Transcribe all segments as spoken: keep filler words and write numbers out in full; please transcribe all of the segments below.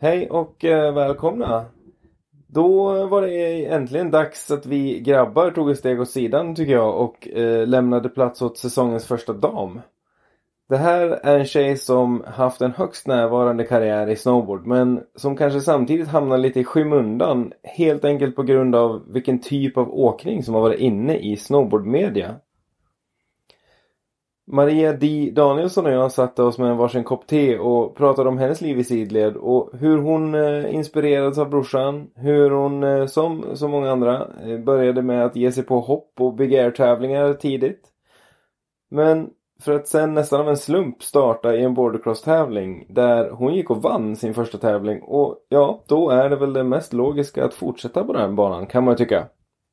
Hej och eh, välkomna. Då var det äntligen dags att vi grabbar tog ett steg åt sidan tycker jag och eh, lämnade plats åt säsongens första dam. Det här är en tjej som haft en högst närvarande karriär i snowboard men som kanske samtidigt hamnar lite i skymundan helt enkelt på grund av vilken typ av åkning som har varit inne i snowboardmedia. Maria D. Danielsson och jag satte oss med en varsin kopp te och pratade om hennes liv i sidled och hur hon eh, inspirerades av brorsan, hur hon eh, som så många andra eh, började med att ge sig på hopp och big air-tävlingar tidigt. Men för att sen nästan av en slump starta i en bordercross-tävling där hon gick och vann sin första tävling och ja, då är det väl det mest logiska att fortsätta på den banan kan man tycka.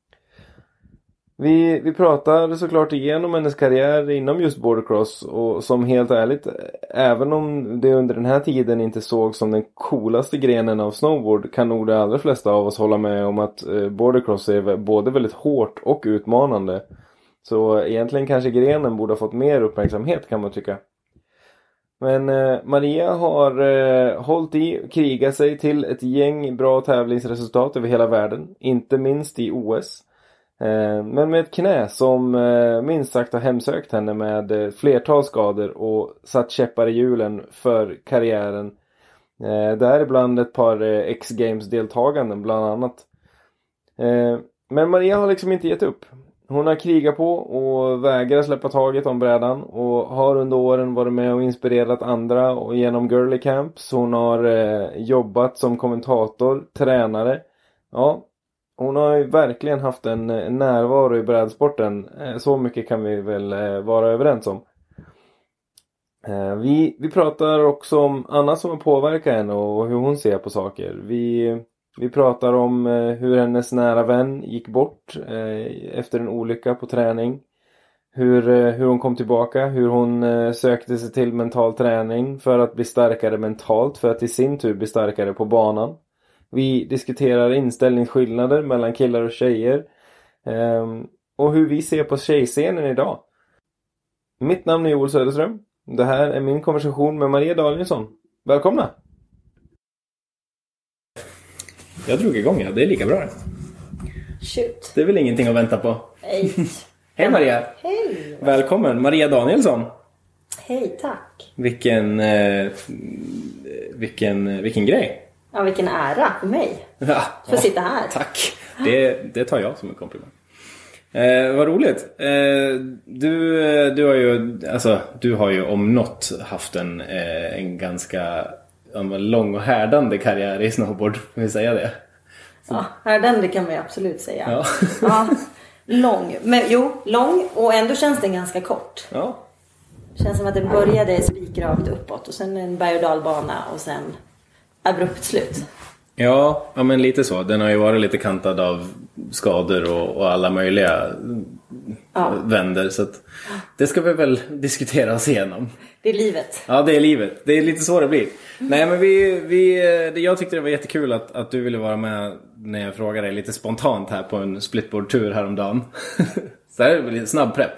Vi, vi pratar såklart igenom hennes karriär inom just bordercross och som helt ärligt, även om det under den här tiden inte såg som den coolaste grenen av snowboard kan nog de allra flesta av oss hålla med om att bordercross är både väldigt hårt och utmanande. Så egentligen kanske grenen borde ha fått mer uppmärksamhet kan man tycka. Men eh, Maria har eh, hållit i och krigat sig till ett gäng bra tävlingsresultat över hela världen, inte minst i O S. Men med ett knä som minst sagt har hemsökt henne med flertal skador och satt käppar i hjulen för karriären. Däribland ett par X-Games-deltaganden bland annat. Men Maria har liksom inte gett upp. Hon har krigat på och vägrar släppa taget om brädan och har under åren varit med och inspirerat andra och genom girly camps. Hon har jobbat som kommentator, tränare. Ja. Hon har ju verkligen haft en närvaro i brädsporten. Så mycket kan vi väl vara överens om. Vi, vi pratar också om annat som har påverkat henne och hur hon ser på saker. Vi, vi pratar om hur hennes nära vän gick bort efter en olycka på träning. Hur, hur hon kom tillbaka. Hur hon sökte sig till mental träning för att bli starkare mentalt. För att i sin tur bli starkare på banan. Vi diskuterar inställningsskillnader mellan killar och tjejer. Um, och hur vi ser på tjejscenen idag. Mitt namn är Joel Söderström. Det här är min konversation med Maria Danielsson. Välkomna! Jag drog igång, ja. Det är lika bra. Shoot. Det är väl ingenting att vänta på. Hej. Hej Maria! Hej! Välkommen, Maria Danielsson. Hej, tack. Vilken, eh, vilken, vilken grej. Ja, vilken ära för mig. Ja, för att sitta här. Tack. Det, det tar jag som en komplimang. Eh, vad roligt. Eh, du, du har ju alltså, du har ju om något haft en, eh, en ganska en lång och härdande karriär i snowboard, får vi säga det? Så. Ja, härdande kan man ju absolut säga. Ja. Ja, lång. Men jo, lång och ändå känns den ganska kort. Ja. Känns som att det började spikrakt uppåt och sen en berg- och dalbana och sen abrupt slut. Ja, ja, men lite så. Den har ju varit lite kantad av skador och, och alla möjliga ja. vänder. Så att det ska vi väl diskutera oss igenom. Det är livet. Ja, det är livet. Det är lite så det blir. Nej, men vi, vi, jag tyckte det var jättekul att, att du ville vara med när jag frågade dig lite spontant här på en splitboard-tur häromdagen. Så här är det lite snabb prepp.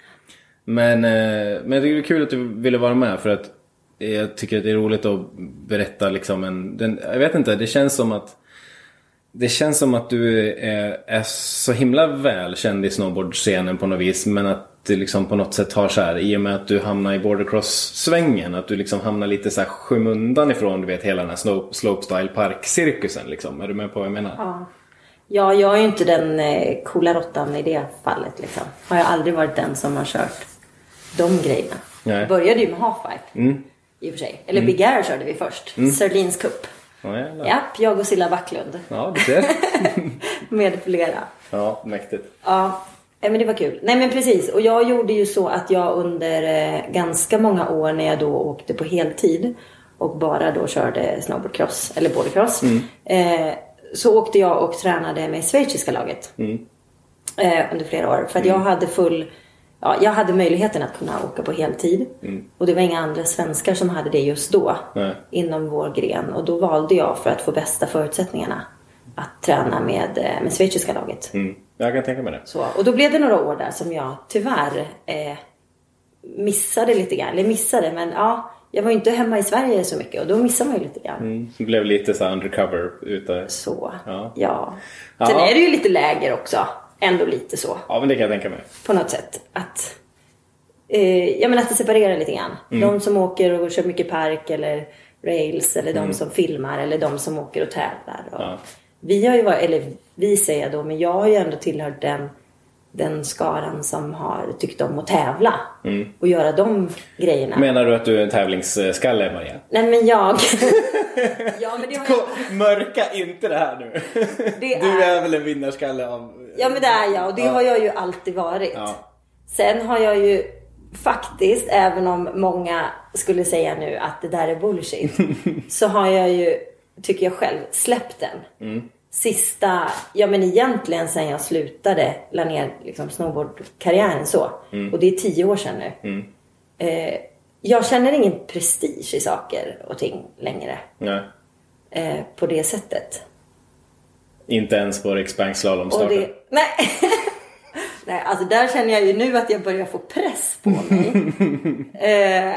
Men, men det är kul att du ville vara med för att jag tycker att det är roligt att berätta liksom en, den, jag vet inte, det känns som att det känns som att du är, är så himla väl känd i snowboardscenen på något vis, men att det liksom på något sätt har så här, i och med att du hamnar i bordercross-svängen, att du liksom hamnar lite så här skymundan ifrån, du vet, hela den här slope, slopestyle-park-cirkusen liksom. Är du med på vad jag menar? Ja. Ja, jag är ju inte den eh, coola råttan i det fallet liksom. Har jag aldrig varit den som har kört de grejerna. Nej. Jag började ju med halfpipe. Mm. I och för sig. Eller mm. Big Air körde vi först. Mm. Sardines Cup. Ja, Japp, jag och Silla Backlund. Ja, du ser. Med flera. Ja, mäktigt. Ja, men det var kul. Nej, men precis. Och jag gjorde ju så att jag under eh, ganska många år när jag då åkte på heltid och bara då körde snowboardcross eller bordercross. Mm. Eh, så åkte jag och tränade med schweiziska laget. Mm. Eh, under flera år. För att mm. jag hade full... Ja, jag hade möjligheten att kunna åka på heltid. Mm. Och det var inga andra svenskar som hade det just då. Nej. Inom vår gren. Och då valde jag för att få bästa förutsättningarna att träna med, med schweiziska laget. Mm. Jag kan tänka mig det. Så, och då blev det några år där som jag tyvärr eh, missade lite grann. Eller missade, men ja, jag var ju inte hemma i Sverige så mycket och då missar man ju lite grann. Mm, det blev lite så undercover ute. Så, ja. ja. Sen ja. är det ju lite läger också. Ändå lite så. Ja, men det kan jag tänka mig. På något sätt. Att, eh, ja, men att det separerar lite grann. Mm. De som åker och kör mycket park eller rails. Eller de mm. som filmar. Eller de som åker och tävlar. Och ja. Vi har ju varit, eller vi säger jag då. Men jag har ju ändå tillhört den, den skaran som har tyckt om att tävla. Mm. Och göra de grejerna. Menar du att du är en tävlingsskalle, Maria? Nej, men jag... ja, men det har jag... Mörka inte det här nu. Det är... Du är väl en vinnarskalle av... Ja, men det är jag. Och det ja. har jag ju alltid varit. Ja. Sen har jag ju faktiskt, även om många skulle säga nu att det där är bullshit. Så har jag ju, tycker jag själv, släppt den. Mm. Sista, ja men egentligen sen jag slutade, la ner liksom snowboardkarriären så. Mm. Och det är tio år sedan nu. Mm. Eh, jag känner ingen prestige i saker och ting längre. Nej. Eh, på det sättet. Inte ens på Riksbank slalomstarten? Det, nej. nej, alltså där känner jag ju nu att jag börjar få press på mig. eh,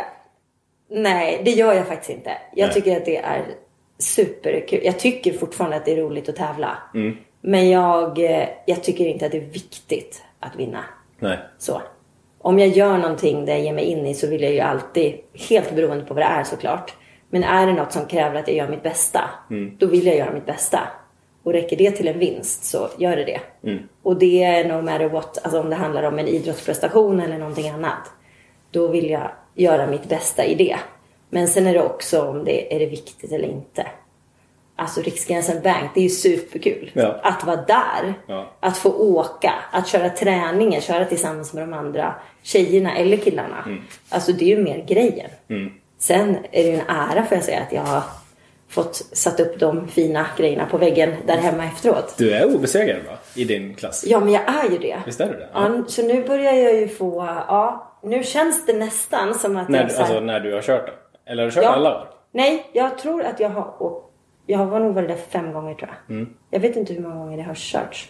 nej, det gör jag faktiskt inte. Jag nej. tycker att det är superkul. Jag tycker fortfarande att det är roligt att tävla. Mm. Men jag, jag tycker inte att det är viktigt att vinna. Nej. Så. Om jag gör någonting där jag ger mig in i så vill jag ju alltid, helt beroende på vad det är såklart. Men är det något som kräver att jag gör mitt bästa, mm. då vill jag göra mitt bästa. Och räcker det till en vinst så gör det det. Mm. Och det är no matter what, alltså om det handlar om en idrottsprestation eller någonting annat. Då vill jag göra mitt bästa i det. Men sen är det också om det är det viktigt eller inte. Alltså Riksgränsen Bank, det är ju superkul. Ja. Att vara där. Ja. Att få åka. Att köra träningen. Köra tillsammans med de andra tjejerna eller killarna. Mm. Alltså det är ju mer grejen. Mm. Sen är det ju en ära för jag säga att jag har fått satt upp de fina grejerna på väggen där hemma efteråt. Du är obesegrad va? I din klass. Ja, men jag är ju det. Visst är du det? Ja. Ja, så nu börjar jag ju få... Ja, nu känns det nästan som att... När, jag, så här, alltså när du har kört då? Eller har du kört ja, alla år? Nej, jag tror att jag har... Och jag har nog varit där fem gånger tror jag. Mm. Jag vet inte hur många gånger det har körts.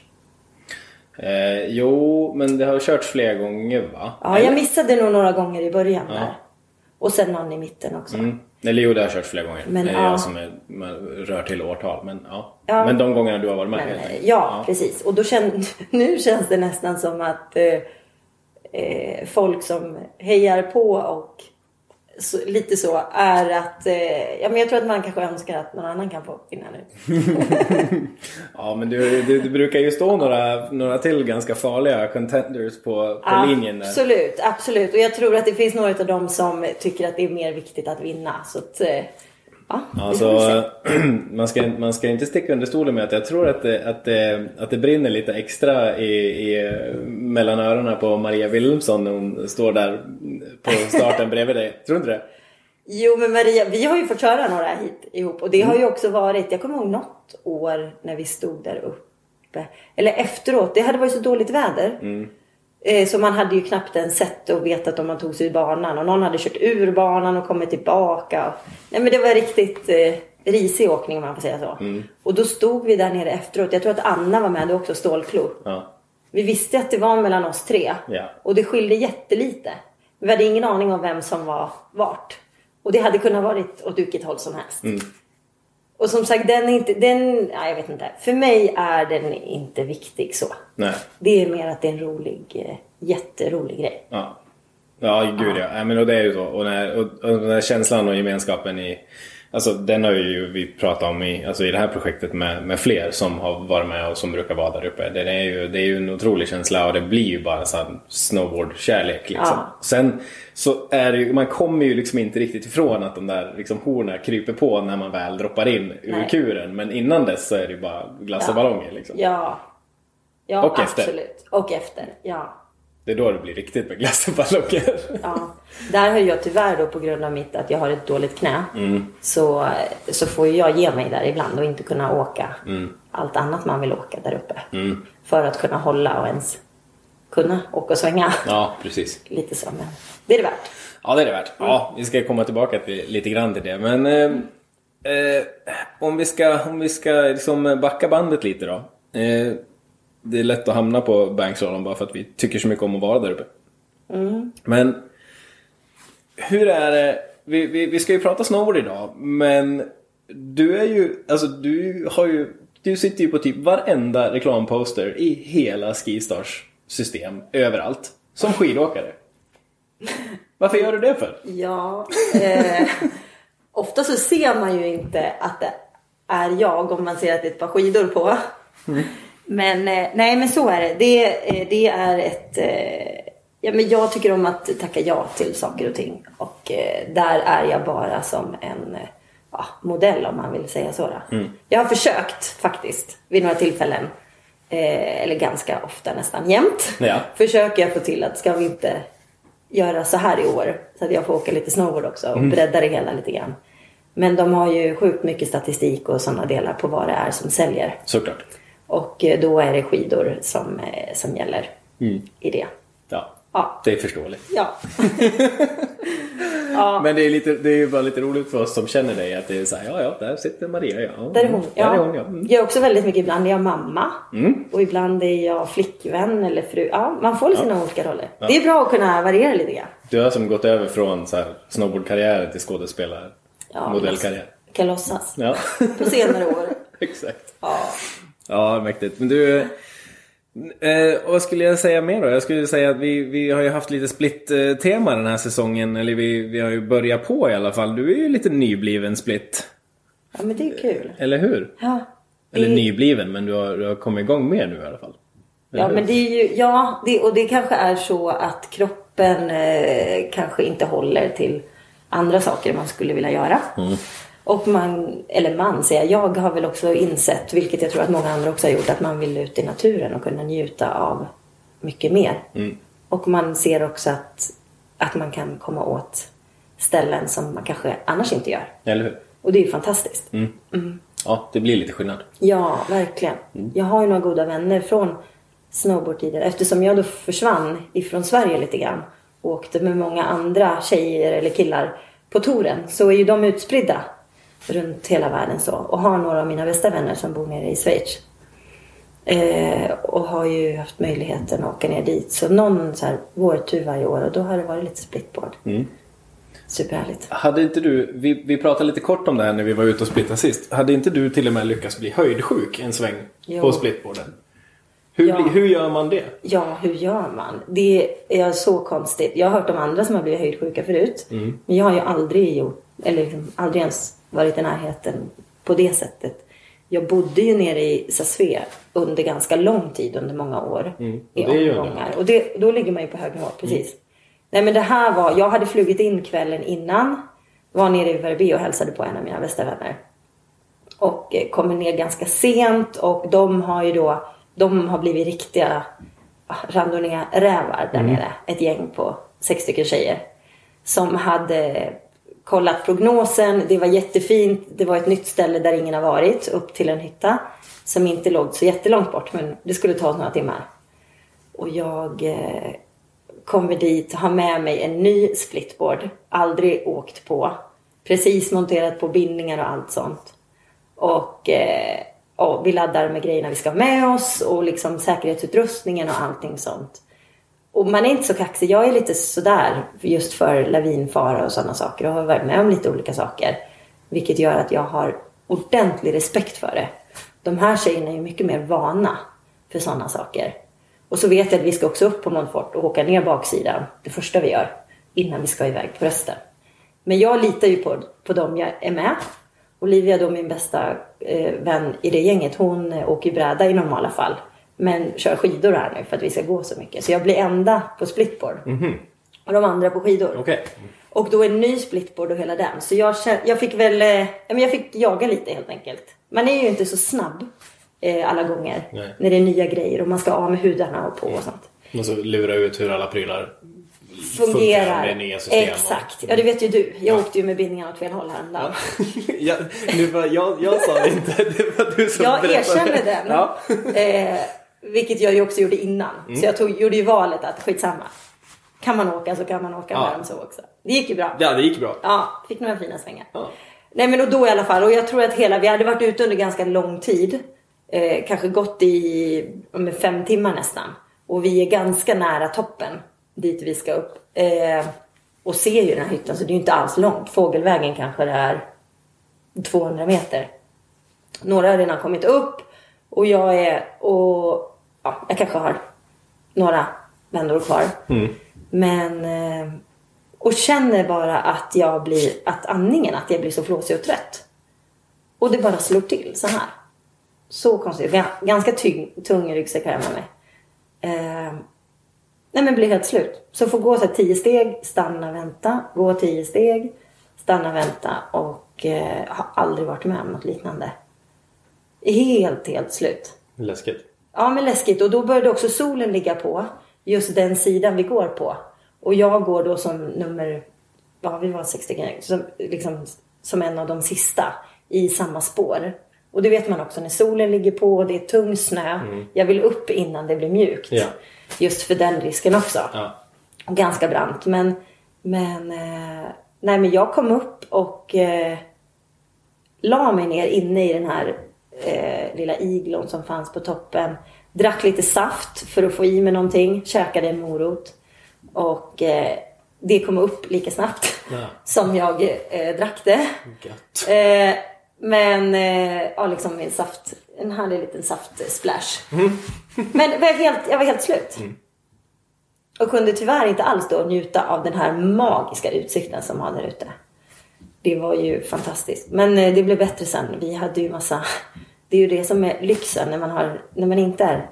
Eh, jo, men det har körts flera gånger va? Ja, eller? Jag missade nog några gånger i början ja. där. Och sen någon i mitten också. Mm. Eller jo, det har kört flera gånger. Men, det är ja. jag som är, rör till årtal. Men, ja. Ja. men de gångerna du har varit med. Men, ja, ja, precis. Och då känn, nu känns det nästan som att eh, eh, folk som hejar på och så, lite så är att... Eh, ja, men jag tror att man kanske önskar att någon annan kan få vinna nu. Ja, men du, du, du brukar ju stå några, några till ganska farliga contenders på, på linjen. Där. Absolut, absolut. Och jag tror att det finns några av dem som tycker att det är mer viktigt att vinna. Så att... Eh, ja, alltså, man, ska, man ska inte sticka under stolen med att jag tror att det, att det, att det brinner lite extra i, i, mellan öronen på Maria Wilhelmsson när hon står där på starten bredvid dig. Tror du inte det? Jo, men Maria, vi har ju fått köra några hit ihop. Och det har ju också varit, jag kommer ihåg något år när vi stod där uppe. Eller efteråt, det hade varit så dåligt väder. Mm. Så man hade ju knappt en sett och vetat om man tog sig ur banan. Och någon hade kört ur banan och kommit tillbaka. Nej, men det var riktigt eh, risig åkning om man får säga så. Mm. Och då stod vi där nere efteråt. Jag tror att Anna var med, det också Stålklo. Ja. Vi visste att det var mellan oss tre. Ja. Och det skilde jättelite. Vi hade ingen aning om vem som var vart. Och det hade kunnat varit åt vilket håll som helst. Mm. Och som sagt, den är inte, den, ja, jag vet inte. För mig är den inte viktig så. Nej. Det är mer att det är en rolig, jätterolig grej. Ja, ja gud ja. ja. Men och det är ju så. Och, när, och, och den här känslan och gemenskapen i... Alltså den har ju vi pratat om i, alltså, i det här projektet med, med fler som har varit med och som brukar vara där uppe. Det är ju, det är ju en otrolig känsla och det blir ju bara sån snowboard-kärlek liksom. Ja. Sen så är det ju, man kommer ju liksom inte riktigt ifrån att de där liksom horna kryper på när man väl droppar in ur Nej. kuren. Men innan dess så är det ju bara glass och ja. ballonger liksom. Ja, ja och absolut. Efter. Och efter, ja. Det är då det blir riktigt med glass och ballonger. Ja, där har jag tyvärr då på grund av mitt att jag har ett dåligt knä. Mm. Så, så får jag ge mig där ibland och inte kunna åka mm. allt annat man vill åka där uppe. Mm. För att kunna hålla och ens kunna åka och svänga. Ja, precis. Lite så, men det är det värt. Ja, det är det värt. Ja, vi ska komma tillbaka till, lite grann till det. Men eh, eh, om vi ska, om vi ska liksom backa bandet lite då. Eh, Det är lätt att hamna på Bankslalom bara för att vi tycker så mycket om att vara där uppe. Mm. Men hur är det vi, vi, vi ska ju prata snowboard idag. Men du är ju, alltså du har ju, du sitter ju på typ varenda reklamposter i hela Skistars system, överallt, som skidåkare. Varför gör du det för? Ja, eh, ofta så ser man ju inte att det är jag om man ser att det är ett par skidor på. Mm. Men eh, nej, men så är det. Det, eh, det är ett... Eh, ja, men jag tycker om att tacka ja till saker och ting. Och eh, där är jag bara som en eh, ja, modell, om man vill säga så. Mm. Jag har försökt faktiskt vid några tillfällen. Eh, eller ganska ofta, nästan jämt. Ja. Försöker jag få till att ska vi inte göra så här i år. Så att jag får åka lite snowboard också och mm. bredda det hela lite grann. Men de har ju sjukt mycket statistik och sådana delar på vad det är som säljer. Såklart. Och då är det skidor som, som gäller mm. i det. Ja, ja, det är förståeligt. Ja. Ja. Men det är, lite, det är ju bara lite roligt för oss som känner dig att det är så här, ja, ja, där sitter Maria, ja. Där är hon, ja. Där är hon, ja. Mm. Jag är också väldigt mycket, ibland är jag mamma. Mm. Och ibland är jag flickvän eller fru. Ja, man får sina ja. olika roller. Ja. Det är bra att kunna variera lite grann. Du har som gått över från så här snowboardkarriär till skådespelare. Ja, modellkarriär. Kan låtsas. Ja. På senare år. Exakt. Ja. Ja, mäktigt. Men du, eh, vad skulle jag säga mer då? Jag skulle säga att vi, vi har ju haft lite split-tema den här säsongen. Eller vi, vi har ju börjat på i alla fall. Du är ju lite nybliven split. Ja, men det är kul. Eller hur? Ja. Det... Eller nybliven, men du har, du har kommit igång mer nu i alla fall. Eller ja, hur? Men det är ju, ja, det, och det kanske är så att kroppen eh, kanske inte håller till andra saker man skulle vilja göra. Mm. Och man, eller man säger jag, har väl också insett, vilket jag tror att många andra också har gjort, att man vill ut i naturen och kunna njuta av mycket mer. Mm. Och man ser också att, att man kan komma åt ställen som man kanske annars inte gör. Eller hur? Och det är ju fantastiskt. Mm. Mm. Ja, det blir lite skillnad. Ja, verkligen. Mm. Jag har ju några goda vänner från snowboardtider. Eftersom jag då försvann ifrån Sverige lite grann och åkte med många andra tjejer eller killar på touren, så är ju de utspridda runt hela världen så. Och har några av mina bästa vänner som bor nere i Schweiz. Eh, och har ju haft möjligheten att åka ner dit. Så någon så här vårtur varje år. Och då har det varit lite splitboard. Mm. Superhärligt. Hade inte du, vi, vi pratade lite kort om det här när vi var ute och splittade sist. Hade inte du till och med lyckats bli höjdsjuk en sväng jo. på splitboarden? Hur, ja. hur gör man det? Ja, hur gör man? Det är så konstigt. Jag har hört om andra som har blivit höjdsjuka förut. Mm. Men jag har ju aldrig gjort, eller liksom aldrig ens varit i närheten på det sättet. Jag bodde ju nere i Sassve under ganska lång tid, under många år. Mm. Och i det omgångar. Och det, då ligger man ju på hög nivå, precis. Mm. Nej, men det här var, jag hade flugit in kvällen innan. Var nere i Verbi och hälsade på en av mina bästa vänner. Och eh, kommer ner ganska sent. Och de har ju då, de har blivit riktiga randonné-rävar där mm. nere. Ett gäng på sex stycken tjejer. Som hade kollat prognosen. Det var jättefint. Det var ett nytt ställe där ingen har varit. Upp till en hytta. Som inte låg så jättelångt bort. Men det skulle ta några timmar. Och jag eh, kommer dit och har med mig en ny splitboard. Aldrig åkt på. Precis monterat på bindningar och allt sånt. Och, eh, och vi laddar med grejerna vi ska ha med oss. Och liksom säkerhetsutrustningen och allting sånt. Och man är inte så kaxig. Jag är lite sådär just för lavinfara och sådana saker. Och har varit med om lite olika saker. Vilket gör att jag har ordentlig respekt för det. De här tjejerna är ju mycket mer vana för sådana saker. Och så vet jag att vi ska också upp på Montfort och åka ner baksidan. Det första vi gör innan vi ska iväg på rösten. Men jag litar ju på, på dem jag är med. Olivia då, min bästa eh, vän i det gänget. Hon eh, åker bräda i normala fall. Men kör skidor här nu för att vi ska gå så mycket. Så jag blir enda på splitboard. Mm-hmm. Och de andra på skidor. Okay. Och då en ny splitboard och hela den. Så jag, jag fick väl eh, jag fick jaga lite helt enkelt. Man är ju inte så snabb eh, alla gånger. Nej. När det är nya grejer och man ska av med hudarna och på och sånt. Man så lura ut hur alla prylar fungerar med nya system. Exakt. Och... Ja, det vet ju du. Jag ja. åkte ju med bindningarna åt fel håll häromdagen. Ja. ja, nu var, jag, jag sa det inte. Det var du som jag berättade. Jag erkänner den. Ja. Eh, vilket jag ju också gjorde innan. Mm. Så jag tog, gjorde ju valet att skitsamma. Kan man åka så kan man åka ja. med dem så också. Det gick ju bra. Ja, det gick bra. Ja, fick några fina svängar. Ja. Nej, men och då i alla fall. Och jag tror att hela, vi hade varit ute under ganska lång tid. Eh, kanske gått i med fem timmar nästan. Och vi är ganska nära toppen dit vi ska upp. Eh, och ser ju den här hytten, så det är ju inte alls långt. Fågelvägen kanske det är tvåhundra meter. Några har redan kommit upp och jag är och ja, jag kanske har några vändor kvar. Mm. Men och känner bara att jag blir att andningen, att jag blir så flåsig och trött. Och det bara slår till så här. Så konstigt. Ganska tyng, tung ryggsäck har jag med mig. Eh, nej men blir helt slut. Så får gå så här tio steg, stanna, vänta. Gå tio steg, stanna, vänta. Och eh, har aldrig varit med om något liknande. Helt, helt slut. Läskigt. Ja, men läskigt. Och då började också solen ligga på. Just den sidan vi går på. Och jag går då som nummer... Ja, vi var sextio. Som, liksom, som en av de sista. I samma spår. Och det vet man också när solen ligger på och det är tung snö. Mm. Jag vill upp innan det blir mjukt. Ja. Just för den risken också. Ja. Och ganska brant. Men, men, eh, nej, men jag kom upp och eh, la mig ner inne i den här eh, lilla iglon som fanns på toppen. Drack lite saft för att få i mig någonting. Käkade en morot. Och eh, det kom upp lika snabbt ja. som jag eh, drack det. Gött. Eh, Men eh, ja, liksom en saft, en härlig liten saftsplash. Mm. Men jag var helt, jag var helt slut. Mm. Och kunde tyvärr inte alls då njuta av den här magiska utsikten som var där ute. Det var ju fantastiskt. Men eh, det blev bättre sen. Vi hade ju massa... Det är ju det som är lyxen när man, har, när man inte är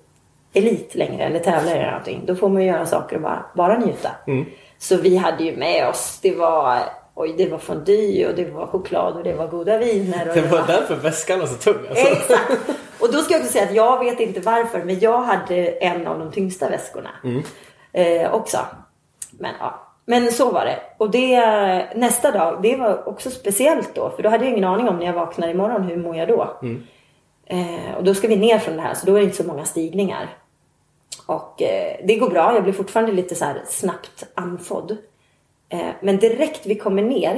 elit längre eller tävlar eller någonting. Då får man ju göra saker och bara, bara njuta. Mm. Så vi hade ju med oss, det var... Oj, det var fondue och det var choklad och det var goda viner. Och det, det var därför väskan var så tung. Alltså. Exakt. Och då ska jag också säga att jag vet inte varför. Men jag hade en av de tyngsta väskorna. Mm. Eh, också. Men ja. Men så var det. Och det, nästa dag, det var också speciellt då. För då hade jag ingen aning om när jag vaknar imorgon. Hur mår jag då? Mm. Eh, och då ska vi ner från det här. Så då är det inte så många stigningar. Och eh, det går bra. Jag blir fortfarande lite så här snabbt andfådd. Men direkt vi kommer ner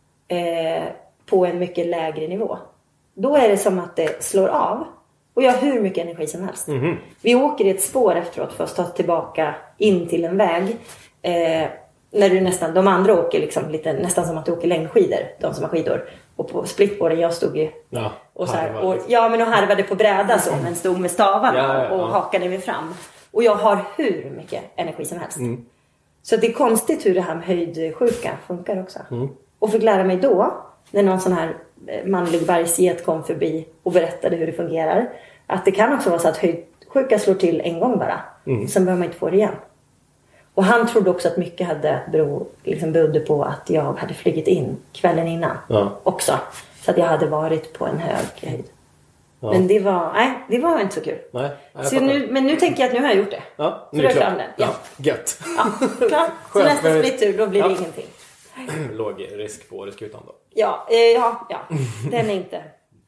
eh, på en mycket lägre nivå, då är det som att det slår av. Och jag har hur mycket energi som helst. Mm-hmm. Vi åker i ett spår efteråt för att ta tillbaka in till en väg. Eh, när du nästan, de andra åker liksom lite, nästan som att du åker längdskidor. De som har skidor. Och på splitboarden jag stod ju. Ja, och så här, och, ja men och harvade på bräda så. Men stod med stavarna ja, ja, ja. och hakade mig fram. Och jag har hur mycket energi som helst. Mm. Så det är konstigt hur det här med höjdsjuka funkar också. Mm. Och fick lära mig då, när någon sån här manlig bergsget kom förbi och berättade hur det fungerar. Att det kan också vara så att höjdsjuka slår till en gång bara. Mm. Sen behöver man inte få det igen. Och han trodde också att mycket hade bero, liksom berodde på att jag hade flygit in kvällen innan. Ja. Också. Så att jag hade varit på en hög höjd. Ja. Men det var, nej, det var inte så kul. Nej, så nu, men nu tänker jag att nu har jag gjort det. Ja, nu är det klart. Ja. Ja, gött. Ja, klart. Så nästa splittur, då blir det ja. ingenting. Låg risk på Åreskutan då? Ja, eh, ja, ja, den är inte.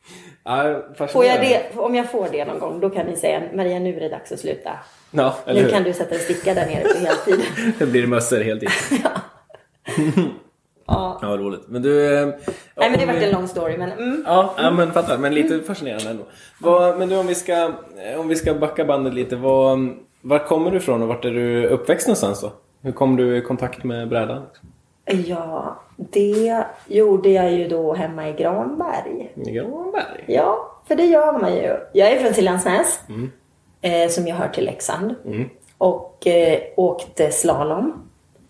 Ja, får jag det, om jag får det någon gång, då kan ni säga Maria, nu är det dags att sluta. Ja, eller nu hur? kan du sätta en sticka där nere på heltid. Det blir mössor helt tiden. Ja. Ja. Ja, roligt. Men du... Ja, nej, men det var vi... en lång story, men... Mm. Ja, ja, men fattar. Men lite mm. fascinerande ändå. Vad, men du, om vi ska, om vi ska backa bandet lite. Vad, var kommer du ifrån och vart är du uppväxt någonstans då? Hur kom du i kontakt med brädan? Ja, det gjorde jag ju då hemma i Granberg. I Granberg? Ja, för det gör man ju. Jag är från Siljansnäs, mm. eh, som jag hör till Leksand. Mm. Och eh, åkte slalom.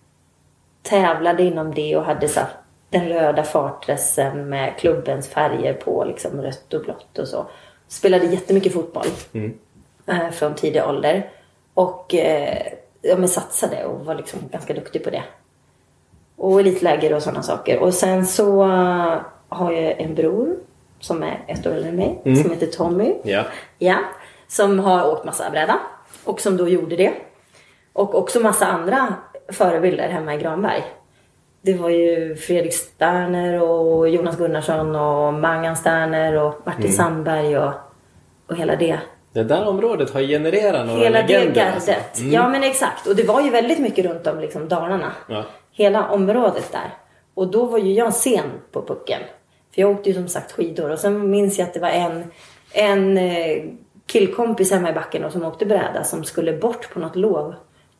Tävlade inom det och hade så den röda fartdressen med klubbens färger på, liksom rött och blått och så. Spelade jättemycket fotboll mm. eh, från tidig ålder. Och eh, ja, men satsade och var liksom ganska duktig på det. Och elitläger och sådana saker. Och sen så uh, har jag en bror som är ett år äldre än mig. Mm. Som heter Tommy. Ja. Ja. Som har åkt massa bräda. Och som då gjorde det. Och också massa andra förebilder hemma i Granberg. Det var ju Fredrik Sterner och Jonas Gunnarsson och Mangan Sterner och Martin mm. Sandberg och, och hela det. Det där området har genererat några hela legender. Hela det gardet. Alltså. Mm. Ja, men exakt. Och det var ju väldigt mycket runt om liksom Dalarna. Ja. Hela området där. Och då var ju jag sen på pucken. För jag åkte ju som sagt skidor. Och sen minns jag att det var en, en killkompis hemma i backen och som åkte bräda som skulle bort på något lov.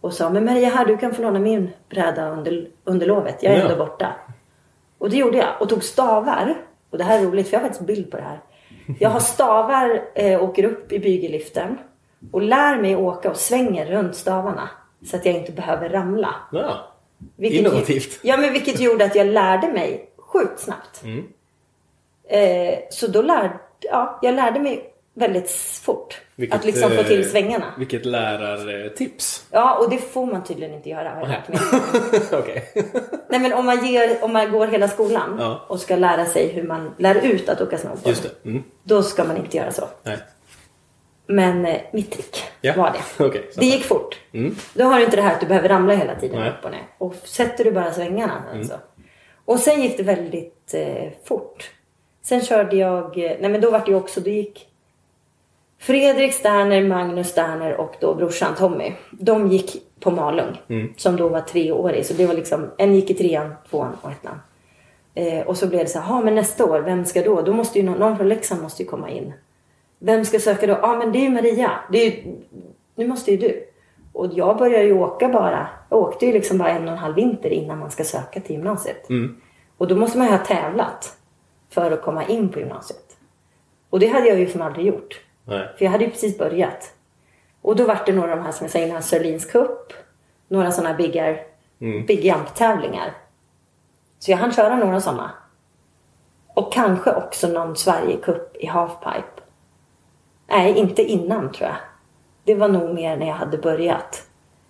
Och sa, men Maria här, du kan få låna min bräda under, under lovet. Jag är ja. ändå borta. Och det gjorde jag. Och tog stavar. Och det här är roligt för jag har faktiskt bild på det här. Jag har stavar, eh, åker upp i byggeliften. Och lär mig åka och svänger runt stavarna. Så att jag inte behöver ramla. Ja, vilket innovativt. Ju, ja, men vilket gjorde att jag lärde mig sjukt snabbt. Mm. Eh, så då lärde ja, jag lärde mig väldigt fort. Vilket, att liksom få till svängarna. Vilket lärartips. Ja, och det får man tydligen inte göra. Har jag lärt mig. Okej. Nej, men om man, ger, om man går hela skolan ja. och ska lära sig hur man lär ut att åka snowboard. Just det. Mm. Då ska man inte göra så. Nej. Men eh, mitt trick ja. var det. Okay, det gick fort. Mm. Då har du inte det här att du behöver ramla hela tiden Nej. upp och ner. Och sätter du bara svängarna. Mm. Alltså. Och sen gick det väldigt eh, fort. Sen körde jag... Nej, men då var det ju också... Då gick Fredrik Sterner, Magnus Sterner och då brorsan Tommy. De gick på Malung. Mm. Som då var tre år i. Så det var liksom... En gick i trean, tvåan och ettan. Eh, och så blev det så här... Ja, men nästa år, vem ska då? Då måste ju någon, någon från Leksand måste ju komma in. Vem ska söka då? Ja, ah, men det är ju Maria. Det är ju, nu måste ju du. Och jag började ju åka bara. Jag åkte ju liksom bara en och en halv vinter innan man ska söka till gymnasiet. Mm. Och då måste man ju ha tävlat för att komma in på gymnasiet. Och det hade jag ju som aldrig gjort. Nej. För jag hade ju precis börjat. Och då var det några av de här som jag säger, några Sörlins Cup. Några sådana biggar, mm. big jump-tävlingar. Så jag hann köra några sådana. Och kanske också någon Sverige Cup i halfpipe. Nej, inte innan tror jag. Det var nog mer när jag hade börjat.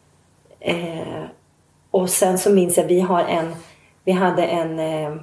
Eh, och sen så minns jag, vi har en, vi hade en, eh,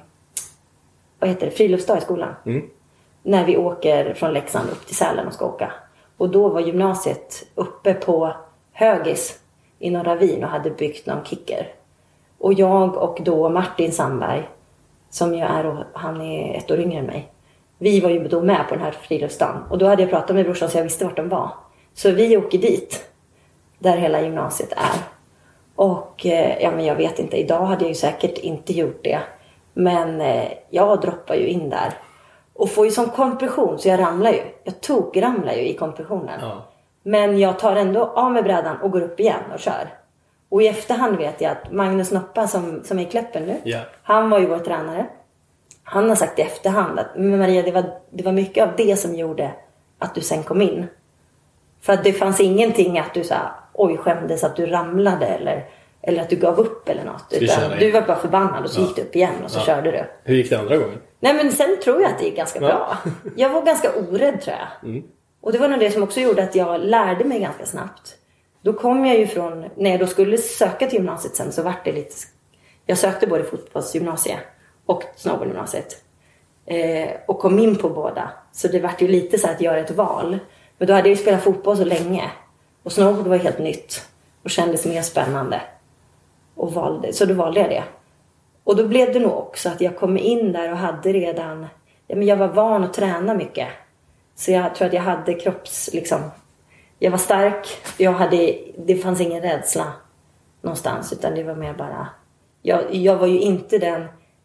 vad heter det, friluftsdag i skolan. Mm. När vi åker från Leksand upp till Sälen och ska åka. Och då var gymnasiet uppe på Högis i någon ravin och hade byggt någon kicker. Och jag och då Martin Sandberg, som ju är, och han är ett år yngre än mig. Vi var ju då med på den här friluftsdagen. Och då hade jag pratat med brorsan så jag visste vart de var. Så vi åker dit. Där hela gymnasiet är. Och eh, ja, men jag vet inte. Idag hade jag ju säkert inte gjort det. Men eh, jag droppar ju in där. Och får ju som kompression. Så jag ramlar ju. Jag tog ramlar ju i kompressionen. Ja. Men jag tar ändå av med brädan och går upp igen och kör. Och i efterhand vet jag att Magnus Noppa som, som är i Kläppen nu. Yeah. Han var ju vår tränare. Han har sagt i efterhand att men Maria, det var, det var mycket av det som gjorde att du sen kom in. För att det fanns ingenting att du så här, oj skämdes att du ramlade eller, eller att du gav upp eller något. Utan du var bara förbannad och så ja. gick du upp igen och så ja. körde du. Hur gick det andra gången? Nej, men sen tror jag att det gick ganska ja. bra. Jag var ganska orädd tror jag. Mm. Och det var nog det som också gjorde att jag lärde mig ganska snabbt. Då kom jag ju från, när jag då skulle söka till gymnasiet sen så var det lite, jag sökte både fotbollsgymnasiet och snowboardgymnasiet. Eh, och kom in på båda. Så det var ju lite så att göra ett val. Men då hade jag ju spelat fotboll så länge. Och snowboard var helt nytt. Och kändes mer spännande. Och valde, så då valde jag det. Och då blev det nog också att jag kom in där och hade redan... Ja, men jag var van att träna mycket. Så jag tror att jag hade kropps... Liksom, jag var stark. Jag hade, det fanns ingen rädsla någonstans. Utan det var mer bara... Jag, jag var ju inte den...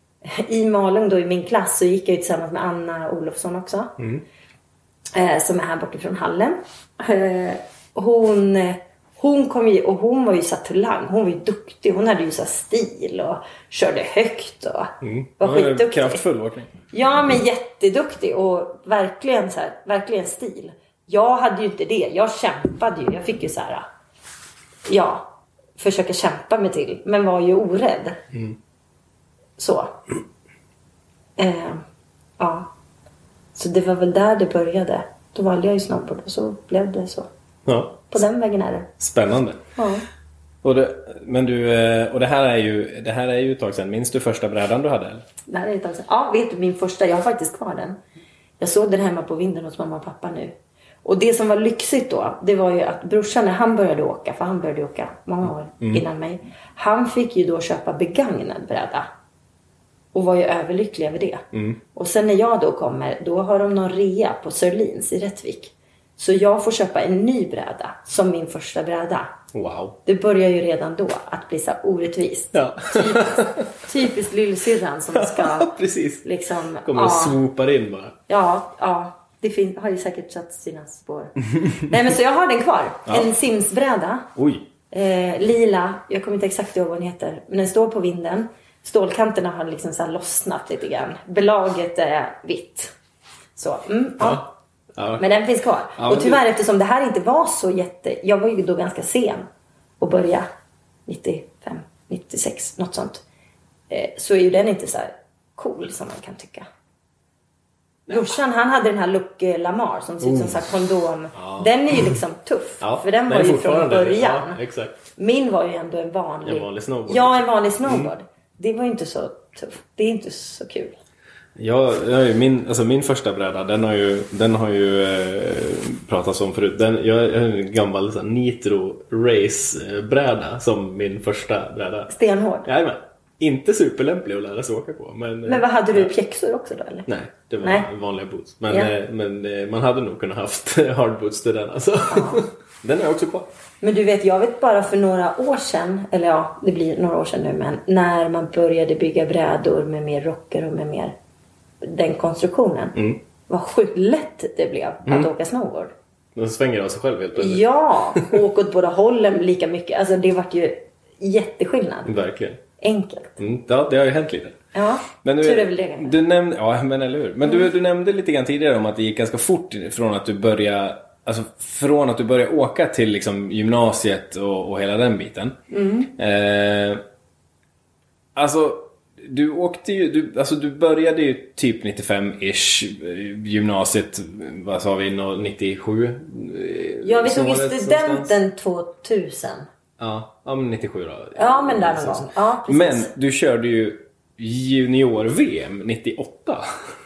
I Malung då i min klass så gick jag ju tillsammans med Anna Olofsson också. Mm. Eh, som är här bortifrån Hallen. Eh, hon, hon kom ju, och hon var ju så talang. Hon var ju duktig. Hon hade ju så stil och körde högt och mm. var ja, skitduktig. Kraftfull åkning. Ja, men jätteduktig och verkligen så här, verkligen stil. Jag hade ju inte det. Jag kämpade ju. Jag fick ju så här, ja, försöka kämpa mig till. Men var ju orädd. Mm. Så. Eh, ja. Så det var väl där det började. Då valde jag ju snowboard och så blev det så. Ja. På den vägen är det. Spännande. Ja. Och det, men du, och det här är ju det här är ju ett tag sedan. Minns du första brädan du hade? Det här är ett tag sedan. Ja, vet du, min första, jag har faktiskt kvar den. Jag såg den hemma på vinden hos mamma och pappa nu. Och det som var lyxigt då, det var ju att brorsan när han började åka, för han började åka många år mm. innan mig. Han fick ju då köpa begagnad bräda. Och var ju överlycklig över det. Mm. Och sen när jag då kommer, då har de någon rea på Sörlins i Rättvik. Så jag får köpa en ny bräda som min första bräda. Wow. Det börjar ju redan då att bli så orättvist. Ja. Typiskt, typiskt lillsyrran som ska... Precis. Liksom, kommer och ja, swoopar in bara. Ja, ja. Det fin- har ju säkert satt sina spår. Nej, men så jag har den kvar. Ja. En Sims-bräda. Oj. Eh, lila, jag kommer inte exakt ihåg vad den heter. Men den står på vinden. Stålkanterna har liksom så här lossnat lite grann. Belaget är vitt. Så, mm, ja. Ja. Ja. Men den finns kvar. Ja, och tyvärr, du... eftersom det här inte var så jätte... Jag var ju då ganska sen att börja. nittiofem, nittiosex, något sånt. Eh, så är ju den inte så här cool som man kan tycka. Brorsan, han hade den här Look Lamar som ser ut som så här kondom. Ja. Den är ju liksom tuff. Ja, för den var ju från början. Ja, exakt. Min var ju ändå en vanlig... En vanlig snowboard. Ja, en vanlig snowboard. Mm. Det var ju inte så tuff. Det är inte så kul. Ja, jag, min, alltså min första bräda, den har ju, den har ju eh, pratats om förut. Den, jag är en gammal så här, Nitro Race bräda som min första bräda. Stenhård? Jajamän. Inte superlämplig att lära sig åka på. Men, men vad hade du, äh, pjäxor också då eller? Nej, det var nej. vanliga boots. Men, ja. eh, men eh, man hade nog kunnat haft hardboots till den. Alltså. Ja. Den är också kvar. Men du vet, jag vet bara för några år sedan, eller ja, det blir några år sedan nu, men när man började bygga brädor med mer rocker och med mer den konstruktionen. Mm. Vad sjukt lätt det blev mm. att åka snowboard. Den svänger av sig själv helt plötsligt. Ja, och åt båda hållen lika mycket. Alltså det var ju jätteskillnad. Verkligen. Enkelt. Mm, ja, det har ju hänt lite. Ja, men du, tur är väl det. Du nämnde, ja, men eller hur. Men mm. du, du nämnde lite grann tidigare om att det gick ganska fort från att du började, alltså från att du började åka till liksom gymnasiet och, och hela den biten. Mm. Eh, alltså, du åkte ju, du, alltså du började ju typ nittiofem-ish gymnasiet, vad sa vi, nittiosju? Ja, vi tog ju studenten tvåtusen. Ja, ja men nittiosju då. Ja, men där någon gång. Ja, precis. Men du körde ju junior-V M nittioåtta.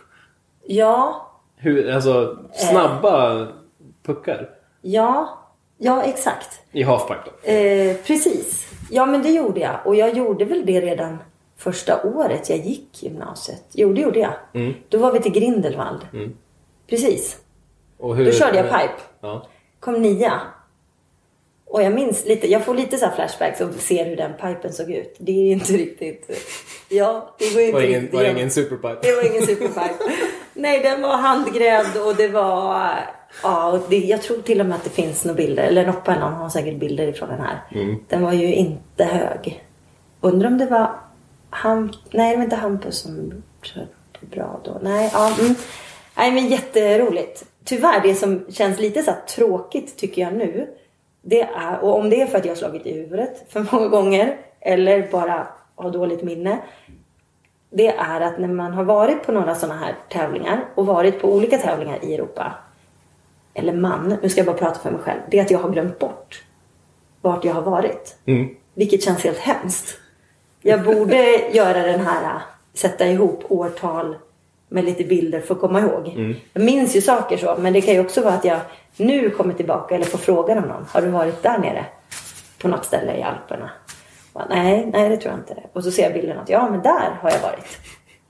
Ja. Hur, alltså snabba eh. puckar. Ja, ja exakt. I halfpipe då? Eh, precis. Ja, men det gjorde jag. Och jag gjorde väl det redan första året jag gick gymnasiet. Jo, det gjorde jag. Mm. Då var vi till Grindelwald. Mm. Precis. Och hur, då körde jag pipe. Ja. Kom nia. Och jag minns lite, jag får lite så här flashbacks och ser hur den pipen såg ut. Det är inte riktigt, ja, det var inte var ingen, riktigt. Var ingen superpipe? Det var ingen superpipe. Nej, den var handgrävd och det var, ja, och det, jag tror till och med att det finns några bilder, eller Noppa eller någon har säkert bilder ifrån den här. Mm. Den var ju inte hög. Undrar om det var, han, nej det var inte Hampus som körde bra då. Nej, ja, mm. Nej, men jätteroligt. Tyvärr, det som känns lite så här tråkigt tycker jag nu, det är, och om det är för att jag har slagit i huvudet för många gånger eller bara har dåligt minne, det är att när man har varit på några sådana här tävlingar och varit på olika tävlingar i Europa, eller man, nu ska jag bara prata för mig själv, det är att jag har glömt bort vart jag har varit. Mm. Vilket känns helt hemskt. Jag borde göra den här, sätta ihop årtal med lite bilder för att komma ihåg. Mm. Jag minns ju saker så, men det kan ju också vara att jag nu kommer tillbaka eller får frågan om någon. Har du varit där nere på något ställe i Alperna? Och, nej, nej det tror jag inte. Och så ser jag bilden att ja, men där har jag varit.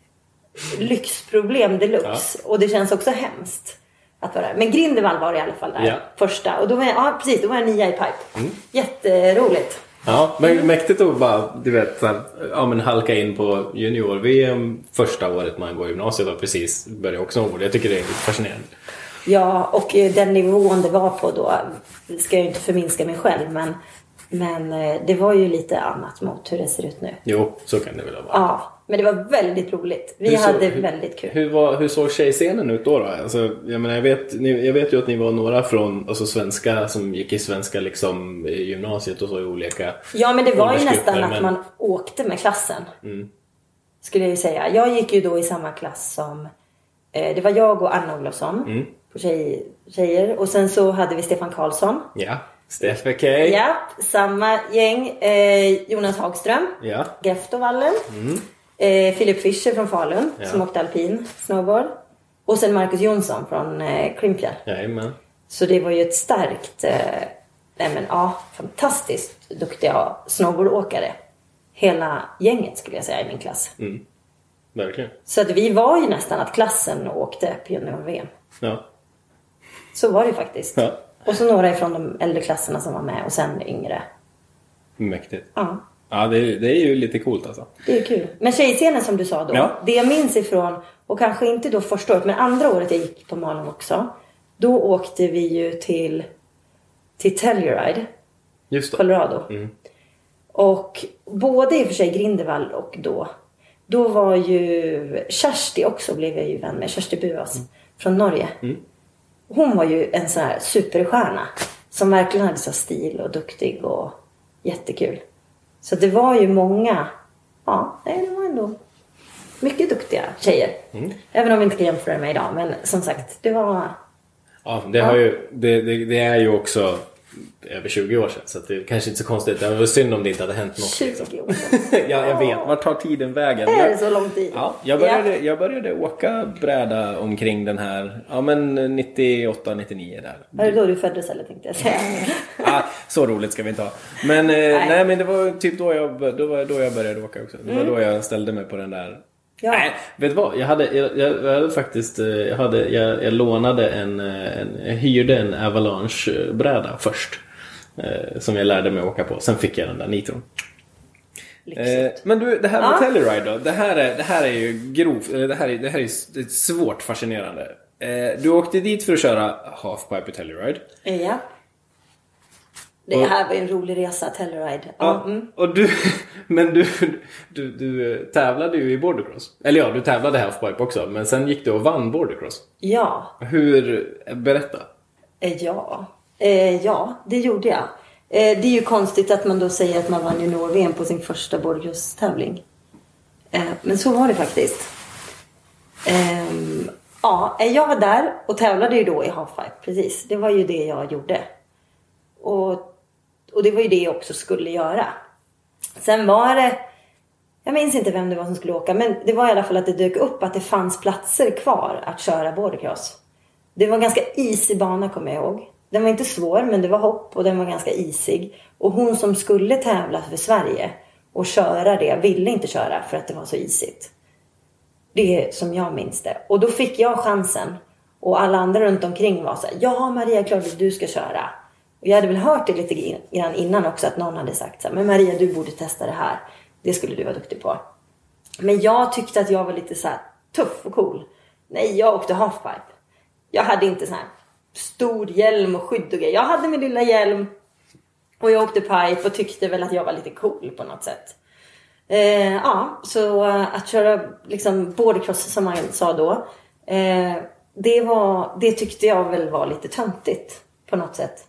Lyxproblem deluxe. Ja. Och det känns också hemskt att vara där. Men Grindelwald var i alla fall där. Ja. Första. Och då var jag, ja precis, då var jag nia i pipe. Mm. Jätteroligt. Ja, men mäktigt att bara, du vet, så här, ja, men halka in på junior-V M första året man går i gymnasiet och precis börjar också snowboard. Jag tycker det är lite fascinerande. Ja, och den nivån det var på då, ska jag ju inte förminska mig själv, men, men det var ju lite annat mot hur det ser ut nu. Jo, så kan det väl vara. Ja, men det var väldigt roligt. Vi hur hade så, väldigt kul. Hur, var, hur såg tjejscenen ut då? då? Alltså, jag, menar, jag, vet, jag vet ju att ni var några från alltså, svenska som gick i svenska liksom, i gymnasiet och så i olika. Ja, men det var ju nästan men... att man åkte med klassen. Mm. Skulle jag ju säga. Jag gick ju då i samma klass som, eh, det var jag och Anna Olofsson mm. på tjej, tjejer. Och sen så hade vi Stefan Karlsson. Ja. Steffe K. Ja, samma gäng. Eh, Jonas Hagström. Ja. Geftovallen. Mm. Eh, Philip Fischer från Falun. Ja. Som åkte alpin snowboard. Och sen Marcus Jonsson från eh, Klimpfjäll. Jajamän. Så det var ju ett starkt, eh, nej men ja, fantastiskt duktiga snowboardåkare. Hela gänget skulle jag säga i min klass. Mm. Verkligen. Så att vi var ju nästan att klassen åkte på junior-V M. Ja. Så var det faktiskt. Ja. Och så några ifrån de äldre klasserna som var med och sen yngre. Mäktigt. Ja. Ja, det är, det är ju lite coolt alltså. Det är kul. Men tjejscenen som du sa då, ja. Det jag minns ifrån, och kanske inte då första året, men andra året jag gick på Malung också. Då åkte vi ju till, till Telluride. Just det. Colorado. Mm. Och både i och för sig Grindelwald och då. Då var ju Kersti också, blev jag ju vän med. Kersti Buas mm. från Norge. Mm. Hon var ju en sån här superstjärna. Som verkligen hade så stil och duktig och jättekul. Så det var ju många. Ja, det var ändå mycket duktiga tjejer. Mm. Även om vi inte kan jämföra med idag. Men som sagt, det var... Ja, det, har ja. Ju, det, det, det är ju också över tjugo år sedan. Så att det är kanske inte så konstigt. Det var synd om det inte hade hänt något. tjugo liksom. år sedan. Ja, jag vet. Vart tar tiden vägen? Är det så lång tid? Ja, jag började, ja. jag började åka bräda omkring den här, ja men nittioåtta nittionio där. Var det då du föddes eller tänkte jag säga? Ja, så roligt ska vi inte ha. Men, nej. Eh, nej men det var typ då jag, då var, då jag började åka också. Det var mm. då jag ställde mig på den där. Ja. Nej, vet du vad? Jag hade, jag, jag, jag hade faktiskt, jag, hade, jag, jag lånade en, en, jag hyrde en Avalanche-bräda först. Eh, som jag lärde mig att åka på. Sen fick jag den där nitron. Eh, men du, det här med ja. Telluride då. Det här är, det här är ju grovt. Det här är, det här är svårt fascinerande. Eh, du åkte dit för att köra halfpipe i Telluride. Ja. Det och, här var en rolig resa, Telluride. Ja, mm. och du, men du, du, du tävlade ju i bordercross. Eller ja, du tävlade halfpipe också. Men sen gick du och vann bordercross. Ja. Hur, berätta. Eh, ja. Eh, ja, det gjorde jag. Eh, det är ju konstigt att man då säger att man vann junior-V M på sin första bordercross-tävling. Eh, men så var det faktiskt. Eh, ja, jag var där och tävlade ju då i halfpipe, precis. Det var ju det jag gjorde. Och, och det var ju det jag också skulle göra. Sen var det, jag minns inte vem det var som skulle åka, men det var i alla fall att det dök upp att det fanns platser kvar att köra bordercross. Det var en ganska isig bana, kommer jag ihåg. Den var inte svår, men det var hopp och den var ganska isig. Och hon som skulle tävla för Sverige och köra det ville inte köra för att det var så isigt. Det är som jag minns det. Och då fick jag chansen. Och alla andra runt omkring var så här: ja Maria, klart du ska köra. Och jag hade väl hört det lite grann innan också, att någon hade sagt så här: men Maria, du borde testa det här. Det skulle du vara duktig på. Men jag tyckte att jag var lite så här tuff och cool. Nej, jag åkte halfpipe. Jag hade inte så här stor hjälm och skydd och grejer. Jag hade min lilla hjälm och jag åkte pipe och tyckte väl att jag var lite cool på något sätt. Eh, ja, så att köra liksom bordercross, som man sa då, eh, det, var, det tyckte jag väl var lite töntigt på något sätt.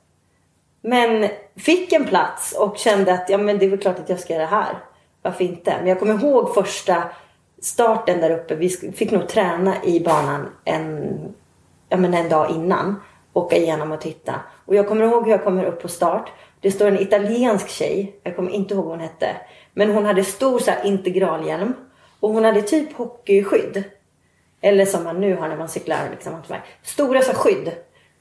Men fick en plats och kände att ja, men det är väl klart att jag ska göra det här. Varför inte? Men jag kommer ihåg första starten där uppe. Vi fick nog träna i banan en, ja, men en dag innan. Åka igenom och titta. Och jag kommer ihåg hur jag kommer upp på start. Det står en italiensk tjej. Jag kommer inte ihåg vad hon hette. Men hon hade stor så här integralhjälm. Och hon hade typ hockeyskydd. Eller som man nu har när man cyklar. Liksom, stora så här skydd.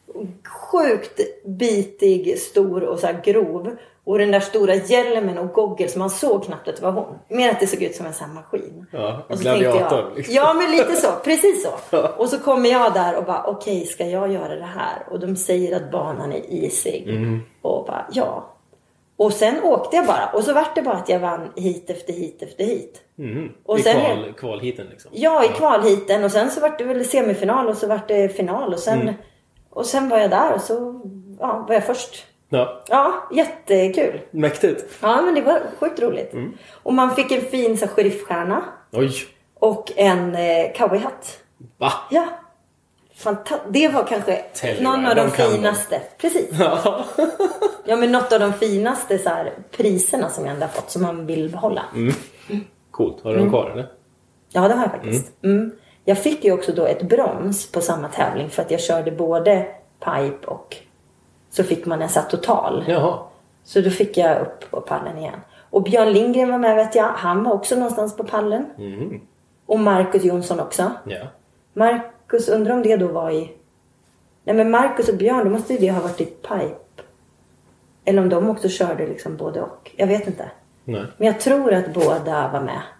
Sjukt bitig, stor och så här grov. Och den där stora hjälmen och goggles, man såg knappt att det var hon. Mer att det såg ut som en sån här maskin. Ja, och så gladiator. Jag, liksom. Ja, men lite så, precis så. Ja. Och så kommer jag där och bara, okej, okay, ska jag göra det här? Och de säger att banan är isig. Mm. Och bara, ja. Och sen åkte jag bara. Och så var det bara att jag vann hit efter hit efter hit. Mm. Och I sen, kval, kvalhiten liksom? Ja, i kvalhiten. Och sen så var det väl semifinal och så var det final. Och sen, mm. och sen var jag där och så ja, var jag först. Ja. Ja, jättekul. Mäktigt. Ja, men det var sjukt roligt. Mm. Och man fick en fin så sheriffstjärna. Oj. Och en eh, cowboyhatt. Va? Ja. Fanta- det var kanske Telluride, någon av de, de finaste. De. Precis. Ja. Ja, men något av de finaste så här, priserna som jag ändå har fått. Som man vill behålla. Mm. Mm. Coolt. Har du mm. dem kvar eller? Ja, det har jag faktiskt. Mm. Mm. Jag fick ju också då ett brons på samma tävling. För att jag körde både pipe och... Så fick man en satt total. Jaha. Så då fick jag upp på pallen igen. Och Björn Lindgren var med, vet jag. Han var också någonstans på pallen. Mm. Och Marcus Jonsson också. Ja. Marcus, undrar om det då var i... Nej, men Marcus och Björn, då måste ju det ha varit i pipe. Eller om de också körde liksom både och. Jag vet inte. Nej. Men jag tror att båda var med.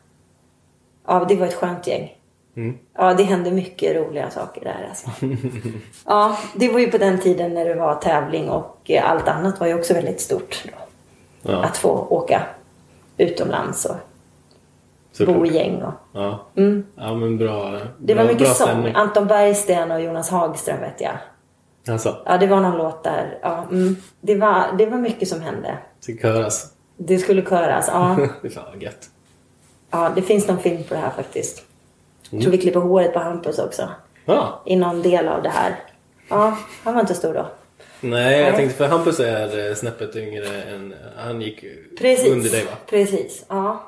Ja, det var ett skönt gäng. Mm. Ja, det hände mycket roliga saker där alltså. Ja, det var ju på den tiden när det var tävling och allt annat var ju också väldigt stort då. Ja. Att få åka utomlands och så bo i gäng och... Ja. Mm. Ja, men bra. Det bra, var mycket sång. Stämning. Anton Bergsten och Jonas Hagström, vet jag. Alltså. Ja, det var någon låt där. Ja, mm, det, var, det var mycket som hände. Det ska köras. Det skulle köras, ja. Det är fan gött. Ja, det finns någon film på det här faktiskt. Jag tror vi klipper håret på Hampus också. Ja. I någon del av det här. Ja, han var inte stor då. Nej, jag tänkte för Hampus är snäppet yngre än... Han gick Precis. under dig, va? Precis, ja.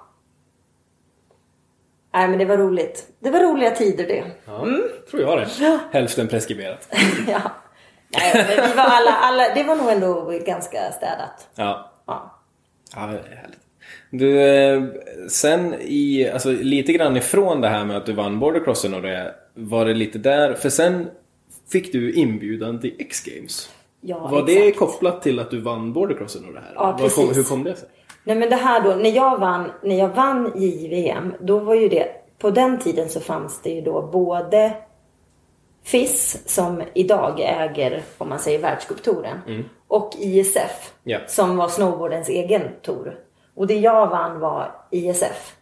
Nej, men det var roligt. Det var roliga tider det. Ja, mm. tror jag det. Hälften preskriberat. Ja. Nej, men vi var alla, alla... Det var nog ändå ganska städat. Ja. Ja. Ja, det är härligt. Du, sen i... Alltså lite grann ifrån det här med att du vann Bordercrossen och det... Var det lite där... För sen fick du inbjudan till X-Games. Ja, var exakt. Det kopplat till att du vann Bordercrossen och det här? Ja, precis. Kom, hur kom det sig? Nej, men det här då, när jag vann, när jag vann J V M, då var ju det, på den tiden så fanns det ju då både F I S som idag äger, om man säger, världscuptouren, mm. och I S F yeah. som var snowboardens egen tour. Och det jag vann var I S F.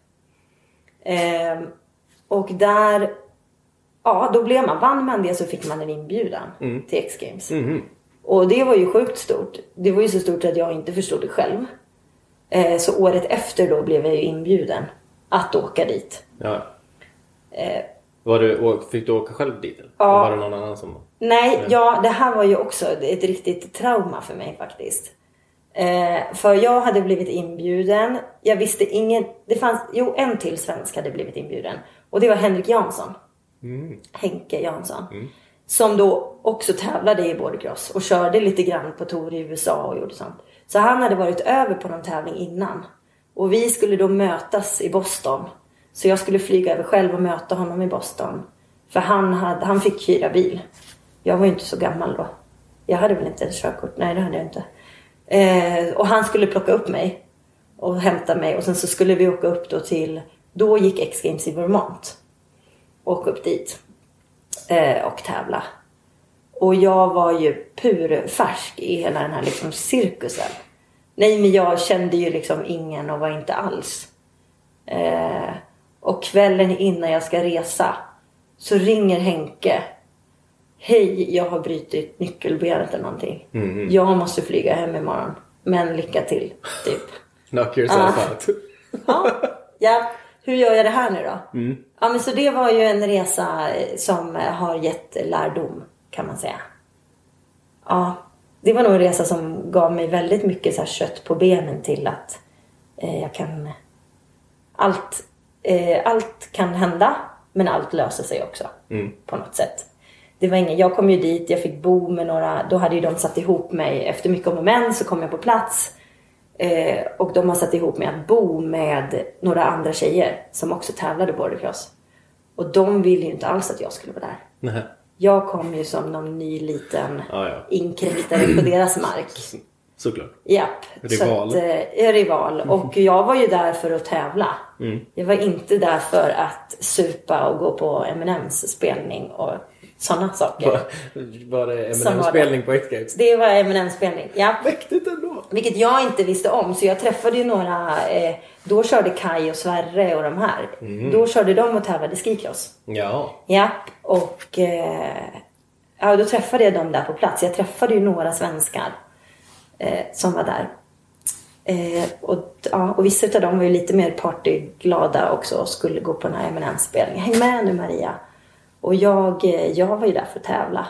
Ehm, och där, ja, då blev man, vann man det så fick man en inbjudan mm. till X-Games. Mm. Och det var ju sjukt stort. Det var ju så stort att jag inte förstod det själv. Så året efter då blev jag ju inbjuden att åka dit. Ja. Eh. Var du, fick du åka själv dit? Eller? Ja. Var det någon annan som... Nej, Nej, ja, det här var ju också ett riktigt trauma för mig faktiskt. Eh, för jag hade blivit inbjuden. Jag visste ingen... Det fanns... Jo, en till svensk hade blivit inbjuden. Och det var Henrik Jansson. Mm. Henke Jansson. Mm. Som då också tävlade i Bordercross. Och körde lite grann på tour i U S A och gjorde sånt. Så han hade varit över på någon tävling innan. Och vi skulle då mötas i Boston. Så jag skulle flyga över själv och möta honom i Boston. För han, hade, han fick hyra bil. Jag var ju inte så gammal då. Jag hade väl inte ett körkort. Nej, det hade jag inte. Eh, och han skulle plocka upp mig. Och hämta mig. Och sen så skulle vi åka upp då till... Då gick X-Games i Vermont. Åka upp dit. Eh, och tävla. Och jag var ju pur färsk i hela den här liksom cirkusen. Nej, men jag kände ju liksom ingen och var inte alls. Eh, och kvällen innan jag ska resa så ringer Henke. Hej, jag har brutit nyckelbenet eller någonting. Mm-hmm. Jag måste flyga hem imorgon. Men lycka till, typ. Knock yourself out. Ja, ja. Hur gör jag det här nu då? Mm. Ja, men så det var ju en resa som har gett lärdom, kan man säga. Ja, det var nog en resa som gav mig väldigt mycket så här kött på benen till att eh, jag kan... Allt, eh, allt kan hända, men allt löser sig också. Mm. På något sätt. Det var ingen, jag kom ju dit, jag fick bo med några... Då hade ju de satt ihop mig, efter mycket om och men så kom jag på plats. Eh, och de har satt ihop mig att bo med några andra tjejer som också tävlade Bordercross. Och de ville ju inte alls att jag skulle vara där. Nej. Jag kom ju som någon ny liten ah, ja. inkräktare på deras mark. Såklart. Japp. Rival. Så att, eh, rival. Och jag var ju där för att tävla. Mm. Jag var inte där för att supa och gå på M and M's spelning och sådana saker. Var, var det M and M-spelning på X-Games? Det var M and M-spelning, ja. Mäktigt ändå. Vilket jag inte visste om. Så jag träffade ju några... Eh, då körde Kai och Sverre och de här. Mm. Då körde de och tävlade skicross. Ja. Ja, och... Eh, ja, då träffade jag dem där på plats. Jag träffade ju några svenskar eh, som var där. Eh, och, ja, och vissa av dem var ju lite mer partyglada också och skulle gå på den här M and M-spelningen. Häng med nu, Maria. Och jag, jag var ju där för att tävla.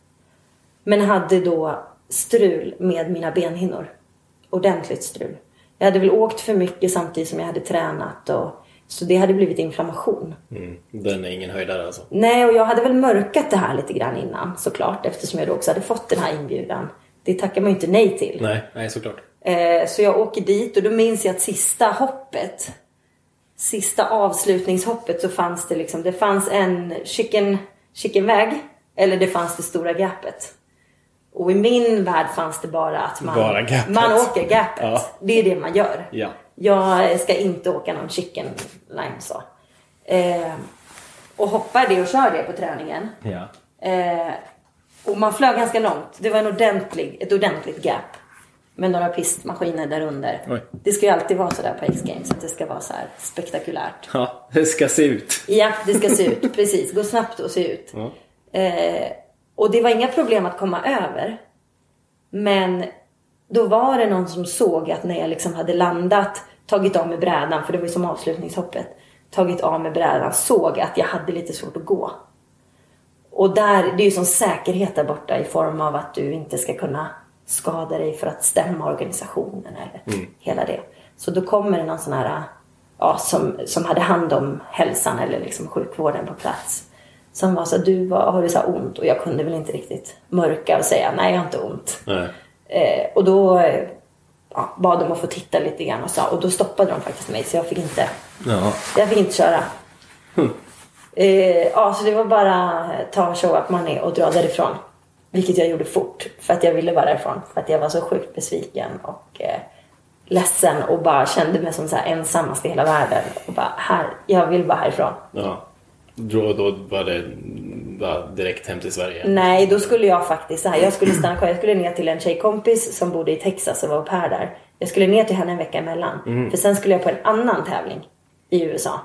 Men hade då strul med mina benhinnor. Ordentligt strul. Jag hade väl åkt för mycket samtidigt som jag hade tränat. Och, så det hade blivit inflammation. Mm, den är ingen höjdare alltså. Nej, och jag hade väl mörkat det här lite grann innan såklart. Eftersom jag då också hade fått den här inbjudan. Det tackar man ju inte nej till. Nej, nej såklart. Eh, så jag åker dit och då minns jag att sista hoppet... Sista avslutningshoppet så fanns det liksom... Det fanns en chicken, chickenväg. Eller det fanns det stora gapet. Och i min värld fanns det bara att man, bara man åker gapet. Ja. Det är det man gör. Ja. Jag ska inte åka någon chicken line så. Eh, och hoppar det och kör det på träningen. Ja. Eh, och man flög ganska långt. Det var en ordentlig, ett ordentligt gap. Med några pistmaskiner där under. Oj. Det ska ju alltid vara så där på X-Games. Att det ska vara så här spektakulärt. Ja, det ska se ut. Ja, det ska se ut. Precis, gå snabbt och se ut. Ja. Eh, Och det var inga problem att komma över. Men då var det någon som såg att när jag liksom hade landat, tagit av med brädan, för det var ju som avslutningshoppet, tagit av med brädan, såg att jag hade lite svårt att gå. Och där, det är ju sån säkerhet där borta i form av att du inte ska kunna skada dig för att stämma organisationen eller mm. hela det. Så då kommer det någon sån här, ja, som, som hade hand om hälsan eller liksom sjukvården på plats. Som var så, du var, har du så ont? Och jag kunde väl inte riktigt mörka och säga, nej jag har inte ont. Nej. Eh, och då ja, bad de att få titta lite grann och sa, och då stoppade de faktiskt mig så jag fick inte, ja. jag fick inte köra. Hm. Eh, ja, så det var bara ta show up money och dra därifrån. Vilket jag gjorde fort för att jag ville vara därifrån. För att jag var så sjukt besviken och eh, ledsen och bara kände mig som så här ensammast i hela världen. Och bara, här, jag vill bara härifrån. Ja. Då, då var det bara direkt hem till Sverige? Nej, då skulle jag faktiskt så här, jag skulle stanna kvar. Jag skulle ner till en tjejkompis som bodde i Texas och var på här där. Jag skulle ner till henne en vecka emellan. Mm. För sen skulle jag på en annan tävling i U S A.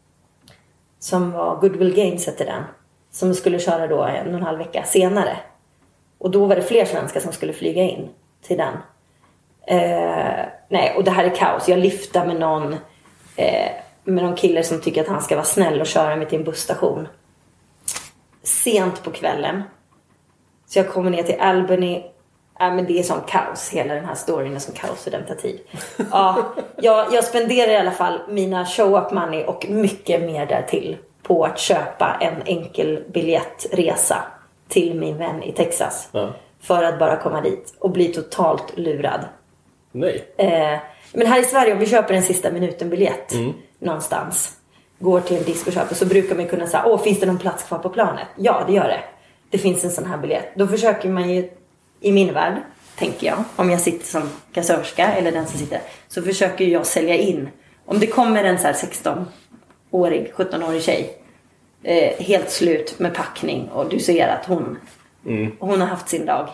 Som var Goodwill Games hette den. Som skulle köra då en och en halv vecka senare. Och då var det fler svenskar som skulle flyga in till den. Eh, nej, och det här är kaos. Jag lyfter med någon... Eh, med någon kille som tycker att han ska vara snäll och köra mig till en busstation. Sent på kvällen. Så jag kommer ner till Albany. Ja, men det är sån kaos. Hela den här storyn är sån kaos och den tar tid. Ja, jag, jag spenderar i alla fall mina show-up money och mycket mer därtill på att köpa en enkel biljettresa till min vän i Texas. Ja. För att bara komma dit och bli totalt lurad. Nej. Eh, men här i Sverige, om vi köper en sista minuten biljett mm. någonstans, går till en disk och köper, så brukar man kunna säga, åh, finns det någon plats kvar på planet? Ja, det gör det. Det finns en sån här biljett. Då försöker man ju, i min värld, tänker jag, om jag sitter som kassörska eller den som sitter, så försöker jag sälja in. Om det kommer en så här sexton-årig, sjutton-årig tjej, eh, helt slut med packning, och du ser att hon, mm. hon har haft sin dag.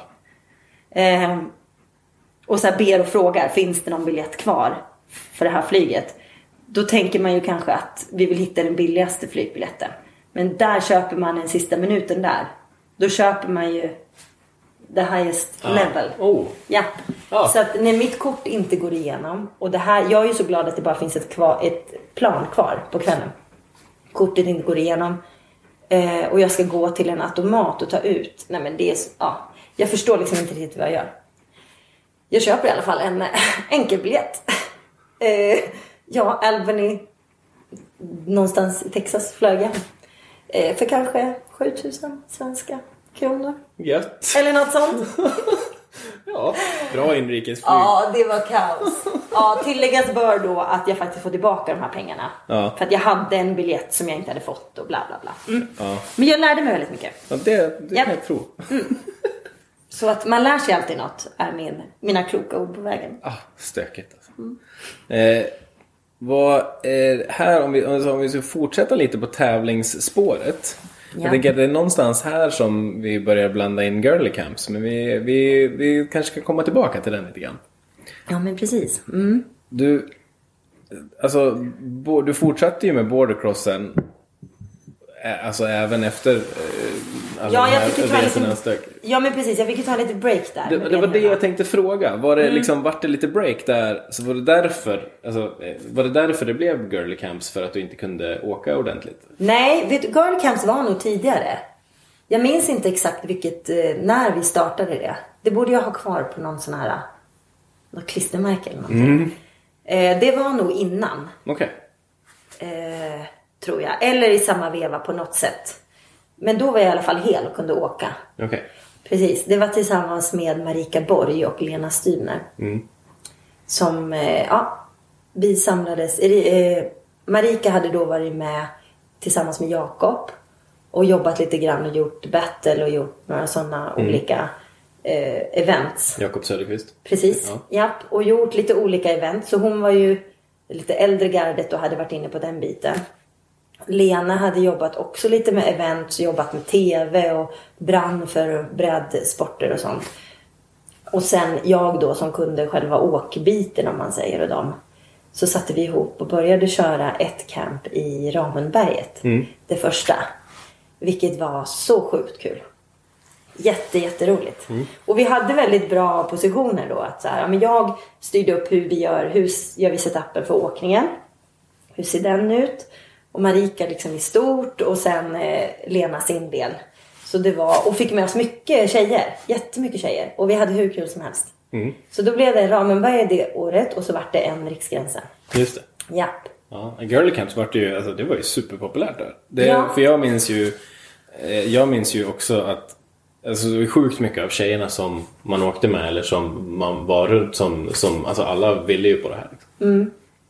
Eh, och så här ber och frågar, finns det någon biljett kvar för det här flyget? Då tänker man ju kanske att vi vill hitta den billigaste flygbiljetten. Men där köper man en sista minuten där. Då köper man ju the highest ah. level. Oh. Ja. Ah. Så att när mitt kort inte går igenom, och det här, jag är ju så glad att det bara finns ett, kvar, ett plan kvar på kvällen. Kortet inte går igenom. Eh, och jag ska gå till en automat och ta ut. Nej, men det är, ja, jag förstår liksom inte riktigt vad jag gör. Jag köper i alla fall en enkelbiljett. Eh, ja, Albany, någonstans i Texas flög jag. Eh, för kanske sjutusen svenska kronor. Gött. Eller något sånt. Ja, bra inrikesflyg. Ja, det var kaos. Ja, tilläggas bör då att jag faktiskt får tillbaka de här pengarna. Ja. För att jag hade en biljett som jag inte hade fått och bla bla bla. Mm. Ja. Men jag lärde mig väldigt mycket. Ja, det, det kan jag tro. Mm. Så att man lär sig alltid något, är min, mina kloka ord på vägen. Ah, stökigt alltså. Mm. Eh, vad, eh, här om vi, om vi ska fortsätta lite på tävlingsspåret. Ja. Jag tänker att det är någonstans här som vi börjar blanda in girly camps. Men vi, vi, vi kanske ska komma tillbaka till den lite grann. Ja, men precis. Mm. Du, alltså, du fortsatte ju med bordercrossen. Alltså även efter alla ja, de här jag fick ta resorna lite, stök. Ja, men precis. Jag fick ju ta lite break där. Det, det var det jag tänkte fråga. Var det mm. liksom, vart det lite break där? Så var det därför, alltså, var det därför det blev girly camps, för att du inte kunde åka ordentligt? Nej, vet du, girly camps var nog tidigare. Jag minns inte exakt vilket, när vi startade det. Det borde jag ha kvar på någon sån här, något klistermärke eller någonting. Mm. Eh, det var nog innan. Okej. Okay. Eh, tror jag. Eller i samma veva på något sätt. Men då var jag i alla fall hel och kunde åka. Okej. Okay. Precis. Det var tillsammans med Marika Borg och Lena Stüner. Mm. Som, eh, ja, vi samlades. Eh, Marika hade då varit med tillsammans med Jakob. Och jobbat lite grann och gjort battle och gjort några sådana mm. olika eh, events. Jakob Söderqvist. Precis. Ja. Japp. Och gjort lite olika event. Så hon var ju lite äldre gardet och hade varit inne på den biten. Lena hade jobbat också lite med events, jobbat med tv och brann för brädsporter och sånt. Och sen jag då som kunde själva åkbiten, om man säger, och dem. Så satte vi ihop och började köra ett camp i Ramundberget. Mm. Det första. Vilket var så sjukt kul. Jätte, jätteroligt. Mm. Och vi hade väldigt bra positioner då. Att så här, ja, men jag styrde upp hur vi gör, hur gör vi setupen för åkningen. Hur ser den ut? Och Marika liksom i stort och sen eh, Lena sin del. Så det var, och fick med oss mycket tjejer. Jättemycket tjejer. Och vi hade hur kul som helst. Mm. Så då blev det Ramenberg det året och så var det en Riksgränsen. Just det. Japp. Ja, Girly Camps var det ju, alltså det var ju superpopulärt där. Det, Ja. För jag minns ju, eh, jag minns ju också att alltså det var sjukt mycket av tjejerna som man åkte med eller som man var runt som, som alltså alla ville ju på det här. Liksom. Mm.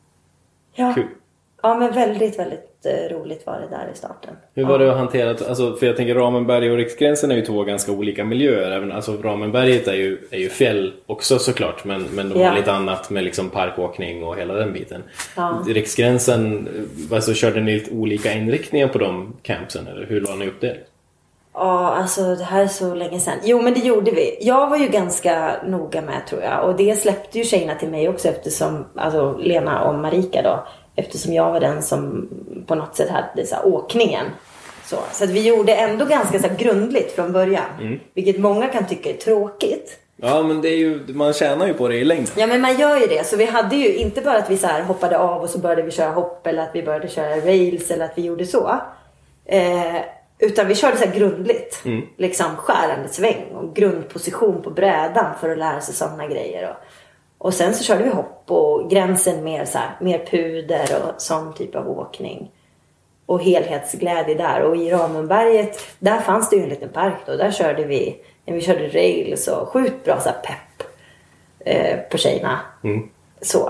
Ja. Kul. Ja, men väldigt, väldigt eh, roligt var det där i starten. Hur var det att hantera, alltså, för jag tänker Ramenberg och Riksgränsen är ju två ganska olika miljöer. Även, alltså Ramenberget är ju, är ju fjäll också såklart, men, men de Ja. har lite annat med liksom parkåkning och hela den biten. Ja. Riksgränsen, alltså körde ni lite olika inriktningar på de campsen eller hur la ni upp det? Ja, alltså det här är så länge sedan. Jo, men det gjorde vi. Jag var ju ganska noga med, tror jag. Och det släppte ju tjejerna till mig också eftersom, alltså Lena och Marika då. Eftersom jag var den som på något sätt hade så här, åkningen. Så, så att vi gjorde ändå ganska så här, grundligt från början. Mm. Vilket många kan tycka är tråkigt. Ja, men det är ju, man tjänar ju på det i längden. Ja, men man gör ju det. Så vi hade ju inte bara att vi så här hoppade av och så började vi köra hopp. Eller att vi började köra rails eller att vi gjorde så. Eh, utan vi körde så här grundligt. Mm. Liksom skärande sväng och grundposition på brädan för att lära sig sådana grejer. Och, och sen så körde vi hopp och gränsen mer, så här, mer puder och sån typ av åkning. Och helhetsglädje där. Och i Ramenberget, där fanns det ju en liten park då. Där körde vi, vi körde rails och sjukt bra så här pepp eh, på tjejerna. Mm. Så,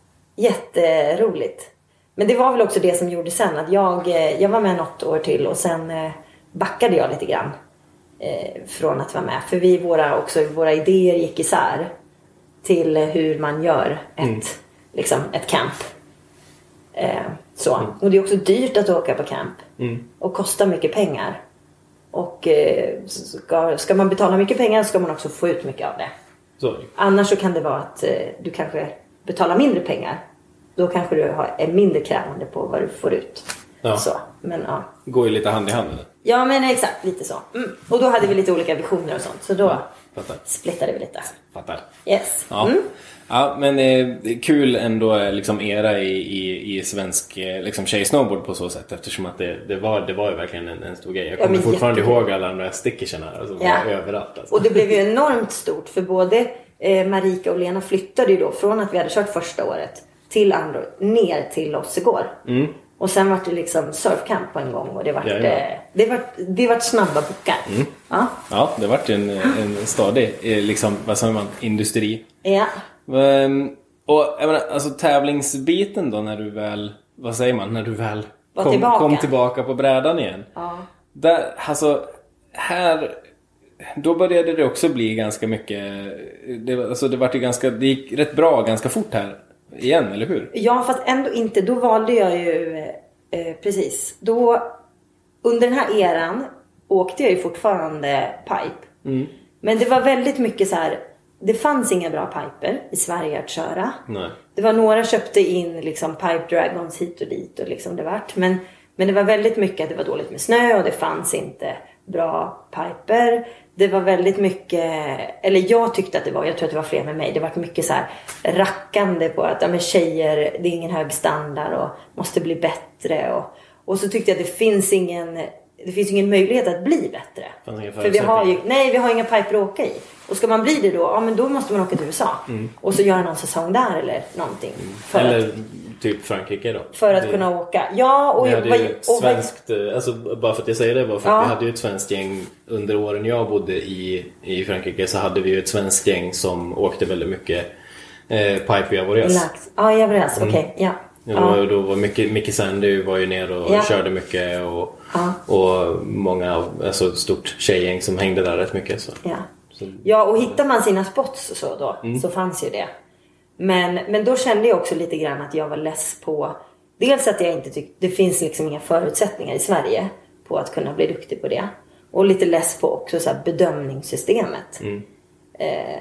jätteroligt. Men det var väl också det som gjorde sen att jag, eh, jag var med något år till och sen eh, backade jag lite grann eh, från att vara med. För vi, våra, också, våra idéer gick isär till hur man gör ett, Mm. liksom, ett camp. Eh, så. Och det är också dyrt att åka på camp. Mm. Och kostar mycket pengar. Och eh, ska, ska man betala mycket pengar ska man också få ut mycket av det. Så. Annars så kan det vara att eh, du kanske betalar mindre pengar. Då kanske du har, är mindre krävande på vad du får ut. Ja. Så, men ja. Går ju lite hand i hand. Eller? Ja, men exakt, lite så. Mm. Och då hade vi lite olika visioner och sånt. Så då Fattar. splittade vi lite. Fattar. Yes. Ja. Mm. Ja, men eh, det är kul ändå eh, liksom era i, i, i svensk eh, liksom tjejsnowboard på så sätt. Eftersom att det, det, var, det var ju verkligen en, en stor grej. Jag Ja, kommer men fortfarande jättekul. ihåg alla de där stickerserna. Alltså, Ja. var överallt. Alltså. Och det blev ju enormt stort. För både eh, Marika och Lena flyttade ju då från att vi hade kört första året till andra, ner till oss igår. Mm. Och sen var det liksom surfcamp på en gång. Och det var Ja, ja. det, det var det var snabba bockar. Mm. Ja. Ja, det vart en, en stadig eh, liksom, vad säger man, industri. Ja. Um, och jag menar, alltså tävlingsbiten då när du väl, vad säger man, när du väl Var kom tillbaka. kom tillbaka på brädan igen. Ja. Där, alltså, här, då började det också bli ganska mycket, det, var- alltså det vart ju ganska, det gick rätt bra ganska fort här igen, eller hur? Ja, fast ändå inte. Då valde jag ju, eh, precis. Då, under den här eran åkte jag ju fortfarande pipe. Mm. Men det var väldigt mycket så här, det fanns inga bra piper i Sverige att köra. Nej. Det var några köpte in liksom pipe dragons hit och dit och liksom det vart. Men, men det var väldigt mycket att det var dåligt med snö och det fanns inte bra piper. Det var väldigt mycket, eller jag tyckte att det var, jag tror att det var fler med mig. Det var mycket så här rackande på att ja, men tjejer, det är ingen hög standard och måste bli bättre. Och, och så tyckte jag att det finns ingen, det finns ingen möjlighet att bli bättre. Fanns ingen För vi har ju, förutsättning. nej vi har inga piper att åka i. Och ska man bli det då, ja men då måste man åka till U S A. Och så göra någon säsong där eller någonting. För Eller att, typ Frankrike då. för att Det- kunna åka. Ja, och Vi hade vad- ju ett och vad- svenskt, eh, alltså bara för att jag säger det var för att Ja. vi hade ju ett svenskt gäng under åren jag bodde i, i Frankrike, så hade vi ju ett svenskt gäng som åkte väldigt mycket eh, pipe via Voreas. Lax. Ja, jag var överens. Okej, ja. Ja, då, var- då var mycket, Mickey Sandy var ju ner och Ja. körde mycket och, Ja. och många, av- alltså ett stort tjejgäng som hängde där rätt mycket. Så. Ja. Så, Ja, och hittar man sina spots och så då, så fanns ju det. Men, men då kände jag också lite grann att jag var less på, dels att jag inte tyckte, det finns liksom inga förutsättningar i Sverige på att kunna bli duktig på det. Och lite less på också så här bedömningssystemet. Eh,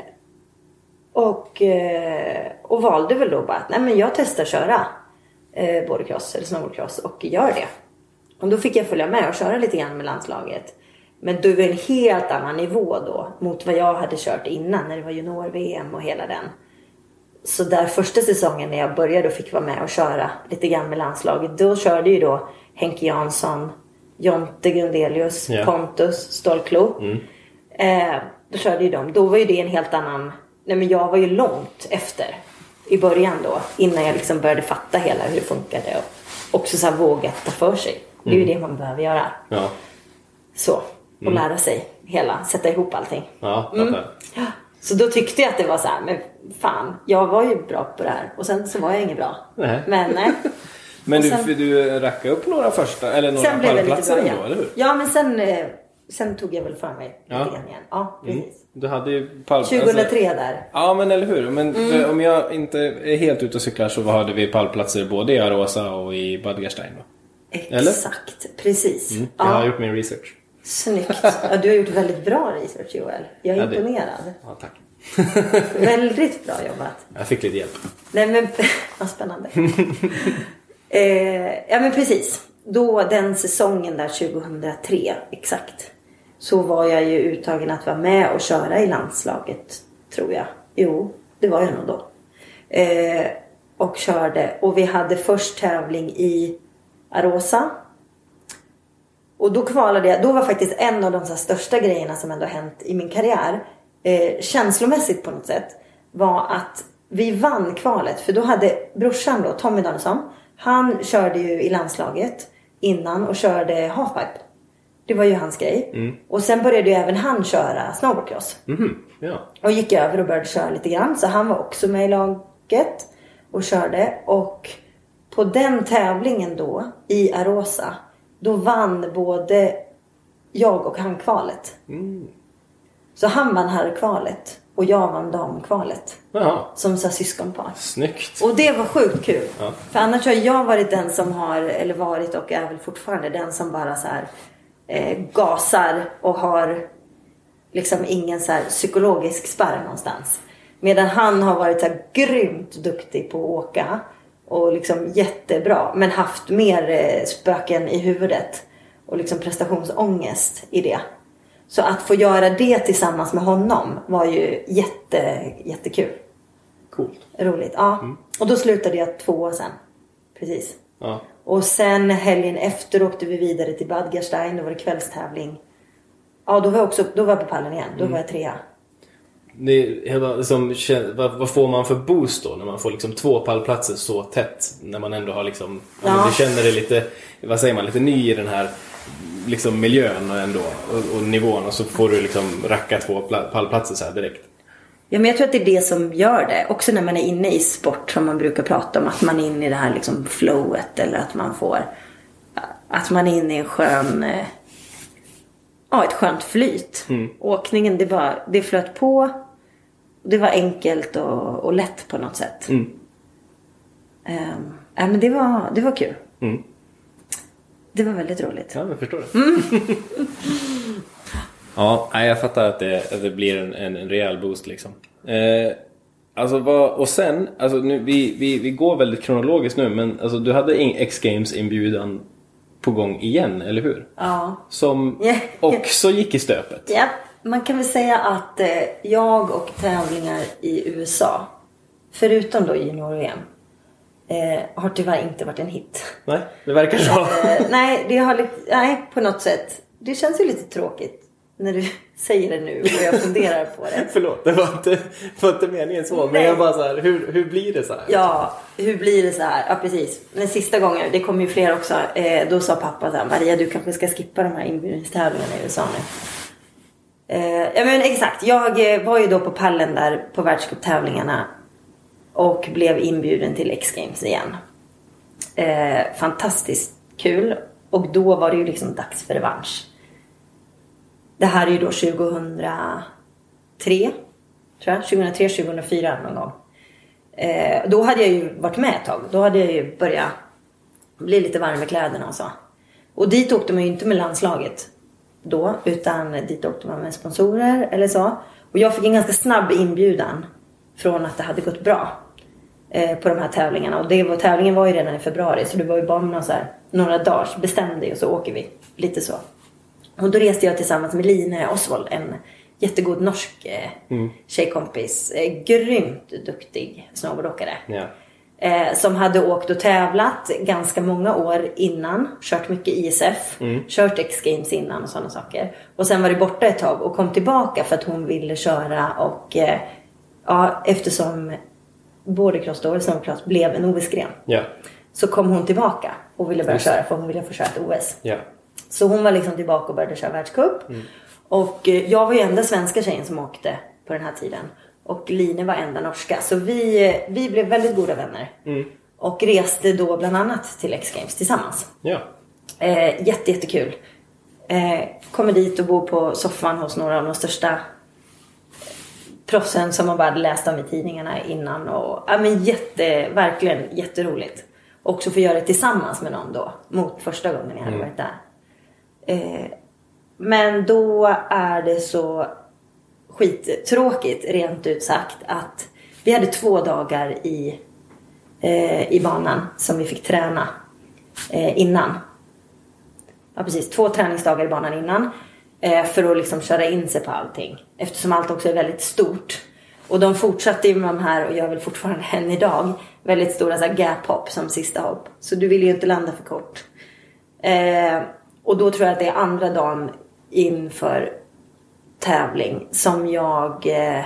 och, eh, och valde väl då bara att nej men jag testar köra eh, boardcross eller snowboardcross och gör det. Och då fick jag följa med och köra lite grann med landslaget. Men det var en helt annan nivå då mot vad jag hade kört innan när det var junior-V M och hela den. Så där första säsongen när jag började och fick vara med och köra lite grann med landslaget, då körde ju då Henke Jansson, Jonte Grundelius, yeah. Pontus, Stålklo. Mm. Eh, då körde ju de. Då var ju det en helt annan... Nej, men jag var ju långt efter i början då. Innan jag liksom började fatta hela hur det funkade. Och också så här våga ta för sig. Det är mm. ju det man behöver göra. Ja. Så. Och mm. lära sig hela. Sätta ihop allting. Ja, mm. Så då tyckte jag att det var så här. Men fan, jag var ju bra på det här. Och sen så var jag inget bra. Nej. Men nej. Men sen, du, du rackade upp några första. Eller några pallplatser ändå, eller hur? Ja, men sen... Sen tog jag väl för mig ja. lite grann igen. Ja, precis. Mm. Du hade ju pall... tjugohundratre alltså... där. Ja, men eller hur. Men mm. om jag inte är helt ute och cyklar så hade vi pallplatser både i Arosa och i Bad Gastein då. Exakt, eller? precis. Mm. Jag ja. har gjort min research. Snyggt. Ja, du har gjort väldigt bra research, Joel. Jag är ja, imponerad. Det... Ja, tack. Väldigt bra jobbat. Jag fick lite hjälp. Nej, men vad spännande. eh, ja, men precis. Då den säsongen där tjugohundratre, exakt. Så var jag ju uttagen att vara med och köra i landslaget, tror jag. Jo, det var jag nog då. Eh, och körde. Och vi hade först tävling i Arosa. Och då kvalade jag. Då var faktiskt en av de så största grejerna som ändå hänt i min karriär. Eh, känslomässigt på något sätt. Var att vi vann kvalet. För då hade brorsan då, Tommy Danielsson. Han körde ju i landslaget innan och körde halfpipe. Det var ju hans grej. Mm. Och sen började ju även han köra snowboardcross. Mm. Ja. Och gick över och började köra lite grann. Så han var också med i laget och körde. Och på den tävlingen då i Arosa, då vann både jag och han kvalet. Mm. Så han vann här kvalet och jag vann damkvalet. Jaha. Som så syskonpar. Snyggt. Och det var sjukt kul. Ja. För annars har jag varit den som har, eller varit och är väl fortfarande den som bara så här eh, gasar och har liksom ingen så här psykologisk spärr någonstans. Medan han har varit så här grymt duktig på att åka och liksom jättebra, men haft mer eh, spöken i huvudet och liksom prestationsångest i det. Så att få göra det tillsammans med honom var ju jätte, jättekul. Coolt. Roligt, ja. Mm. Och då slutade jag två år sen. Precis. Ja. Och sen helgen efter åkte vi vidare till Bad Gastein. Då var det kvällstävling. Ja, då var jag också då var jag på pallen igen. Då mm. var jag trea. Det är, som, vad, vad får man för boost då när man får liksom två pallplatser så tätt, när man ändå har liksom, ja. Du känner dig lite, vad säger man, lite ny i den här liksom miljön och ändå och, och nivån, och så får du liksom racka två pallplatser så här direkt. Ja, men jag tror att det är det som gör det. Också när man är inne i sport, som man brukar prata om, att man är inne i det här liksom flowet, eller att man får, att man är inne i en skön, ja, ett skönt flyt. Mm. Åkningen, det bara, det flöt på. Det var enkelt och, och lätt på något sätt. Mm. Um, ja, men det var, det var kul. Mm. Det var väldigt roligt. Ja, jag förstår det. Mm. Ja, jag fattar att det, att det blir en, en, en rejäl boost liksom. Eh, alltså vad, och sen, alltså nu, vi, vi, vi går väldigt kronologiskt nu, men alltså, du hade X-Games inbjudan på gång igen, eller hur? Ja. Som yeah. också gick i stöpet. Ja, man kan väl säga att eh, jag och tävlingar i U S A, förutom då junior-V M, eh, har tyvärr inte varit en hit. Nej, det verkar så. eh, nej, det har lite, nej, på något sätt. Det känns ju lite tråkigt när du säger det nu och jag funderar på det. Förlåt, det var inte, det var inte meningen så. Nej. Men jag bara så här, hur, hur blir det så här? Ja, hur blir det så här? Ja, precis. Den sista gången, det kom ju fler också. Eh, då sa pappa så här, Maria, du kanske ska skippa de här inbjudningstävlingarna i U S A nu. Eh, ja, men exakt. Jag var ju då på pallen där på världscuptävlingarna och blev inbjuden till X-Games igen. Eh, fantastiskt kul. Och då var det ju liksom dags för revansch. Det här är ju då tjugohundratre, tror jag. tjugohundratre tjugohundrafyra någon gång. Eh, då hade jag ju varit med ett tag. Då hade jag ju börjat bli lite varm i kläderna och så. Och dit åkte man ju inte med landslaget då. Utan dit åkte man med sponsorer eller så. Och jag fick en ganska snabb inbjudan från att det hade gått bra eh, på de här tävlingarna. Och det var, tävlingen var ju redan i februari. Så det var ju bara några, så här, några dagar. Bestämde dig och så åker vi. Lite så. Och då reste jag tillsammans med Line Oswald, en jättegod norsk eh, mm. tjejkompis. Eh, grymt duktig snowboardåkare. Ja. Eh, som hade åkt och tävlat ganska många år innan. Kört mycket I S F. Mm. Kört X-Games innan och sådana saker. Och sen var det borta ett tag och kom tillbaka för att hon ville köra. Och eh, ja, eftersom bordercross då, eller snowboardcross, blev en O S-gren. Ja. Så kom hon tillbaka och ville börja köra för hon ville få köra ett O S. Ja. Så hon var liksom tillbaka och började köra världscup. Mm. Och eh, jag var ju enda svenska tjejen som åkte på den här tiden. Och Line var enda norska. Så vi, vi blev väldigt goda vänner. Mm. Och reste då bland annat till X-Games tillsammans. Ja. Eh, jätte, jättekul. Eh, kommer dit och bor på soffan hos några av de största proffsen som man bara hade läst om i tidningarna innan. Och, ja, men jätte, verkligen jätteroligt. Också få göra det tillsammans med någon då. Mot första gången jag hade varit där. Eh, men då är det så skittråkigt rent ut sagt att vi hade två dagar i, eh, i banan som vi fick träna eh, innan. Ja precis, två träningsdagar i banan innan eh, för att liksom köra in sig på allting. Eftersom allt också är väldigt stort. Och de fortsatte ju med de här och gör väl fortfarande än idag väldigt stora så här gap hop som sista hopp. Så du vill ju inte landa för kort. Eh, och då tror jag att det är andra dagen inför tävling som jag eh,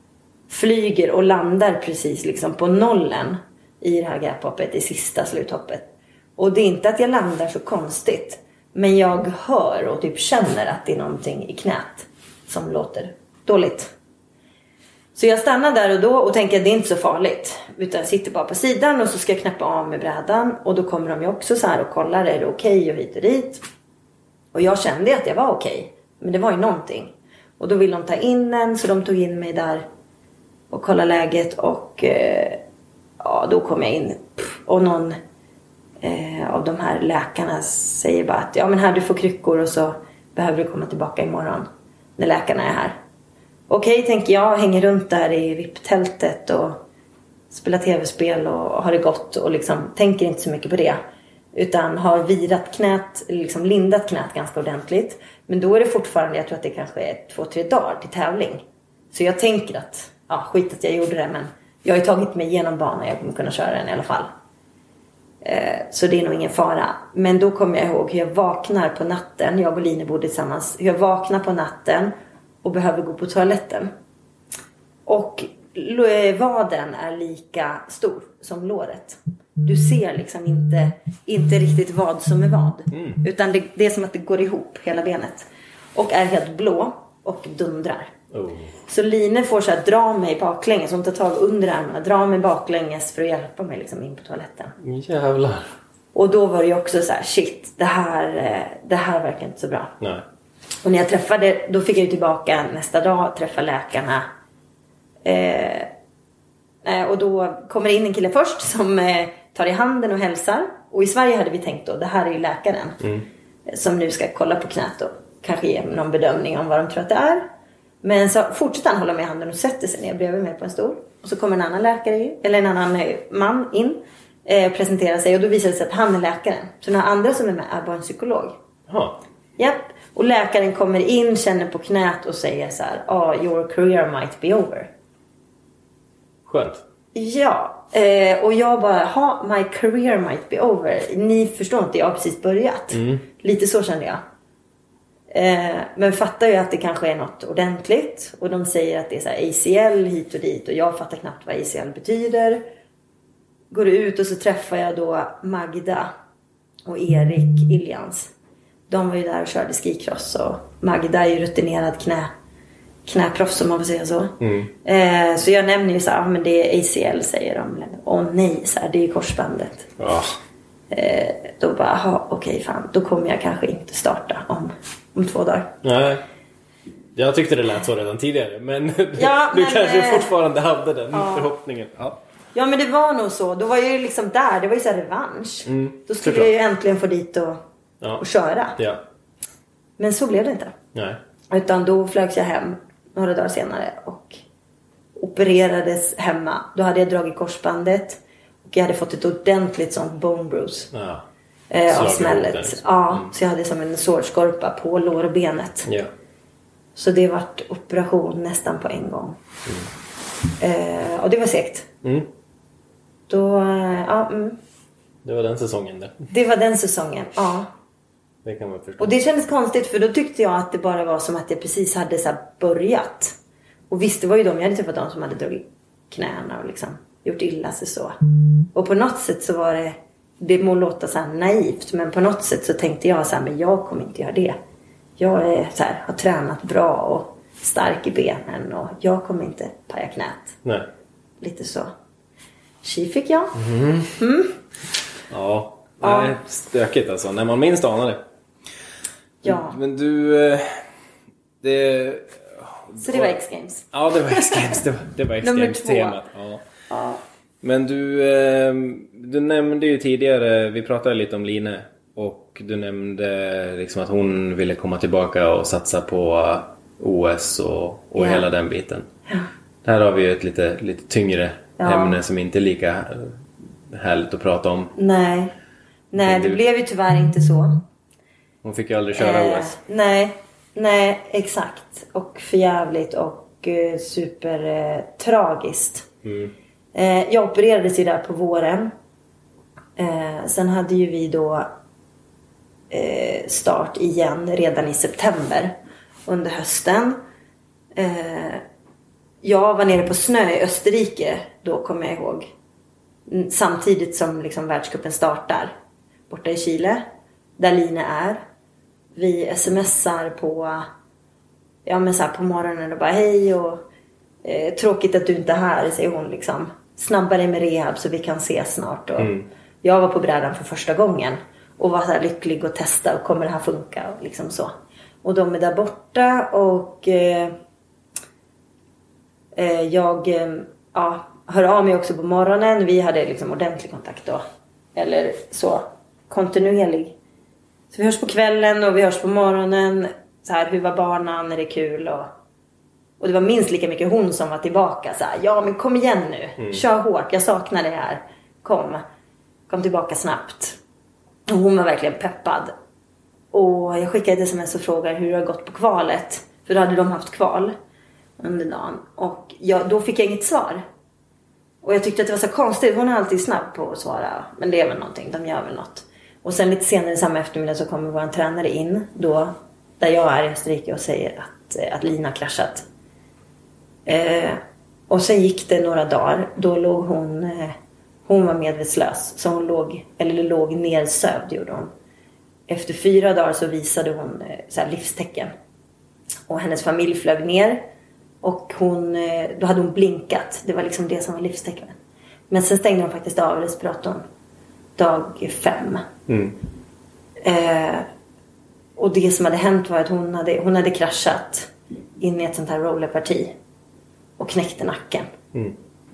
flyger och landar precis liksom på nollen i det här gaphoppet, i sista sluthoppet. Och det är inte att jag landar så konstigt, men jag hör och typ känner att det är någonting i knät som låter dåligt. Så jag stannar där och då och tänker att det är inte så farligt, utan jag sitter bara på sidan och så ska jag knäppa av med brädan och då kommer de ju också så här och kollar, är det okej okay och hit och dit. Och jag kände att jag var okej, okay, men det var ju någonting. Och då ville de ta in en, så de tog in mig där och kollade läget. Och eh, ja, då kom jag in. Och någon eh, av de här läkarna säger bara att ja men här, du får kryckor och så behöver du komma tillbaka imorgon när läkarna är här. Okej, tänker jag, hänger runt där i V I P-tältet och spelar tv-spel och har det gott och liksom tänker inte så mycket på det. Utan har virat knät, liksom lindat knät ganska ordentligt. Men då är det fortfarande, jag tror att det kanske är två, tre dagar till tävling. Så jag tänker att, ja skit att jag gjorde det, men jag har ju tagit mig igenom banan, jag kommer kunna köra den i alla fall. Eh, så det är nog ingen fara. Men då kommer jag ihåg hur jag vaknar på natten, jag och Line bodde tillsammans. Hur jag vaknar på natten och behöver gå på toaletten. Och vaden är lika stor som låret. Du ser liksom inte, inte riktigt vad som är vad. Mm. Utan det, det är som att det går ihop hela benet. Och är helt blå och dundrar. Oh. Så Line får så här dra mig baklänges. Hon tar tag under armarna, dra mig baklänges för att hjälpa mig liksom in på toaletten. Jävlar. Och då var det ju också så här, shit, det här, det här verkar inte så bra. Nej. Och när jag träffade, då fick jag ju tillbaka nästa dag, träffa läkarna. Eh, och då kommer in en kille först som eh, tar i handen och hälsar. Och i Sverige hade vi tänkt då, det här är ju läkaren mm. som nu ska kolla på knät och kanske ge någon bedömning om vad de tror att det är. Men så fortsätter han hålla med handen och sätter sig ner bredvid mig på en stol. Och så kommer en annan läkare, eller en annan man in, eh, presenterar sig. Och då visar det sig att han är läkaren. Så den andra som är med är bara en psykolog. Ja. Japp. Och läkaren kommer in, känner på knät och säger så här, ah, your career might be over. Skönt. Ja, eh, och jag bara, ha, my career might be over. Ni förstår inte, jag har precis börjat. Mm. Lite så kände jag. Eh, men fattar ju att det kanske är något ordentligt. Och de säger att det är så här A C L hit och dit. Och jag fattar knappt vad A C L betyder. Går ut och så träffar jag då Magda och Erik Iljans. De var ju där och körde skikross. Och Magda är ju rutinerad knä. knäproffs om man får säga så. Mm. Eh, så jag nämner ju så här, ah, men det är A C L säger de. Åh nej, så här, det är korsbandet. Oh. Eh, då bara, aha, okej fan, då kommer jag kanske inte starta om, om två dagar. Nej, jag tyckte det lät så redan tidigare. Men ja, du men, kanske eh, fortfarande hade den ja. förhoppningen. Ja. ja, men det var nog så. Då var jag ju liksom där, det var ju så här revansch. Mm, då skulle jag ju äntligen få dit och, ja. och köra. Ja. Men så blev det inte. Nej. Utan då flögs jag hem några dagar senare och opererades hemma. Då hade jag dragit korsbandet och jag hade fått ett ordentligt sånt bone bruise. Ja. eh, av smället. Liksom. Ja, mm. så jag hade som en sårskorpa på lårbenet. Ja. Så det vart operation nästan på en gång. Mm. Eh, och det var segt. Mm. Då, eh, ja, mm. Det var den säsongen där. Det var den säsongen, ja. Det kan man förstå. Och det kändes konstigt för då tyckte jag att det bara var som att jag precis hade så här börjat. Och visst, det var ju de, jag hade träffat de som hade dragit knäna och liksom gjort illa sig så. Och på något sätt så var det, det må låta så här naivt, men på något sätt så tänkte jag så här, men jag kommer inte göra det. Jag är så här, har tränat bra och stark i benen och jag kommer inte paja knät. Nej. Lite så. Tji fick jag. Mm. Mm. Ja, ja. Nej, stökigt alltså. När man minst anar det. Ja. Men du... Det... Så det var X-Games. Ja, det var X-Games. Det var, det var X-Games-temat. Ja. Ja. Men du, du nämnde ju tidigare, vi pratade lite om Line. Och du nämnde liksom att hon ville komma tillbaka och satsa på O S och, och ja. hela den biten. Ja. Här har vi ju ett lite, lite tyngre ja. ämne som inte är lika härligt att prata om. Nej, nej det du... blev ju tyvärr inte så. Hon fick ju aldrig köra eh, O S. Nej, nej exakt. Och förjävligt och eh, super eh, tragiskt. Mm. Eh, jag opererades ju där på våren. Eh, sen hade ju vi då eh, start igen redan i september under hösten. Eh, jag var nere på snö i Österrike, då kommer jag ihåg. Samtidigt som liksom världscupen startar borta i Chile, där Line är. Vi smsar på, ja, men så här på morgonen och bara hej och eh, tråkigt att du inte är här, säger hon liksom. Snabba dig med rehab så vi kan ses snart. Och mm. Jag var på brädan för första gången och var så här lycklig och testa och kommer det här funka och liksom så. Och de är där borta och eh, eh, jag eh, ja, hör av mig också på morgonen. Vi hade liksom ordentlig kontakt då. Eller så kontinuerlig. Så vi hörs på kvällen och vi hörs på morgonen. Så här, hur var barnen? Är det kul? Och, och det var minst lika mycket hon som var tillbaka. Så här, ja men kom igen nu. Mm. Kör hårt. Jag saknar det här. Kom. Kom tillbaka snabbt. Och hon var verkligen peppad. Och jag skickade ett sms och frågade hur det har gått på kvalet. För då hade de haft kval under dagen. Och jag, då fick jag inget svar. Och jag tyckte att det var så konstigt. Hon är alltid snabb på att svara. Men det är väl någonting. De gör väl något. Och sen lite senare samma eftermiddag så kommer vår tränare in. Då, där jag är i Österrike och säger att, att Lina har kraschat. Eh, och sen gick det några dagar. Då låg hon... Eh, hon var medvetslös. Så hon låg... Eller låg nersövd gjorde hon. Efter fyra dagar så visade hon eh, så här livstecken. Och hennes familj flög ner. Och hon, eh, då hade hon blinkat. Det var liksom det som var livstecknen. Men sen stängde hon faktiskt av respiratorn. Dag fem. Mm. Eh, och det som hade hänt var att hon hade, hon hade kraschat in i ett sånt här rollerparti. Och knäckte nacken. Mm.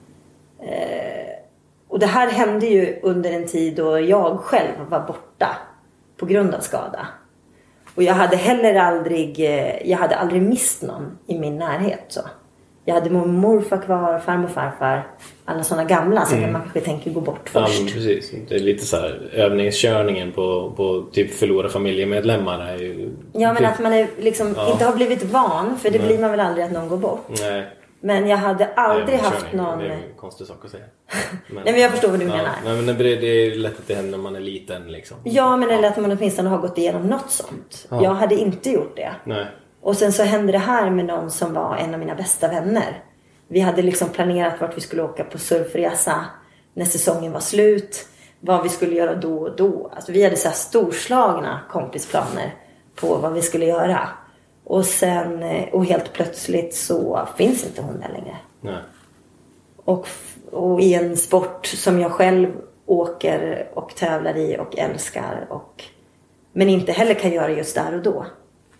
Eh, och det här hände ju under en tid då jag själv var borta. På grund av skada. Och jag hade heller aldrig, jag hade aldrig mist någon i min närhet så. Jag hade morfar kvar, farmor och farfar. Alla sådana gamla som mm. man kanske tänker gå bort först. Ja, precis. Det är lite så här övningskörningen på, på typ förlora familjemedlemmar är ju... Ja, men att man är liksom ja. inte har blivit van. För det Nej. blir man väl aldrig att någon går bort. Nej. Men jag hade aldrig haft någon... Det är en konstig sak att säga. Men, Nej, men jag förstår vad du ja, menar. Nej, men det är lätt att det händer när man är liten liksom. Ja, men det är lätt att man åtminstone har gått igenom något sånt. Ja. Jag hade inte gjort det. Nej. Och sen så hände det här med någon som var en av mina bästa vänner. Vi hade liksom planerat vart vi skulle åka på surfresa när säsongen var slut. Vad vi skulle göra då och då. Alltså vi hade så här storslagna kompisplaner på vad vi skulle göra. Och sen, och helt plötsligt så finns inte hon där längre. Nej. Och, och i en sport som jag själv åker och tävlar i och älskar. Och, men inte heller kan göra just där och då.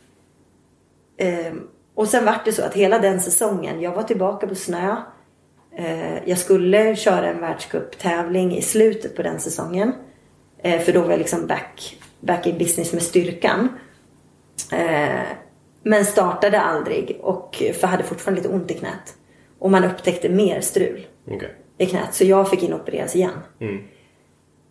Ehm, och sen var det så att hela den säsongen, jag var tillbaka på snö. Ehm, jag skulle köra en världscuptävling i slutet på den säsongen. Ehm, för då var jag liksom back, back in business med styrkan. Ehm, men startade aldrig och för hade fortfarande lite ont i knät. Och man upptäckte mer strul okay. i knät. Så jag fick inopereras igen. Mm.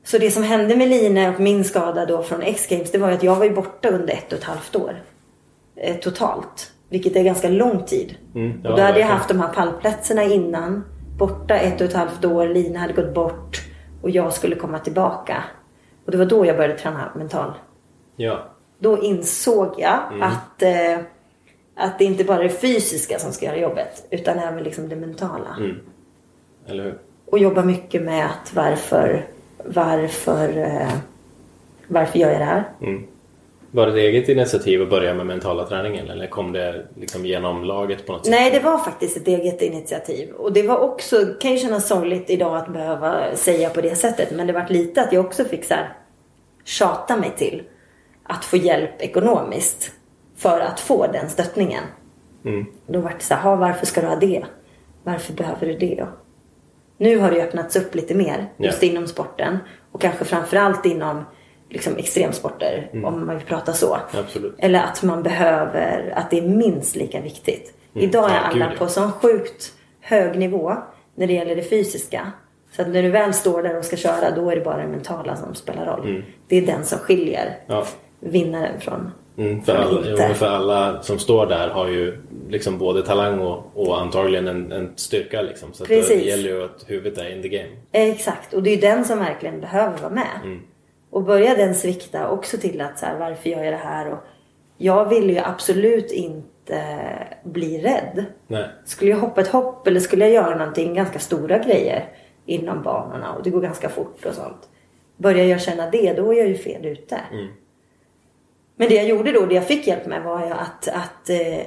Så det som hände med Line och min skada då från X-Games, det var ju att jag var ju borta under ett och ett halvt år. Eh, totalt. Vilket är ganska lång tid. Mm, och då hade jag haft de här pallplatserna innan. Borta ett och ett halvt år. Line hade gått bort. Och jag skulle komma tillbaka. Och det var då jag började träna mental. Ja. Då insåg jag mm. att, eh, att det inte bara är det fysiska som ska göra jobbet. Utan även liksom det mentala. Mm. Eller hur? Och jobba mycket med att varför... Varför, eh, varför gör jag det här? Mm. Var det ett eget initiativ att börja med mentala träningen? Eller kom det liksom genom laget på något sätt? Nej, det var faktiskt ett eget initiativ. Och det var också, kan ju kännas sorgligt idag att behöva säga på det sättet. Men det var lite att jag också fick så här, tjata mig till att få hjälp ekonomiskt. För att få den stöttningen. Mm. Då var det så här, varför ska du ha det? Varför behöver du det? Nu har det öppnats upp lite mer just yeah. inom sporten. Och kanske framförallt inom liksom, extremsporter. Mm. Om man vill prata så. Absolut. Eller att man behöver, att det är minst lika viktigt. Mm. Idag är alla Gud, ja. på sån sjukt hög nivå när det gäller det fysiska. Så att när du väl står där och ska köra, då är det bara det mentala som spelar roll. Mm. Det är den som skiljer ja. vinnaren från, mm, för, från alla, inte. Jo, för alla som står där har ju liksom både talang och, och antagligen en, en styrka. Liksom. Så att det gäller ju att huvudet är in the game. Exakt, och det är ju den som verkligen behöver vara med. Mm. Och börja den svikta också till att så här, varför gör jag det här? Och jag vill ju absolut inte bli rädd. Nej. Skulle jag hoppa ett hopp eller skulle jag göra någonting ganska stora grejer inom banorna och det går ganska fort och sånt. Börjar jag känna det, då är jag ju fel ute. Mm. Men det jag gjorde då, det jag fick hjälp med var ju att, att eh,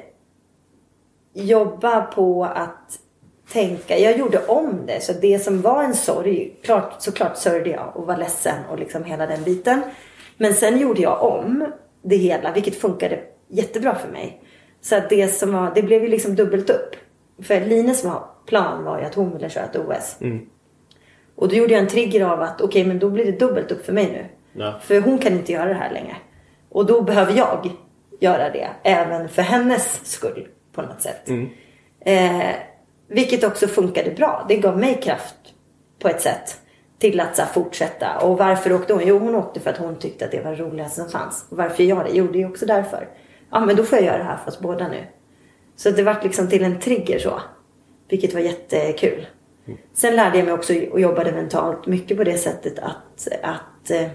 jobba på att tänka. Jag gjorde om det, så det som var en sorg, klart, såklart sörjde jag och var ledsen och liksom hela den biten. Men sen gjorde jag om det hela, vilket funkade jättebra för mig. Så att det som var, det blev ju liksom dubbelt upp. För Lines plan var ju att hon ville köra ett O S. Mm. Och då gjorde jag en trigger av att okej, okay, men då blir det dubbelt upp för mig nu. Ja. För hon kan inte göra det här längre. Och då behöver jag göra det. Även för hennes skull på något sätt. Mm. Eh, vilket också funkade bra. Det gav mig kraft på ett sätt till att så här, fortsätta. Och varför åkte hon? Jo, hon åkte för att hon tyckte att det var det roligaste som fanns. Och varför gör jag det? Jo, det är också därför. Ja, men då får jag göra det här för oss båda nu. Så det var liksom till en trigger så. Vilket var jättekul. Mm. Sen lärde jag mig också och jobbade mentalt mycket på det sättet att, att eh,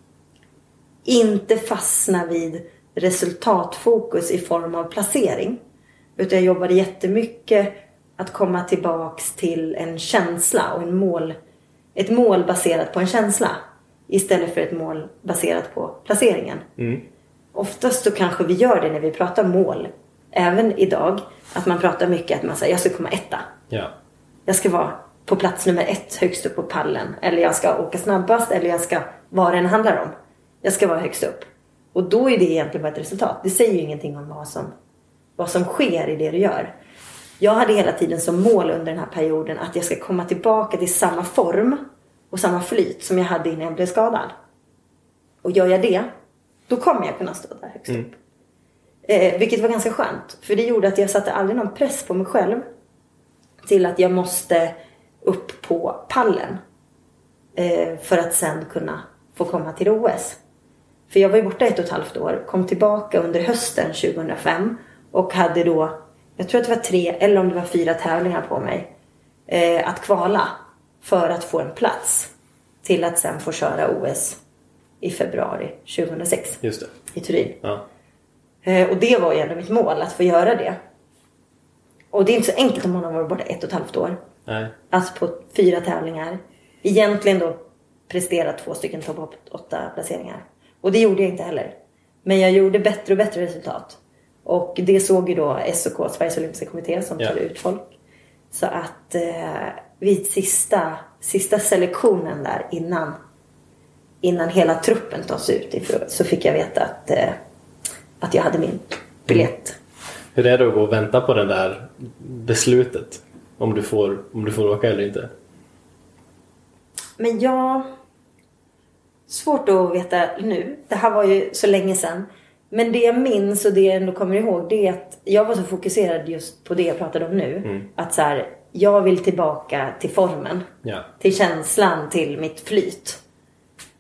inte fastna vid resultatfokus i form av placering. Utan jag jobbade jättemycket att komma tillbaks till en känsla och en mål, ett mål baserat på en känsla. Istället för ett mål baserat på placeringen. Mm. Oftast så kanske vi gör det när vi pratar mål. Även idag. Att man pratar mycket att man säger jag ska komma etta. Ja. Jag ska vara på plats nummer ett högst upp på pallen. Eller jag ska åka snabbast. Eller jag ska, vad den handlar om. Jag ska vara högst upp. Och då är det egentligen bara ett resultat. Det säger ju ingenting om vad som, vad som sker i det du gör. Jag hade hela tiden som mål under den här perioden att jag ska komma tillbaka till samma form och samma flyt som jag hade innan jag blev skadad. Och gör jag det, då kommer jag kunna stå där högst upp. Mm. Eh, vilket var ganska skönt. För det gjorde att jag satte aldrig någon press på mig själv till att jag måste upp på pallen eh, för att sen kunna få komma till O S. För jag var ju borta ett och ett halvt år. Kom tillbaka under hösten tjugohundrafem. Och hade då, jag tror att det var tre eller om det var fyra tävlingar på mig. Eh, att kvala för att få en plats. Till att sen få köra O S i februari tjugohundrasex. Just det. I Turin. Ja. Eh, och det var ju ändå mitt mål att få göra det. Och det är inte så enkelt om man har varit borta ett och ett halvt år. Nej. Att på fyra tävlingar. Egentligen då prestera två stycken topp åtta placeringar. Och det gjorde jag inte heller. Men jag gjorde bättre och bättre resultat. Och det såg ju då S O K, Sveriges Olympiska Kommitté, som tar ja. ut folk. Så att eh, vid sista, sista selektionen där innan, innan hela truppen tas ut ifrån, så fick jag veta att, eh, att jag hade min biljett. Mm. Hur är det att gå och vänta på det där beslutet? Om du får, om du får åka eller inte? Men jag... Svårt att veta nu. Det här var ju så länge sedan. Men det jag minns och det jag ändå kommer ihåg, det är att jag var så fokuserad just på det jag pratade om nu. Mm. Att så här, jag vill tillbaka till formen. Ja. Till känslan, till mitt flyt.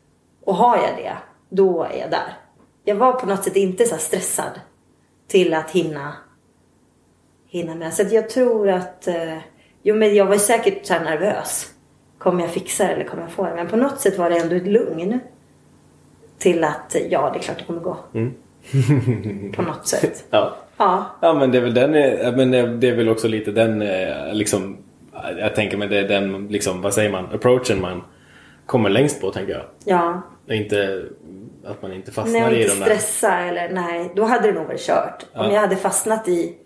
Och har jag det, då är jag där. Jag var på något sätt inte så stressad till att hinna hinna med. Så att jag tror att eh, jo, men jag var säkert så här nervös. Kommer jag fixa det eller kommer jag få det? Men på något sätt var det ändå ett lugn till att ja, det är klart det kommer gå. Mm. På något sätt. Ja. Ja. Ja, men det är väl den, men det är väl också lite den liksom, jag tänker mig det är den liksom, vad säger man, approachen man kommer längst på, tänker jag. Ja. Inte att man inte fastnar nej, i inte de där. Stressa eller nej, då hade det nog varit kört. Ja. Om jag hade fastnat i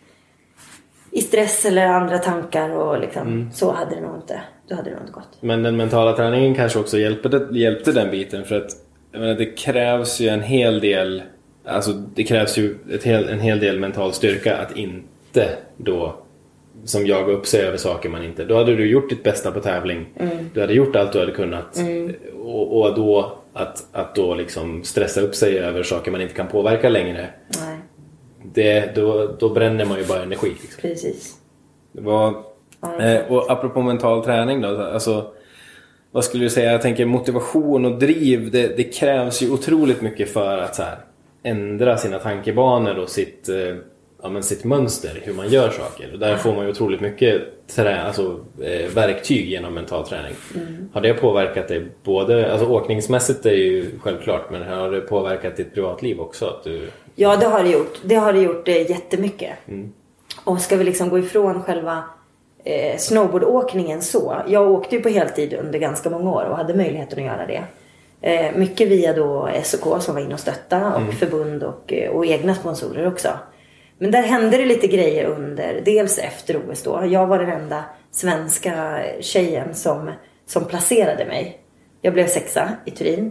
i stress eller andra tankar och liksom, mm. så hade det nog inte, då hade det nog inte gått. Men den mentala träningen kanske också hjälpte, hjälpte den biten, för att jag menar, det krävs ju en hel del, alltså det krävs ju ett hel, en hel del mental styrka att inte då som jaga upp sig över saker man inte, då hade du gjort ditt bästa på tävling, mm. du hade gjort allt du hade kunnat mm. och, och då att, att då liksom stressa upp sig över saker man inte kan påverka längre. Nej. Det, då, då bränner man ju bara energi liksom. Precis. Det var, eh, och apropå mental träning då, alltså vad skulle du säga, jag tänker motivation och driv, det, det krävs ju otroligt mycket för att så här, ändra sina tankebanor och sitt, eh, ja, men sitt mönster, hur man gör saker. Och där får man ju otroligt mycket trä, alltså, eh, verktyg genom mental träning. Mm. Har det påverkat dig både, alltså åkningsmässigt är ju självklart, men har det påverkat ditt privatliv också? Att du... Ja, det har det gjort. Det har det gjort eh, jättemycket. Mm. Och ska vi liksom gå ifrån själva eh, snowboardåkningen så. Jag åkte ju på heltid under ganska många år och hade möjligheten att göra det. Eh, mycket via då S O K som var inne och stötta och mm. förbund och, och egna sponsorer också. Men där hände det lite grejer under, dels efter O S då. Jag var den enda svenska tjejen som, som placerade mig. Jag blev sexa i Turin.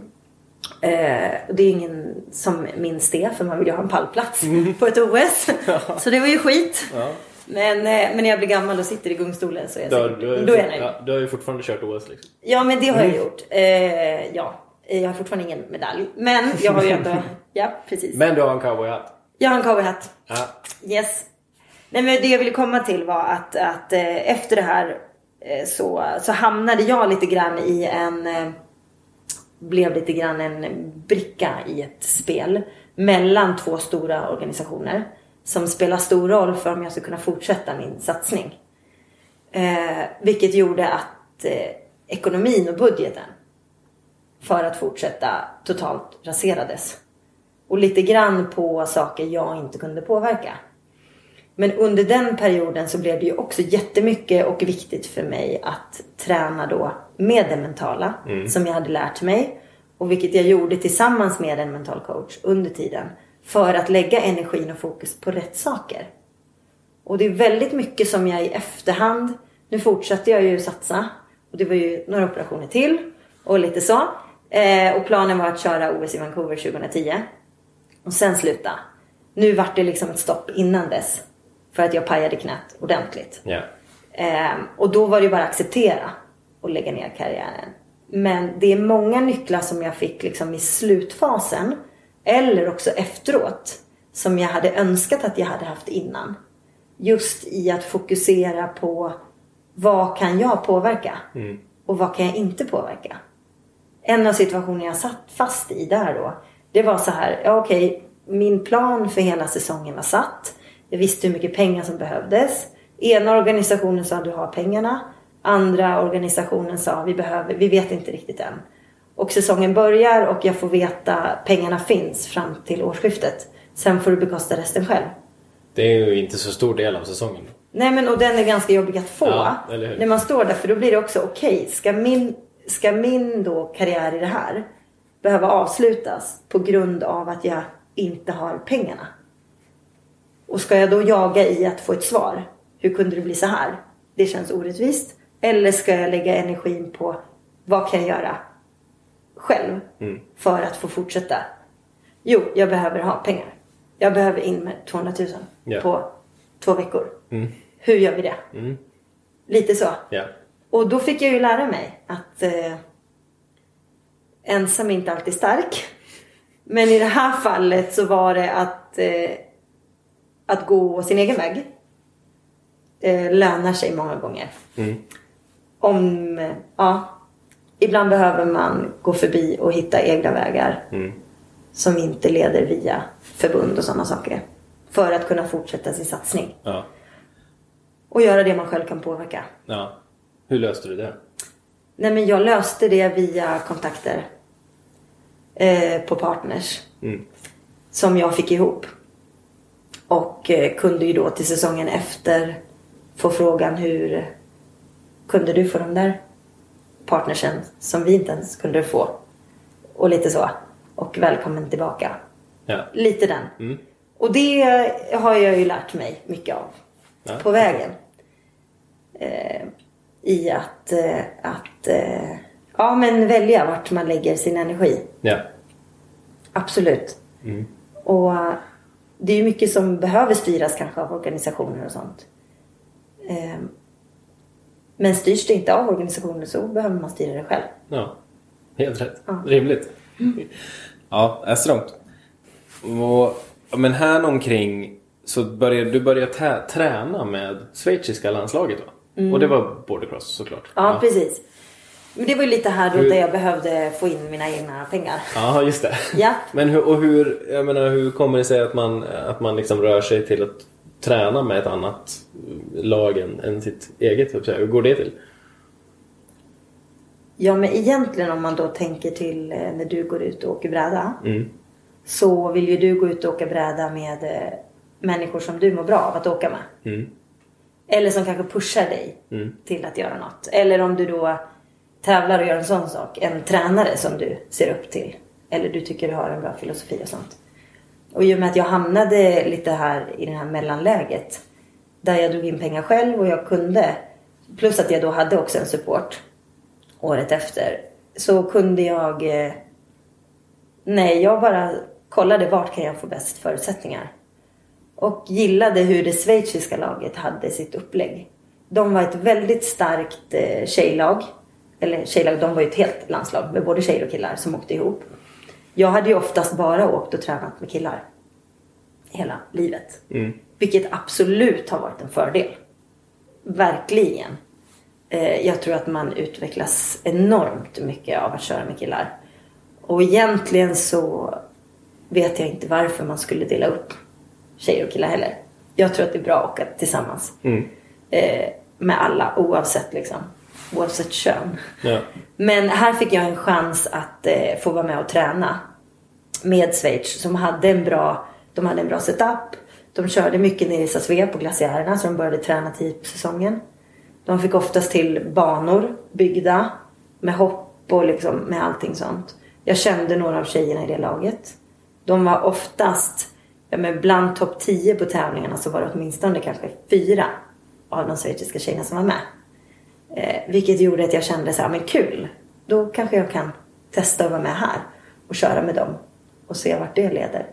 Eh, och det är ingen som minns det, för man vill ju ha en pallplats mm. på ett O S. Ja. Så det var ju skit. Ja. Men, eh, men när jag blir gammal och sitter i gungstolen så är jag då, säkert, då är då är jag nöjd. Ja, du har ju fortfarande kört O S liksom. Ja, men det har mm. jag gjort. Eh, ja, jag har fortfarande ingen medalj. Men jag har ju ändå, ja precis. Men du har en cowboyhatt. Jag har en cowboyhatt. Ja. Yes. Nej, men det jag ville komma till var att, att eh, efter det här eh, så, så hamnade jag lite grann i en... Eh, blev lite grann en bricka i ett spel mellan två stora organisationer som spelar stor roll för om jag ska kunna fortsätta min satsning. Eh, vilket gjorde att eh, ekonomin och budgeten för att fortsätta totalt raserades. Och lite grann på saker jag inte kunde påverka. Men under den perioden så blev det ju också jättemycket och viktigt för mig att träna då med det mentala mm. som jag hade lärt mig. Och vilket jag gjorde tillsammans med en mental coach under tiden. För att lägga energin och fokus på rätt saker. Och det är väldigt mycket som jag i efterhand, nu fortsatte jag ju satsa. Och det var ju några operationer till och lite så. Eh, och planen var att köra O S i Vancouver tjugohundratio. Och sen sluta. Nu var det liksom ett stopp innan dess. För att jag pajade knät ordentligt. Yeah. Eh, och då var det bara att acceptera och lägga ner karriären. Men det är många nycklar som jag fick liksom i slutfasen. Eller också efteråt. Som jag hade önskat att jag hade haft innan. Just i att fokusera på vad kan jag påverka? Mm. Och vad kan jag inte påverka? En av situationerna jag satt fast i där då. Det var så här, ja okej, min plan för hela säsongen var satt. Jag visste hur mycket pengar som behövdes. Ena organisationen sa du har pengarna. Andra organisationen sa vi behöver, vi vet inte riktigt än. Och säsongen börjar och jag får veta pengarna finns fram till årsskiftet. Sen får du bekosta resten själv. Det är ju inte så stor del av säsongen. Nej, men och den är ganska jobbig att få. Ja, eller hur? När man står där, för då blir det också okej. Okay, ska min, ska min då karriär i det här behöva avslutas på grund av att jag inte har pengarna? Och ska jag då jaga i att få ett svar? Hur kunde det bli så här? Det känns orättvist. Eller ska jag lägga energin på vad kan jag göra själv mm. för att få fortsätta? Jo, jag behöver ha pengar. Jag behöver in med tvåhundratusen yeah. på två veckor. Mm. Hur gör vi det? Mm. Lite så. Yeah. Och då fick jag ju lära mig att eh, ensam är inte alltid stark. Men i det här fallet så var det att, eh, att gå sin egen väg. Eh, lönar sig många gånger. Mm. Om, ja, ibland behöver man gå förbi och hitta egna vägar. Mm. Som inte leder via förbund och sådana saker. För att kunna fortsätta sin satsning. Ja. Och göra det man själv kan påverka. Ja. Hur löste du det? Nej, men jag löste det via kontakter. Eh, på partners. Mm. Som jag fick ihop. Och eh, kunde ju då till säsongen efter få frågan hur kunde du få de där partnersen som vi inte ens kunde få. Och lite så. Och välkommen tillbaka. Ja. Lite den. Mm. Och det har jag ju lärt mig mycket av. Ja. På vägen. Eh, I att, eh, att eh, ja, men välja vart man lägger sin energi. Ja. Absolut. Mm. Och det är ju mycket som behöver styras kanske av organisationer och sånt. Eh, men styrs det inte av organisationer så behöver man styra det själv. Ja. Helt rätt. Ja. Rimligt. Mm. Ja, är strångt. Och, men här omkring så började du börja tä- träna med schweiziska landslaget då? Mm. Och det var bordercross såklart. Ja, ja, precis. Men det var ju lite här då hur... där jag behövde få in mina egna pengar. Ja, just det. Ja. Men hur, och hur, jag menar, hur kommer det sig att man, att man liksom rör sig till att träna med ett annat lag än, än sitt eget? Hur går det till? Ja, men egentligen om man då tänker till när du går ut och åker bräda. Mm. Så vill ju du gå ut och åka bräda med eh, människor som du mår bra av att åka med. Mm. Eller som kanske pushar dig mm. till att göra något. Eller om du då tävlar och gör en sån sak. En tränare som du ser upp till. Eller du tycker du har en bra filosofi och sånt. Och i och med att jag hamnade lite här i det här mellanläget. Där jag drog in pengar själv och jag kunde. Plus att jag då hade också en support. Året efter. Så kunde jag... Eh, nej, jag bara kollade vart kan jag få bäst förutsättningar. Och gillade hur det schweiziska laget hade sitt upplägg. De var ett väldigt starkt eh, tjejlag. Eller tjejlag, de var ju ett helt landslag med både tjejer och killar som åkte ihop. Jag hade ju oftast bara åkt och tränat med killar. Hela livet. Mm. Vilket absolut har varit en fördel. Verkligen. Eh, jag tror att man utvecklas enormt mycket av att köra med killar. Och egentligen så vet jag inte varför man skulle dela upp tjejer och killar heller. Jag tror att det är bra att åka tillsammans. Mm. Eh, med alla, oavsett liksom. Oavsett kön. Ja. Men här fick jag en chans att eh, få vara med och träna. Med Schweiz som hade en bra, de hade en bra setup. De körde mycket nere i Sassve på glaciärerna. Så de började träna tidigt på säsongen. De fick oftast till banor byggda. Med hopp och liksom med allting sånt. Jag kände några av tjejerna i det laget. De var oftast, ja, men bland topp tio på tävlingarna så var det åtminstone kanske fyra av de schweiziska tjejerna som var med. Eh, vilket gjorde att jag kände så här, men kul. Då kanske jag kan testa att vara med här och köra med dem. Och se vart det leder.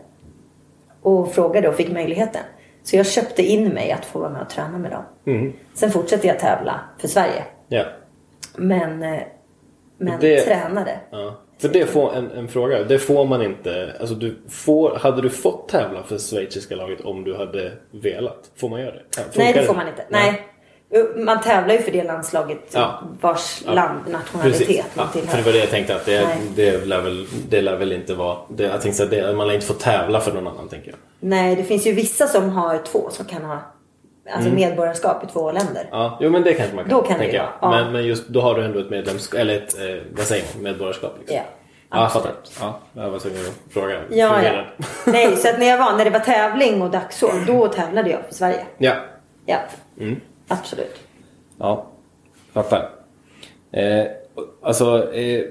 Och frågade och fick möjligheten. Så jag köpte in mig att få vara med och träna med dem. Mm. Sen fortsatte jag tävla för Sverige. Ja. Men, eh, men det, tränade. Ja. För det får en, en fråga. Det får man inte. Alltså du får, hade du fått tävla för schweiziska laget om du hade velat? Får man göra det? Ja, nej, det får man inte. Nej. Nej. Man tävlar ju för det landslaget, ja. vars ja. land, nationalitet ja, för det var det jag tänkte att det, det, lär, väl, det lär väl inte vara det, jag tänkte att det, man lär inte få tävla för någon annan, tänker jag. Nej, det finns ju vissa som har två som kan ha alltså mm. medborgarskap i två länder. Ja, jo, men det kanske man kan, då kan tänker det, jag. ja. Men, men just då har du ändå ett medlemskap, eller ett, eh, vad säger man, medborgarskap liksom. Ja. Ja, jag fattar. Ja, jag var tvungen att fråga. Ja, ja. Nej, så att när jag var, när det var tävling och dagsår, då tävlade jag för Sverige. Ja. Ja, mm. absolut. Ja, fattar. Eh, alltså, eh,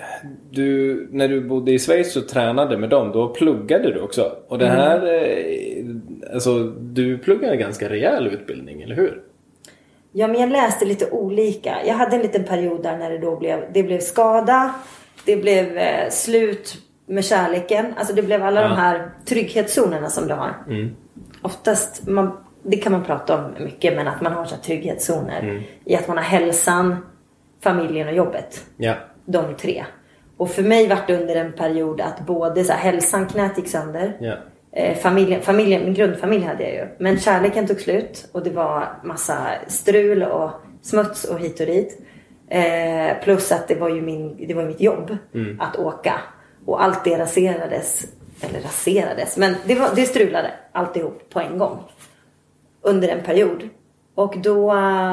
du, när du bodde i Schweiz och tränade med dem, då pluggade du också. Och det här, eh, alltså, du pluggade ganska rejäl utbildning, eller hur? Ja, men jag läste lite olika. Jag hade en liten period där när det då blev, det blev skada. Det blev eh, slut med kärleken. Alltså det blev alla ja. de här trygghetszonerna som du har. Mm. Oftast, man, det kan man prata om mycket, men att man har så här trygghetszoner. Mm. I att man har hälsan, familjen och jobbet. Ja. De tre. Och för mig var det under en period att både så här, hälsan, knät gick sönder. Ja. Eh, familjen, familjen, min grundfamilj hade jag ju. Men kärleken tog slut och det var massa strul och smuts och hit och dit. Eh, plus att det var ju min, det var mitt jobb Mm. att åka. Och allt det raserades. Eller raserades. Men det, var, det strulade alltihop på en gång. Under en period. Och då...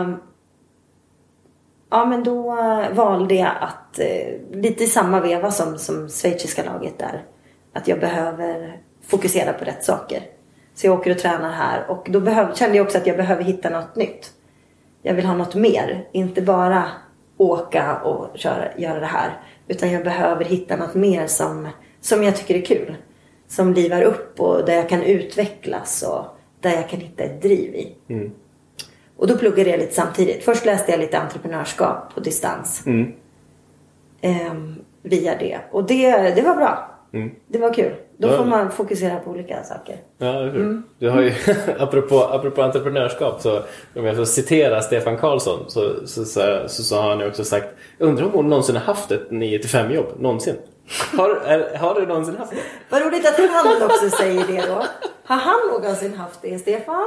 Ja, men då valde jag att... Lite i samma veva som, som schweiziska laget där. Att jag behöver fokusera på rätt saker. Så jag åker och tränar här. Och då behöv, kände jag också att jag behöver hitta något nytt. Jag vill ha något mer. Inte bara åka och köra, göra det här. Utan jag behöver hitta något mer som, som jag tycker är kul. Som livar upp och där jag kan utvecklas. Och där jag kan hitta ett driv i. Mm. Och då pluggade jag lite samtidigt. Först läste jag lite entreprenörskap på distans. Mm. Ehm, via det. Och det, det var bra. Mm. Det var kul. Då Ja. får man fokusera på olika saker. Ja, det är kul. Mm. Du har ju, apropå, apropå entreprenörskap, så om jag får citera Stefan Karlsson, så, så, så, så, så har han ju också sagt, undrar om hon någonsin har haft ett nio till fem jobb, någonsin. Har, är, har du någonsin haft det? Vad roligt att han också säger det då. Har han någonsin haft det, Stefan?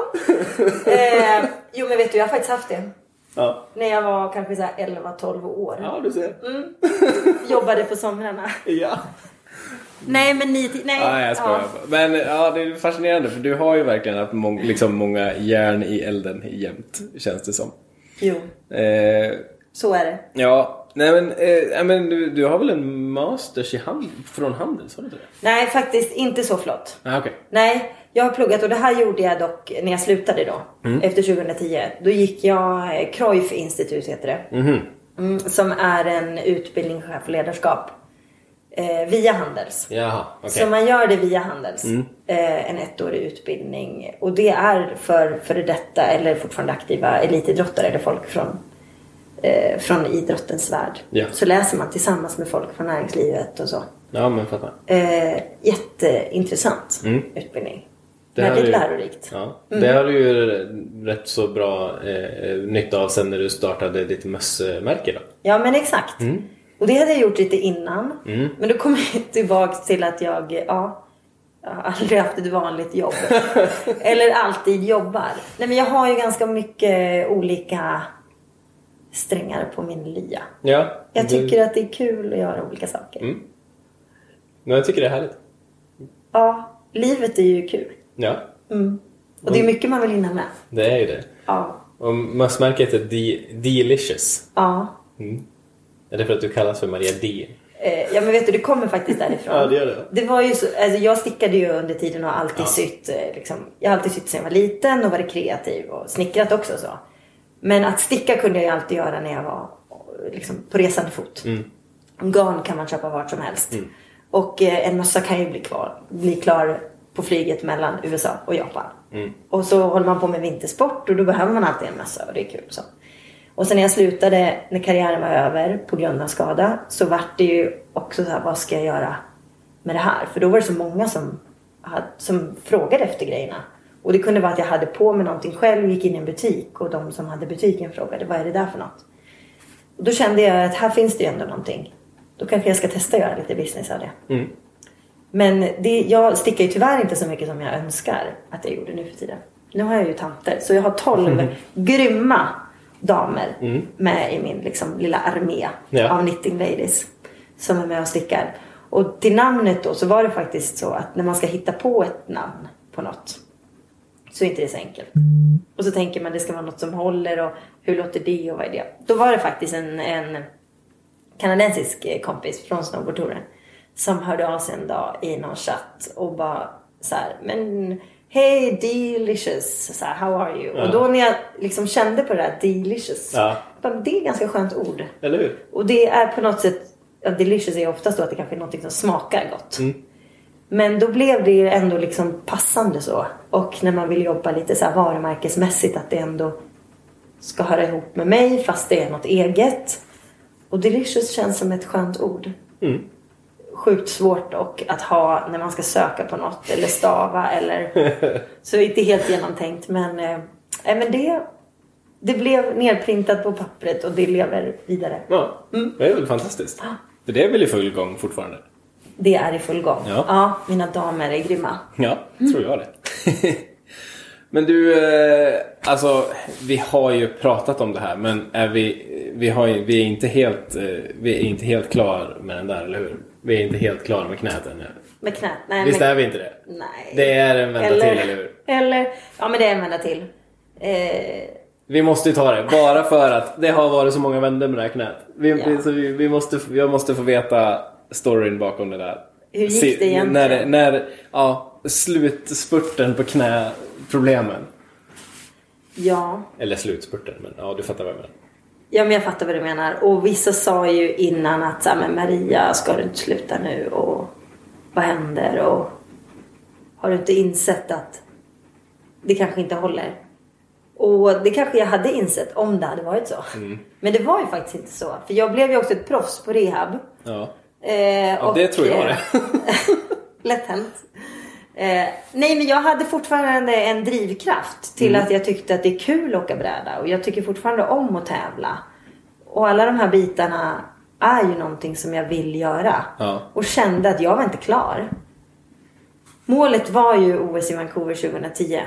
eh, jo, men vet du, jag har faktiskt haft det. Ja. När jag var kanske så här elva tolv år. Ja, du ser. Mm. Jobbade på somrarna. Ja. Nej, men ni... Nej, Ja, jag skojar. ja. Men ja, det är fascinerande, för du har ju verkligen haft mång, liksom många järn i elden jämt, känns det som. Jo, Eh, så är det. ja, nej men, eh, men du, du har väl en masters i hand, från handel, så är det det? Nej, faktiskt inte så flott. Ah, okej. Nej, jag har pluggat och det här gjorde jag dock när jag slutade då. Mm. Efter tjugohundratio. Då gick jag eh, Cruyff Institut heter det. Mhm. Mm, som är en utbildning för ledarskap. Eh, via Handels. Jaha, okej. Så man gör det via Handels. Mm. Eh, en ettårig utbildning. Och det är för, för detta eller fortfarande aktiva elitidrottare eller folk från, eh, från idrottens värld. Ja. Så läser man tillsammans med folk från näringslivet och så. Ja, men fattar. Eh, jätteintressant Mm. utbildning. Det här Väldigt är ju- lärorikt. Ja, det har du ju rätt så bra eh, nytta av sen när du startade ditt mössmärke då. Ja, men exakt. Mm. Och det hade jag gjort lite innan. Mm. Men då kommer jag tillbaka till att jag, ja, jag har aldrig haft ett vanligt jobb. Eller alltid jobbar. Nej, men jag har ju ganska mycket olika strängar på min lya. Ja. Jag du- tycker att det är kul att göra olika saker. Mm. Men jag tycker det är härligt. Ja, livet är ju kul. Ja, Mm. Och det är mycket man vill hinna med. det är ju det. Ja, Och mössmärket heter D- Delicious. ja. Mm. Är det för att du kallas för Maria D? Eh, ja, men vet du, det kommer faktiskt därifrån. Ja, det gör det. Det var ju så, alltså jag stickade ju under tiden och alltid Ja. sytt eh, liksom, jag har alltid sytt sedan jag var liten och varit kreativ och snickrat också så. Men att sticka kunde jag ju alltid göra när jag var liksom, på resande fot. Mm. Garn kan man köpa vart som helst. Mm. Och eh, en mössa kan ju bli kvar, bli klar på flyget mellan U S A och Japan. Mm. Och så håller man på med vintersport och då behöver man alltid en mössa och det är kul så. Och sen när jag slutade, när karriären var över på grund av skada, så var det ju också så här, vad ska jag göra med det här? För då var det så många som, hade, som frågade efter grejerna. Och det kunde vara att jag hade på mig någonting själv, gick in i en butik och de som hade butiken frågade, vad är det där för något? Och då kände jag att här finns det ju ändå någonting. Då kanske jag ska testa att göra lite business av det. Mm. Men det, jag stickar ju tyvärr inte så mycket som jag önskar att jag gjorde nu för tiden. Nu har jag ju tanter, så jag har tolv grymma damer Mm. med i min liksom, lilla armé Ja. av knitting ladies som är med och stickar. Och till namnet då så var det faktiskt så att när man ska hitta på ett namn på något så är inte det så enkelt. Och så tänker man det ska vara något som håller och hur låter det och vad är det? Då var det faktiskt en, en kanadensisk kompis från snowboardtouren som hörde av sig en dag i någon chatt och bara så här, men hey delicious, så här, how are you? Ja. Och då när jag liksom kände på det där delicious, Ja. bara, det är ett ganska skönt ord. Eller hur? Och det är på något sätt, ja, delicious är oftast då att det kanske är något som smakar gott. Mm. Men då blev det ändå liksom passande så. Och när man vill jobba lite så här varumärkesmässigt, att det ändå ska höra ihop med mig fast det är något eget. Och delicious känns som ett skönt ord. Mm. Sjukt svårt och att ha när man ska söka på något eller stava eller så inte helt genomtänkt, men eh, men det det blev nerprintat på pappret och det lever vidare. Ja, Mm. det är väl fantastiskt. För det är väl i full gång fortfarande? Det är i full gång. Ja. Ja, mina damer är grymma. Ja, tror jag det. Men du, eh, alltså vi har ju pratat om det här, men är vi, vi, har, vi är inte helt vi är inte helt klar med den där, eller hur? Vi är inte helt klara med knät ännu. Med knät? Nej. Visst med... är vi inte det? Nej. Det är en vända eller, till, eller hur? Eller, ja men det är en vända till. Eh... Vi måste ju ta det, bara för att det har varit så många vändor med det här knät. Vi, Ja. vi, så vi, vi måste, jag måste få veta storyn bakom det där. Hur gick det egentligen? När, när ja, slutspurten på knäproblemen. Ja. Eller slutspurten, men ja, du fattar vad jag menar. Ja, men jag fattar vad du menar. Och vissa sa ju innan att så här, men Maria, ska du inte sluta nu? Och vad händer? Och har du inte insett att det kanske inte håller? Och det kanske jag hade insett om det hade varit så. Mm. Men det var ju faktiskt inte så. För jag blev ju också ett proffs på rehab. Ja, eh, ja och, det tror jag det. Lätt hänt. Eh, nej, men jag hade fortfarande en drivkraft till mm. att jag tyckte att det är kul att åka bräda. Och jag tycker fortfarande om att tävla. Och alla de här bitarna är ju någonting som jag vill göra. Ja. Och kände att jag var inte klar. Målet var ju O S i Vancouver tjugohundratio.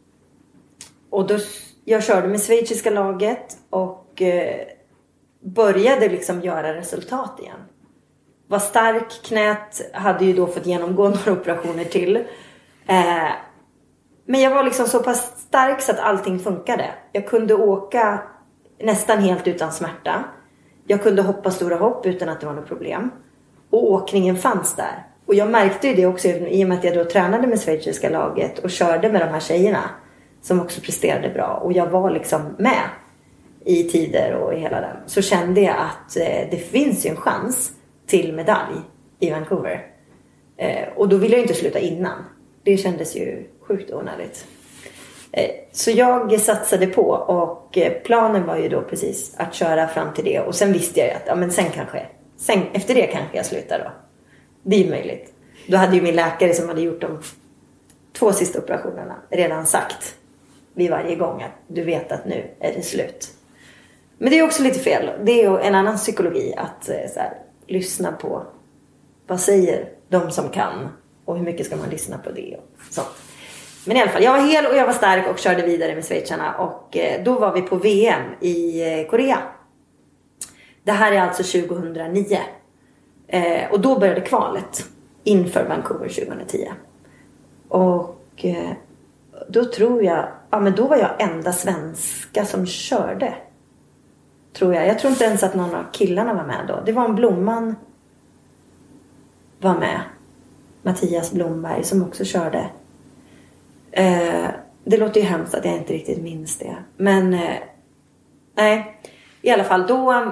Och då jag körde med schweiziska laget och eh, började liksom göra resultat igen. Var stark, knät hade ju då fått genomgå några operationer till. Eh, men jag var liksom så pass stark så att allting funkade. Jag kunde åka nästan helt utan smärta. Jag kunde hoppa stora hopp utan att det var något problem. Och åkningen fanns där. Och jag märkte ju det också i och med att jag då tränade med schweiziska laget och körde med de här tjejerna. Som också presterade bra. Och jag var liksom med i tider och i hela den. Så kände jag att eh, det finns ju en chans till medalj i Vancouver. Eh, och då ville jag inte sluta innan. Det kändes ju sjukt onödigt. Eh, så jag satsade på. Och eh, planen var ju då precis att köra fram till det. Och sen visste jag ju att ja, men sen kanske. Sen, efter det kanske jag slutar då. Det är ju möjligt. Då hade ju min läkare som hade gjort de två sista operationerna redan sagt vid varje gång att du vet att nu är det slut. Men det är också lite fel. Det är ju en annan psykologi att så här, lyssna på vad säger de som kan och hur mycket ska man lyssna på det och sånt. Men i alla fall, jag var hel och jag var stark och körde vidare med schweizarna och då var vi på V M i Korea. Det här är alltså tjugohundranio. Eh, och då började kvalet inför Vancouver tjugohundratio. Och eh, då tror jag, ja men då var jag enda svenska som körde. Tror jag. Jag tror inte ens att någon av killarna var med då. Det var en Blomman var med. Mattias Blomberg som också körde. Eh, det låter ju hemskt att jag inte riktigt minns det. Men eh, nej, i alla fall då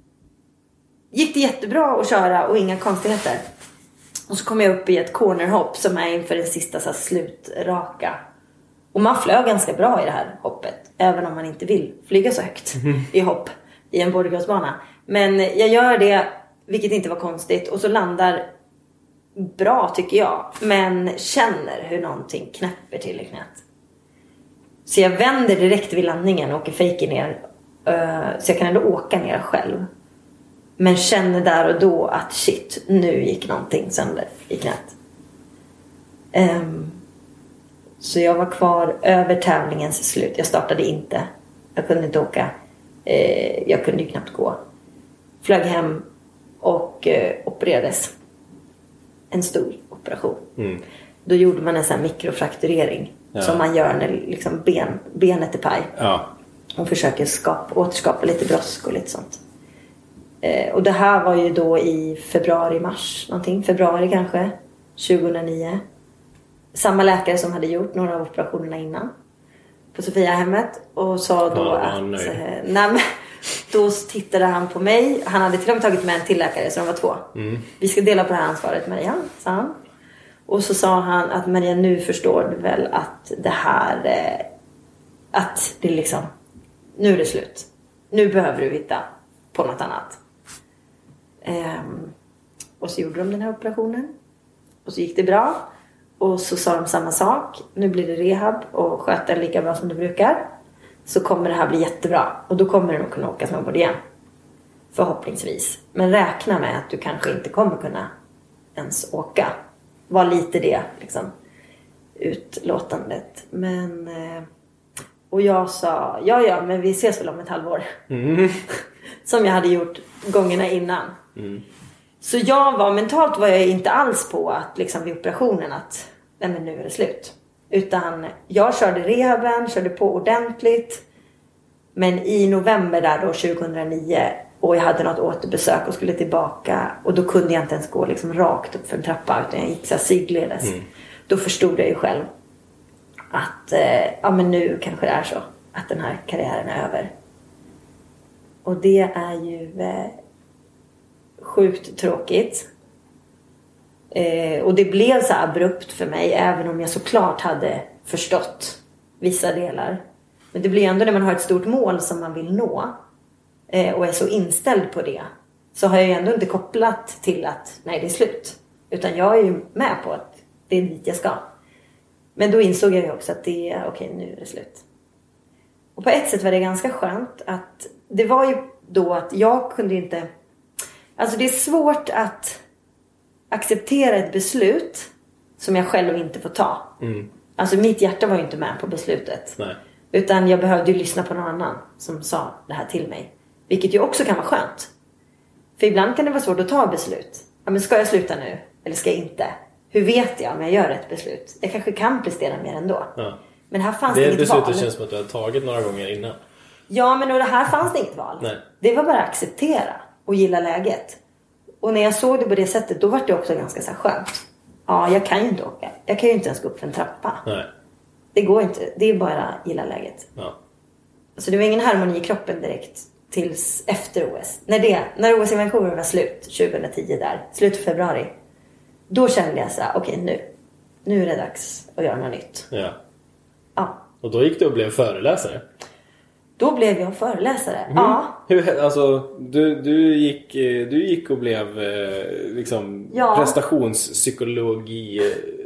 gick det jättebra att köra och inga konstigheter. Och så kom jag upp i ett cornerhopp som är inför den sista så här, slutraka. Och man flög ganska bra i det här hoppet. Även om man inte vill flyga så högt mm. i hopp i en boardcrossbana. Men jag gör det, vilket inte var konstigt. Och så landar bra tycker jag. Men känner hur någonting knäpper till i knät. Så jag vänder direkt vid landningen och åker fejken ner. Så jag kan ändå åka ner själv. Men känner där och då att shit, nu gick någonting sönder i knät. Um, så jag var kvar över tävlingens slut. Jag startade inte. Jag kunde inte åka. Uh, jag kunde ju knappt gå. Flög hem och uh, opererades. En stor operation. Mm. Då gjorde man en sån här mikrofrakturering. Ja. Som man gör när liksom ben, benet är paj. Ja. Och försöker skapa, återskapa lite brosk och lite sånt. Eh, och det här var ju då i februari, mars någonting. Februari kanske. tjugohundranio. Samma läkare som hade gjort några av operationerna innan. På Sofiahemmet. Och sa då ja, att... Eh, nej, men, då tittade han på mig. Han hade till och med tagit med en till läkare så de var två. Mm. Vi ska dela på det här ansvaret, Maria, sa han. Och så sa han att Maria, nu förstår du väl att det här... Eh, att det liksom... Nu är det slut. Nu behöver du hitta på något annat. Um, och så gjorde de den här operationen. Och så gick det bra. Och så sa de samma sak. Nu blir det rehab och sköta lika bra som du brukar. Så kommer det här bli jättebra. Och då kommer du nog kunna åka snowboard igen. Förhoppningsvis. Men räkna med att du kanske inte kommer kunna ens åka. Var lite det liksom. Utlåtandet. Men... Eh, och jag sa, ja ja, men vi ses väl om ett halvår. Mm. som jag hade gjort gångerna innan. Mm. Så jag var mentalt var jag inte alls på att liksom vid operationen att nej men nu är det slut. Utan jag körde rehaben, körde på ordentligt. Men i november där då tjugohundranio och jag hade något återbesök och skulle tillbaka. Och då kunde jag inte ens gå liksom rakt upp för en trappa utan jag gick så här sidledes. Mm. Då förstod jag ju själv att eh, ja men nu kanske det är så att den här karriären är över. Och det är ju eh, sjukt tråkigt. Eh, och det blev så abrupt för mig även om jag såklart hade förstått vissa delar. Men det blir ändå när man har ett stort mål som man vill nå eh, och är så inställd på det, så har jag ju ändå inte kopplat till att nej det är slut. Utan jag är ju med på att det är dit jag ska. Men då insåg jag ju också att det är okej, nu är det slut. Och på ett sätt var det ganska skönt att det var ju då att jag kunde inte, alltså det är svårt att acceptera ett beslut som jag själv inte får ta. Mm. Alltså mitt hjärta var ju inte med på beslutet. Nej. Utan jag behövde ju lyssna på någon annan som sa det här till mig. Vilket ju också kan vara skönt. För ibland kan det vara svårt att ta beslut. Ja, men ska jag sluta nu? Eller ska jag inte? Hur vet jag om jag gör ett beslut? Jag kanske kan prestera mer ändå. Ja. Men här fanns det det inget val. Det beslutet känns som att du har tagit några gånger innan. Ja, men och det här fanns det inget val. Nej. Det var bara att acceptera och gilla läget. Och när jag såg det på det sättet, då var det också ganska så här skönt. Ja, jag kan ju inte åka. Jag kan ju inte ens gå upp för en trappa. Nej. Det går inte. Det är bara att gilla läget. Ja. Så det var ingen harmoni i kroppen direkt tills efter O S. När, det, när O S i Vancouver var slut tjugohundratio där, slutet av februari. Då kände jag så här, okej okay, nu. Nu är det dags att göra något nytt. Ja. Ja. Och då gick du och blev föreläsare? Då blev jag föreläsare, mm. ja. Hur, alltså, du, du, gick, du gick och blev liksom ja. prestationspsykologi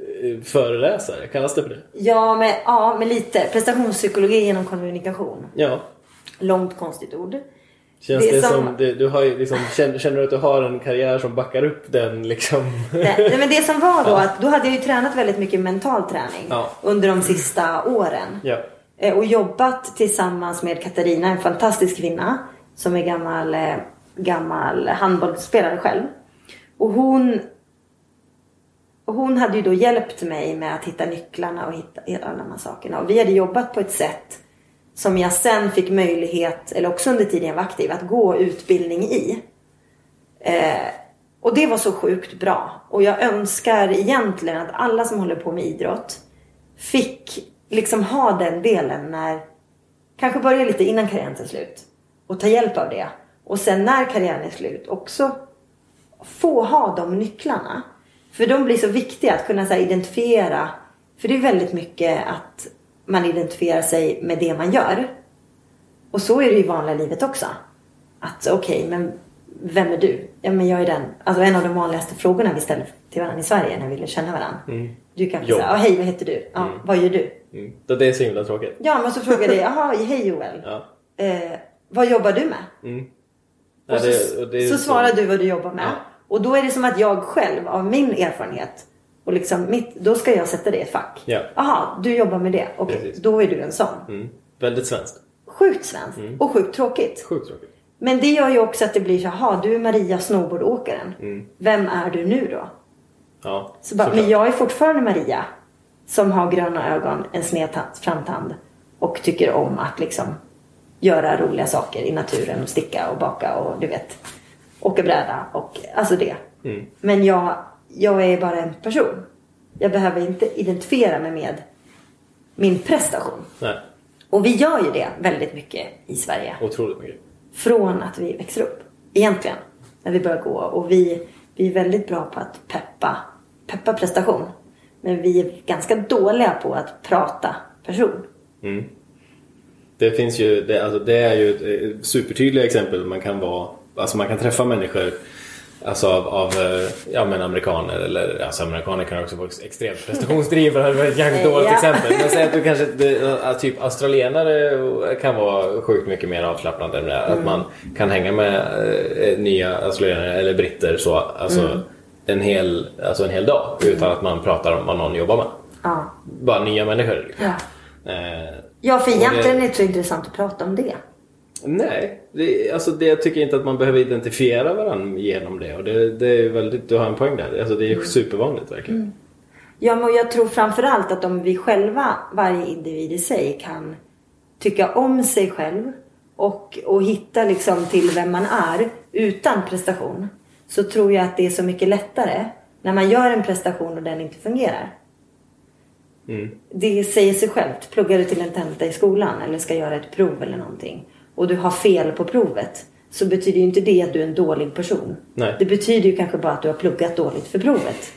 föreläsare, kallas det för det? Ja, med, ja, med lite. Prestationspsykologi genom kommunikation. Ja. Långt konstigt ord. Känns det, det som, som det, du har liksom, känner, känner du att du har en karriär som backar upp den liksom? Nej, men det som var då, ja. att då hade jag ju tränat väldigt mycket mental träning ja. under de sista åren. Ja. Och jobbat tillsammans med Katarina, en fantastisk kvinna som är gammal, gammal handbollsspelare själv. Och hon, hon hade ju då hjälpt mig med att hitta nycklarna och hitta alla de här sakerna. Och vi hade jobbat på ett sätt som jag sen fick möjlighet, eller också under tiden jag var aktiv, att gå utbildning i. Eh, och det var så sjukt bra. Och jag önskar egentligen att alla som håller på med idrott fick liksom ha den delen när, kanske börja lite innan karriären är slut. Och ta hjälp av det. Och sen när karriären är slut också få ha de nycklarna. För de blir så viktiga att kunna så här, identifiera. För det är väldigt mycket att man identifierar sig med det man gör. Och så är det i vanliga livet också. Att okej, okay, men vem är du? Ja, men jag är den. Alltså en av de vanligaste frågorna vi ställer till varandra i Sverige när vi vill känna varandra. Mm. Du kan säga, hej, vad heter du? Ja, mm. Vad gör du? Mm. Det är så himla tråkigt. Ja, men så frågar det, jaha, hej Joel. Ja. Eh, vad jobbar du med? Mm. Ja, och så, det, och det så, så svarar du vad du jobbar med. Ja. Och då är det som att jag själv, av min erfarenhet, och liksom mitt, då ska jag sätta det i ett fack. Ja. Jaha, du jobbar med det. Okej, okay, då är du en sån. Mm. Väldigt svenskt. Sjukt svenskt. Mm. Och sjukt tråkigt. Sjukt tråkigt. Men det gör ju också att det blir så här, du är Maria snowboardåkaren. Mm. Vem är du nu då? Ja, så bara, men jag är fortfarande Maria som har gröna ögon, en sned framtand och tycker om att liksom göra roliga saker i naturen och sticka och baka och du vet, åka bräda och alltså det. Mm. Men jag, jag är bara en person. Jag behöver inte identifiera mig med min prestation. Nej. Och vi gör ju det väldigt mycket i Sverige. Otroligt mycket. Från att vi växer upp. Egentligen. När vi börjar gå. Och vi, vi är väldigt bra på att peppa. Peppa prestation. Men vi är ganska dåliga på att prata person. Mm. Det finns ju, det, alltså det är ju ett supertydliga exempel. Man kan vara, alltså man kan träffa människor alltså av, av ja, men amerikaner eller alltså amerikaner kan också vara extremt prestationsdrivare. Det är ett jävligt dåligt ja. exempel. Men säg att du kanske det, typ australienare kan vara sjukt mycket mer avslappnande än det. Mm. Att man kan hänga med eh, nya australienare eller britter så alltså mm. en hel alltså en hel dag utan mm. att man pratar om vad någon jobbar med. Ja. Bara nya människor. Ja. Eh, ja, för egentligen det... är det så intressant att prata om det. Nej, det, alltså det, jag tycker inte att man behöver identifiera varandra genom det. Och det, det är väldigt, du har en poäng där. Alltså det är mm. supervanligt verkligen. Mm. Ja, men jag tror framförallt att om vi själva, varje individ i sig, kan tycka om sig själv och, och hitta liksom till vem man är utan prestation, så tror jag att det är så mycket lättare när man gör en prestation och den inte fungerar. Mm. Det säger sig självt. Pluggar du till en tenta i skolan eller ska göra ett prov eller någonting och du har fel på provet, så betyder ju inte det att du är en dålig person. Nej. Det betyder ju kanske bara att du har pluggat dåligt för provet.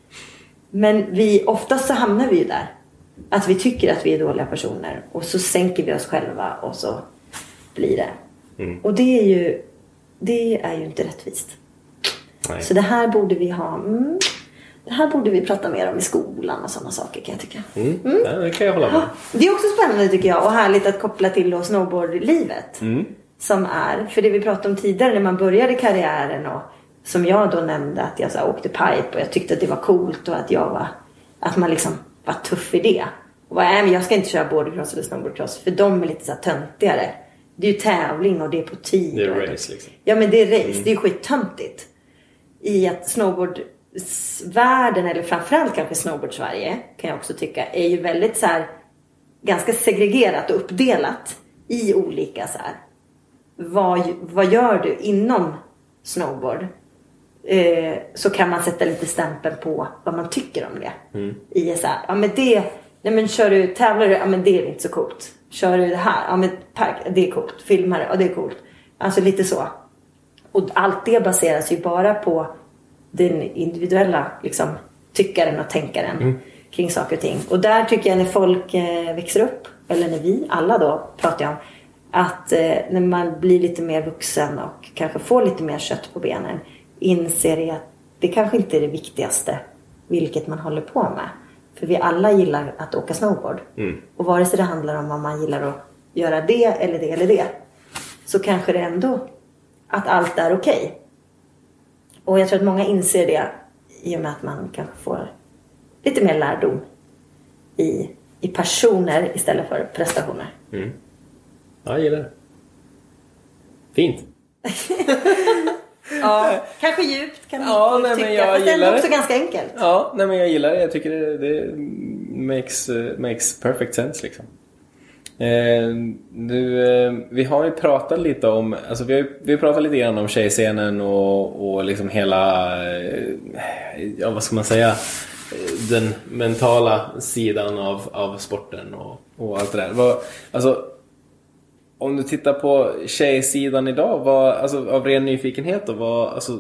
Men vi, oftast så hamnar vi ju där. Att vi tycker att vi är dåliga personer. Och så sänker vi oss själva och så blir det. Mm. Och det är ju, det är ju inte rättvist. Nej. Så det här borde vi ha... Mm, det här borde vi prata mer om i skolan och sådana saker, kan jag tycka. Mm. Mm. Ja, det kan jag hålla med. Ja, det är också spännande tycker jag. Och härligt att koppla till då snowboardlivet. Mm. Som är, för det vi pratade om tidigare när man började karriären och som jag då nämnde att jag så här, åkte pipe och jag tyckte att det var coolt och att jag var, att man liksom var tuff i det. Och bara, nej, men jag ska inte köra boardcross eller snowboardcross för de är lite så här töntigare. Det är ju tävling och det är på tid. Det är race liksom. Ja, men det är race, mm. det är skittöntigt. I att snowboardvärlden, eller framförallt kanske snowboard-Sverige, kan jag också tycka, är ju väldigt så här ganska segregerat och uppdelat i olika så här. Vad, vad gör du inom snowboard? Eh, så kan man sätta lite stämpel på vad man tycker om det. Mm. I så här, ja men det, nej men kör du, tävlar du, ja men det är inte så coolt. Kör du det här, ja men park, det är coolt. Filmar det, ja det är coolt. Alltså lite så. Och allt det baseras ju bara på den individuella liksom, tyckaren och tänkaren mm. kring saker och ting. Och där tycker jag när folk eh, växer upp, eller när vi alla då pratar om, att eh, när man blir lite mer vuxen och kanske får lite mer kött på benen, inser jag att det kanske inte är det viktigaste vilket man håller på med. För vi alla gillar att åka snowboard. Mm. Och vare sig det handlar om om man gillar att göra det eller det eller det, så kanske det ändå att allt är okej. Okay. Och jag tror att många inser det i och med att man kanske får lite mer lärdom i, i personer istället för prestationer. Mm. Ja, jag gillar det. Fint. Ja, kanske djupt kan ja, nej, men jag fast gillar det är också det. ganska enkelt. Ja, nej, men jag gillar det. Jag tycker det, det makes, uh, makes perfect sense liksom. Eh, du, eh, vi har ju pratat lite om, alltså vi har, vi har pratat lite grann om tjejscenen och, och liksom hela, eh, ja vad ska man säga, den mentala sidan av, av sporten och, och allt det där. Vad, alltså, om du tittar på tjejsidan idag, vad, alltså, av ren nyfikenhet då, vad, alltså,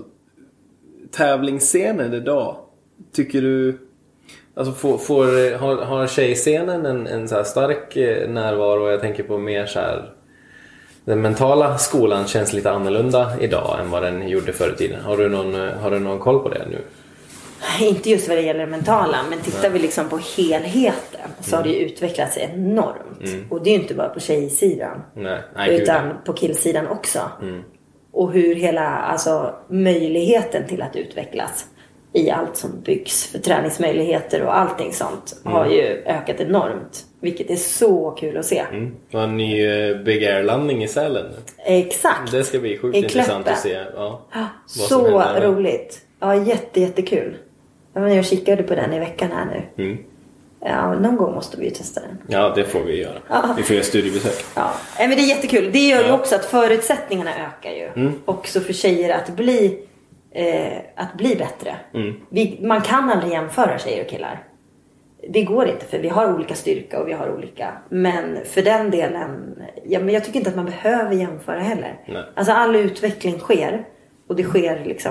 tävlingsscenen idag, tycker du, alltså får, får, har, har tjejscenen en, en så här stark närvaro? Jag tänker på mer så här, den mentala skolan känns lite annorlunda idag än vad den gjorde förr i tiden. Har du någon, har du någon koll på det nu? Inte just vad det gäller det mentala, men tittar Nej. vi liksom på helheten så mm. har det ju utvecklats enormt. Mm. Och det är ju inte bara på tjejsidan. Nej. Nej, utan på killsidan också. Mm. Och hur hela, alltså möjligheten till att utvecklas i allt som byggs för träningsmöjligheter och allting sånt mm. har ju ökat enormt. Vilket är så kul att se. Mm. Det var en ny Big Air-landning i Sälen. Exakt. Det ska bli sjukt intressant att se. Ja, så roligt. Ja, jätte, jättekul. Jag kikade på den i veckan här nu. Mm. Ja, någon gång måste vi ju testa den. Ja, det får vi göra. Ja. Vi får göra studiebesök. Ja, men det är jättekul. Det gör ja. ju också att förutsättningarna ökar ju. Mm. Också för tjejer att bli, eh, att bli bättre. Mm. Vi, man kan aldrig jämföra tjejer och killar. Det går inte, för vi har olika styrka och vi har olika. Men för den delen, ja, men jag tycker inte att man behöver jämföra heller. Nej. Alltså all utveckling sker. Och det sker liksom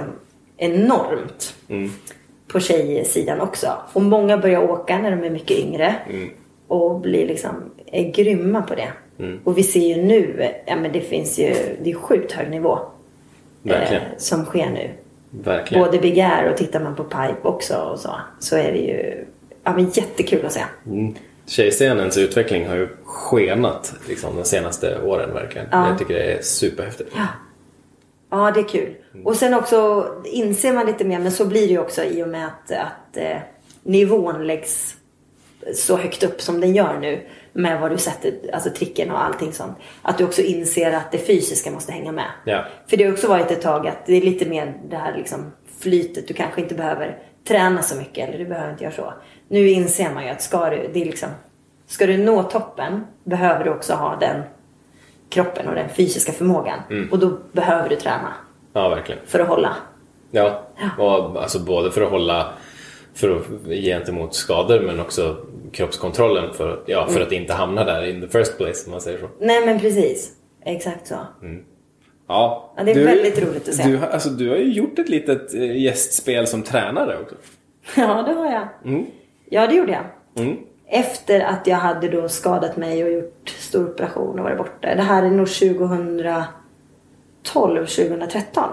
enormt. Mm. På tjejsidan också. Och många börjar åka när de är mycket yngre. Mm. Och blir liksom, är grymma på det. Mm. Och vi ser ju nu, ja men det finns ju, det är sjukt hög nivå. Verkligen. Eh, som sker nu. Verkligen. Både Big Air och tittar man på Pipe också och så. Så är det ju, ja men jättekul att se. Mm. Tjejscenens utveckling har ju skenat liksom de senaste åren verkligen. Ja. Jag tycker det är superhäftigt. Ja. Ja, det är kul. Mm. Och sen också inser man lite mer, men så blir det ju också i och med att, att eh, nivån läggs så högt upp som den gör nu med vad du sätter, alltså tricken och allting sånt, att du också inser att det fysiska måste hänga med. Ja. För det har också varit ett tag att det är lite mer det här liksom flytet, du kanske inte behöver träna så mycket, eller du behöver inte göra så. Nu inser man ju att ska du, det är liksom, ska du nå toppen behöver du också ha den kroppen och den fysiska förmågan. Mm. Och då behöver du träna. Ja, verkligen. För att hålla. Ja, och alltså både för att hålla för att gentemot skador, men också kroppskontrollen för, ja, för mm. att inte hamna där in the first place, om man säger så. Nej, men precis. Exakt så. Mm. Ja, ja, det är du, väldigt roligt att se. Du, alltså, du har ju gjort ett litet gästspel som tränare också. Ja, det har jag. Mm. Ja, det gjorde jag. Mm. Efter att jag hade då skadat mig och gjort stor operation och varit borta. Det här är nog tjugohundratolv tjugohundratretton.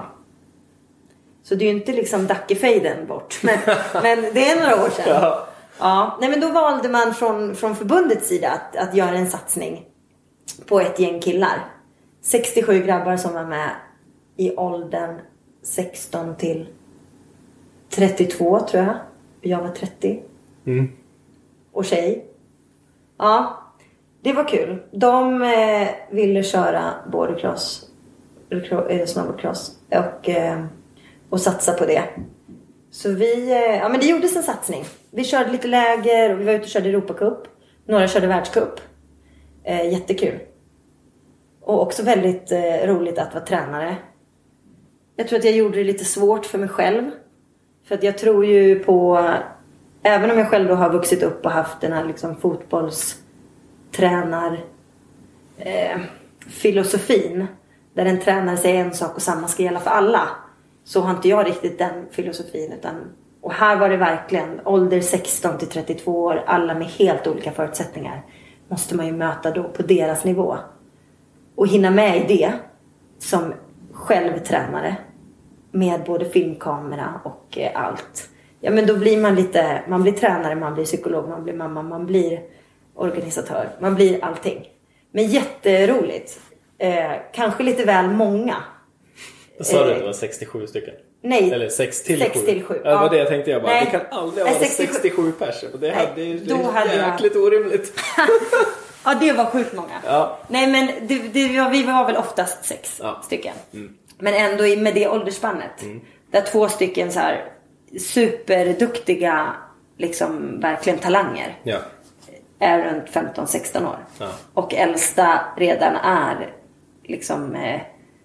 Så det är ju inte liksom dackefejden bort. Men, men det är några år sedan. Ja. Ja, nej, men då valde man från, från förbundets sida att, att göra en satsning på ett gäng killar. sextiosju grabbar som var med i åldern sexton till trettiotvå, tror jag. Jag var trettio. Mm. Och tjej. Ja, det var kul. De eh, ville köra bordercross, eller snowboardcross och, eh, och satsa på det. Så vi, eh, ja men det gjordes en satsning. Vi körde lite läger och vi var ute och körde Europacup. Några körde världscup. Eh, jättekul. Och också väldigt eh, roligt att vara tränare. Jag tror att jag gjorde det lite svårt för mig själv. För att jag tror ju på... Även om jag själv då har vuxit upp och haft den här liksom fotbollstränar eh, filosofin. Där en tränare säger en sak och samma ska gälla för alla. Så har inte jag riktigt den filosofin. Utan, och här var det verkligen ålder sexton till trettiotvå år. Alla med helt olika förutsättningar. Måste man ju möta då på deras nivå. Och hinna med i det som självtränare. Med både filmkamera och eh, allt. Ja, men då blir man lite, man blir tränare, man blir psykolog, man blir mamma, man blir organisatör. Man blir allting. Men jätteroligt. Eh, kanske lite väl många. Vad sa du? Eh, det var sextiosju stycken? Nej. Eller sex till sex sju. till sju. Ja, det var det jag tänkte. Jag bara, Nej. det kan aldrig ha varit sextiosju sextiosju pers. Och det Nej, hade ju då hade jäkligt jag... orimligt. Ja, det var sjukt många. Ja. Nej, men det, det var, vi var väl oftast sex ja. stycken. Mm. Men ändå med det åldersspannet. Mm. Där två stycken så här superduktiga, liksom verkligen talanger. Ja. Är runt femton sexton år. Ja. Och äldsta redan är liksom eh,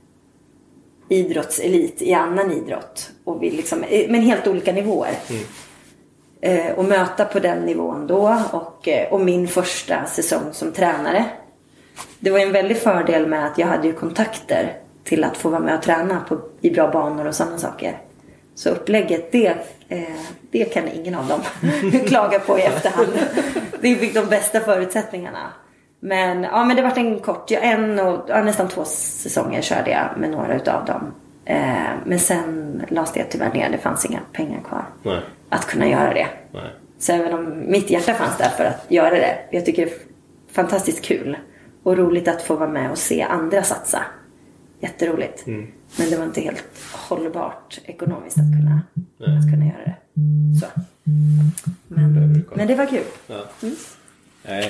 idrottselit i annan idrott. Och vi liksom, men helt olika nivåer. Mm. Eh, och möta på den nivån då. Och, eh, och min första säsong som tränare. Det var en väldig fördel med att jag hade ju kontakter till att få vara med och träna på, i bra banor och sådana saker. Så upplägget, det, eh, det kan ingen av dem klaga på i efterhand. Det fick de bästa förutsättningarna. Men, ja, men det var en kort, ja, en och, ja, nästan två säsonger körde jag med några utav dem. Eh, men sen lades det tyvärr ner, det fanns inga pengar kvar. Nej. Att kunna göra det. Nej. Så även om mitt hjärta fanns där för att göra det. Jag tycker det är fantastiskt kul. Och roligt att få vara med och se andra satsa. Jätteroligt. Mm. Men det var inte helt hållbart ekonomiskt att kunna, att kunna göra det. Så. Men, men det var kul. Ja. Mm. Nej.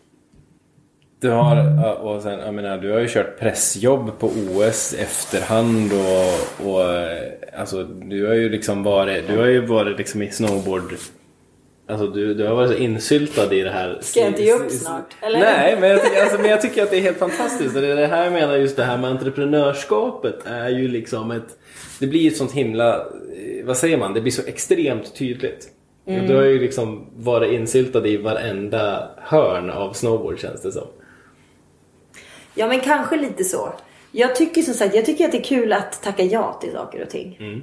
Du har, och sen, jag menar, du har ju kört pressjobb på O S efterhand och, och alltså, du har ju liksom varit, du har ju varit liksom i snowboard. Alltså du, du har varit så insyltad i det här. Ska jag inte ge upp snart? Eller? Nej, men jag, tycker, alltså, men jag tycker att det är helt fantastiskt. Och det är det här jag menar, just det här med entreprenörskapet är ju liksom ett... Det blir ett sånt himla... Vad säger man? Det blir så extremt tydligt. Mm. Du har ju liksom varit insyltad i varenda hörn av snowboard, känns det som. Ja, men kanske lite så. Jag tycker som sagt, jag tycker att det är kul att tacka ja till saker och ting. Mm.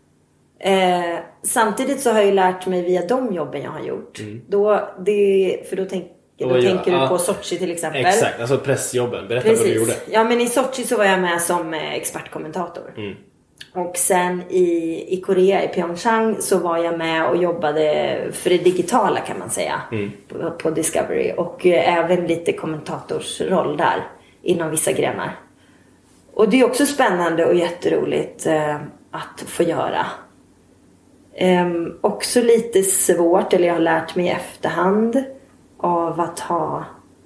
Eh, samtidigt så har jag ju lärt mig via de jobben jag har gjort. Mm. Då, det, för då, tänk, då, då tänker jag, du på Sochi till exempel. Exakt, alltså pressjobben. Berätta Precis. vad du gjorde. Ja, men i Sochi så var jag med som expertkommentator. Mm. Och sen i, i Korea, i Pyeongchang, så var jag med och jobbade för det digitala, kan man säga. Mm. På, på Discovery. Och eh, även lite kommentatorsroll där. Inom vissa grenar. Och det är också spännande och jätteroligt eh, att få göra. Um, också lite svårt, eller jag har lärt mig i efterhand, av att ha...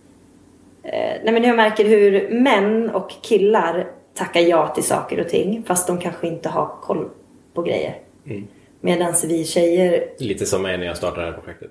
Eh, nej men jag märker hur män och killar tackar ja till saker och ting. Fast de kanske inte har koll på grejer. Mm. Medan vi tjejer... Lite som mig när jag startade det här projektet.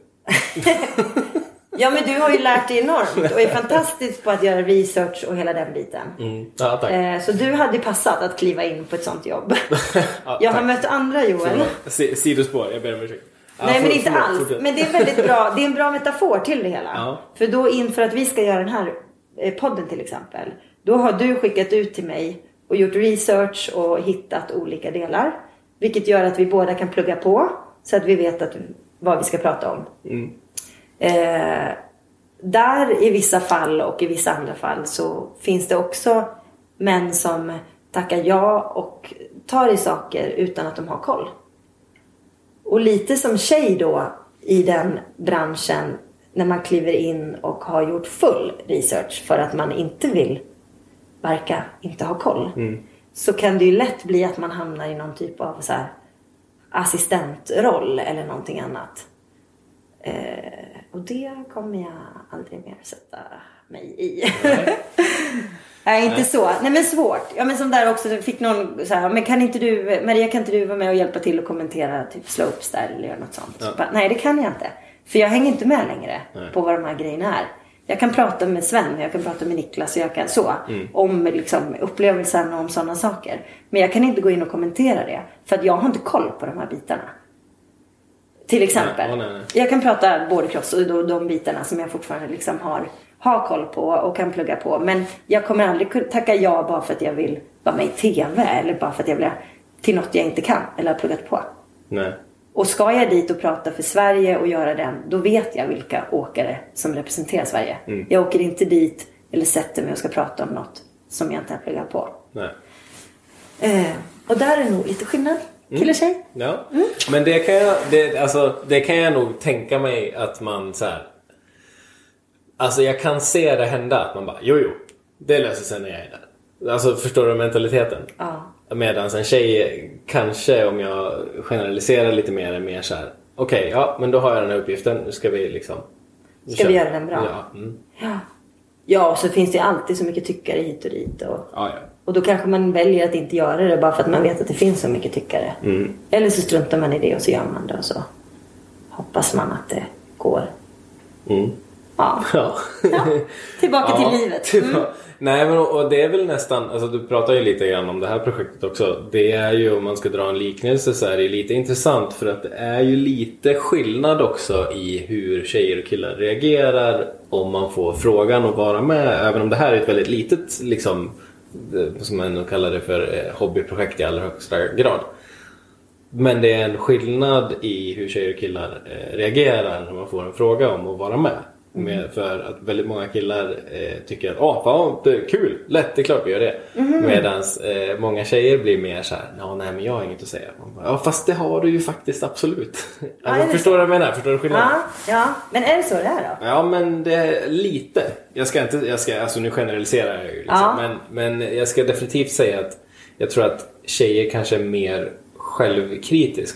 Ja, men du har ju lärt dig enormt och är fantastisk på att göra research och hela den biten. Mm. Ja, tack. Eh, så du hade passat att kliva in på ett sånt jobb. Ja, jag har tack. mött andra Joel. S- sidospår, jag ber om ursäkt. Ja, nej, för, men inte förlåt, alls. Fortsätt. Men det är väldigt bra. Det är en bra metafor till det hela. Ja. För då inför att vi ska göra den här podden till exempel. Då har du skickat ut till mig och gjort research och hittat olika delar. Vilket gör att vi båda kan plugga på. Så att vi vet att, vad vi ska prata om. Mm. Eh, där i vissa fall och i vissa andra fall så finns det också män som tackar ja och tar i saker utan att de har koll. Och lite som tjej då i den branschen när man kliver in och har gjort full research för att man inte vill verka inte ha koll. Mm. Så kan det ju lätt bli att man hamnar i någon typ av så här assistentroll eller någonting annat. Eh, och det kommer jag aldrig mer sätta mig i. Nej, Nej inte Nej. så. Nej men svårt. Ja men som där också fick någon så här, men kan inte du, Maria kan inte du vara med och hjälpa till och kommentera typ slopestyle eller göra något sånt? Ja. Så bara, nej det kan jag inte. För jag hänger inte med längre Nej. på vad de här grejerna är. Jag kan prata med Sven, jag kan prata med Niklas och jag kan så. Mm. Om liksom, upplevelsen och om sådana saker. Men jag kan inte gå in och kommentera det. För att jag har inte koll på de här bitarna. Till exempel. Nej, nej, nej. Jag kan prata bordercross och de, de bitarna som jag fortfarande liksom har, har koll på och kan plugga på. Men jag kommer aldrig tacka ja bara för att jag vill vara med i tv. Eller bara för att jag vill till något jag inte kan eller har pluggat på. Nej. Och ska jag dit och prata för Sverige och göra den, då vet jag vilka åkare som representerar Sverige. Mm. Jag åker inte dit eller sätter mig och ska prata om något som jag inte har pluggat på. Nej. Eh, och där är nog lite skillnad. Kille och tjej. Ja. Mm. Men det kan jag det, alltså, det kan jag nog tänka mig att man så här. Alltså jag kan se det hända att man bara jo jo, det löser sig när jag är där. Alltså förstår du mentaliteten? Ja. Medan en tjej kanske, om jag generaliserar lite mer, är mer så här. Okej, okay, ja, men då har jag den här uppgiften. Nu ska vi liksom Ska köra. vi göra den bra? Ja. Mm. Ja. Ja, och så finns det alltid så mycket tyckare hit och dit och, ja, ja. och då kanske man väljer att inte göra det bara för att man vet att det finns så mycket tyckare. Mm. Eller så struntar man i det och så gör man det och så hoppas man att det går. Mm. Ja. Ja. Ja. Tillbaka ja, till livet. Mm. Nej, men och det är väl nästan, alltså du pratar ju lite grann om det här projektet också. Det är ju, om man ska dra en liknelse så är det lite intressant för att det är ju lite skillnad också i hur tjejer och killar reagerar om man får frågan att vara med. Även om det här är ett väldigt litet, liksom, som man kallar det för hobbyprojekt i allra högsta grad. Men det är en skillnad i hur tjejer och killar reagerar när man får en fråga om att vara med. Med, för att väldigt många killar eh, tycker att åh, fan, det är kul, lätt, det är klart vi gör det. Mm. Medan eh, många tjejer blir mer så här, nej men jag har inget att säga. Bara, ja fast det har du ju faktiskt absolut. Alltså, ja, förstår du vad jag menar? Förstår du skillnaden? Ja, ja, men är det så det är då? Ja men det är lite. Jag ska inte, jag ska, alltså nu generaliserar jag ju liksom, ja. men, men jag ska definitivt säga att jag tror att tjejer kanske är mer självkritiska.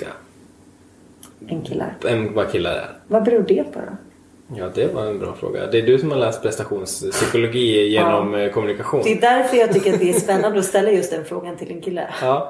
Än killar? Än vad killar är. Vad beror det på då? Ja, det var en bra fråga. Det är du som har läst prestationspsykologi genom ja. kommunikation. Det är därför jag tycker att det är spännande att ställa just den frågan till en kille. Ja.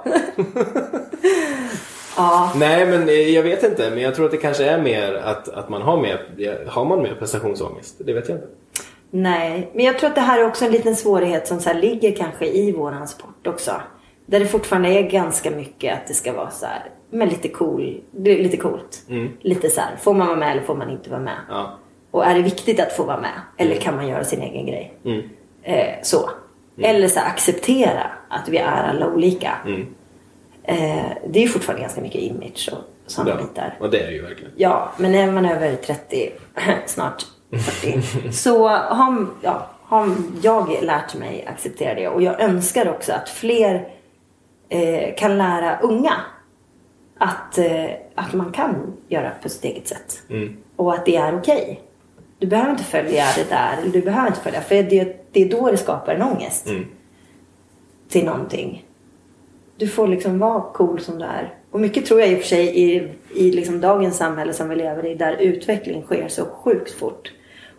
Ja. Nej, men jag vet inte. Men jag tror att det kanske är mer att, att man har mer, har man mer prestationsångest. Det vet jag inte. Nej, men jag tror att det här är också en liten svårighet som så här ligger kanske i våran sport också. Där det fortfarande är ganska mycket att det ska vara så här, men lite cool, lite coolt. Mm. Lite så här, får man vara med eller får man inte vara med? Ja. Och är det viktigt att få vara med? Eller kan man göra sin egen grej? Mm. Eh, så. Mm. Eller så här, acceptera att vi är alla olika. Mm. Eh, det är ju fortfarande ganska mycket image och sådana ja. bitar. Och det är det ju verkligen. Ja, men är man över trettio, snart fyrtio, så har, ja, har jag lärt mig acceptera det. Och jag önskar också att fler eh, kan lära unga att, eh, att man kan göra på sitt eget sätt. Mm. Och att det är okej. Okay. Du behöver inte följa det där. Eller du behöver inte följa. För det, det är då det skapar en ångest. Mm. Till någonting. Du får liksom vara cool som du är. Och mycket tror jag i och för sig i, i liksom dagens samhälle som vi lever i. Där utveckling sker så sjukt fort.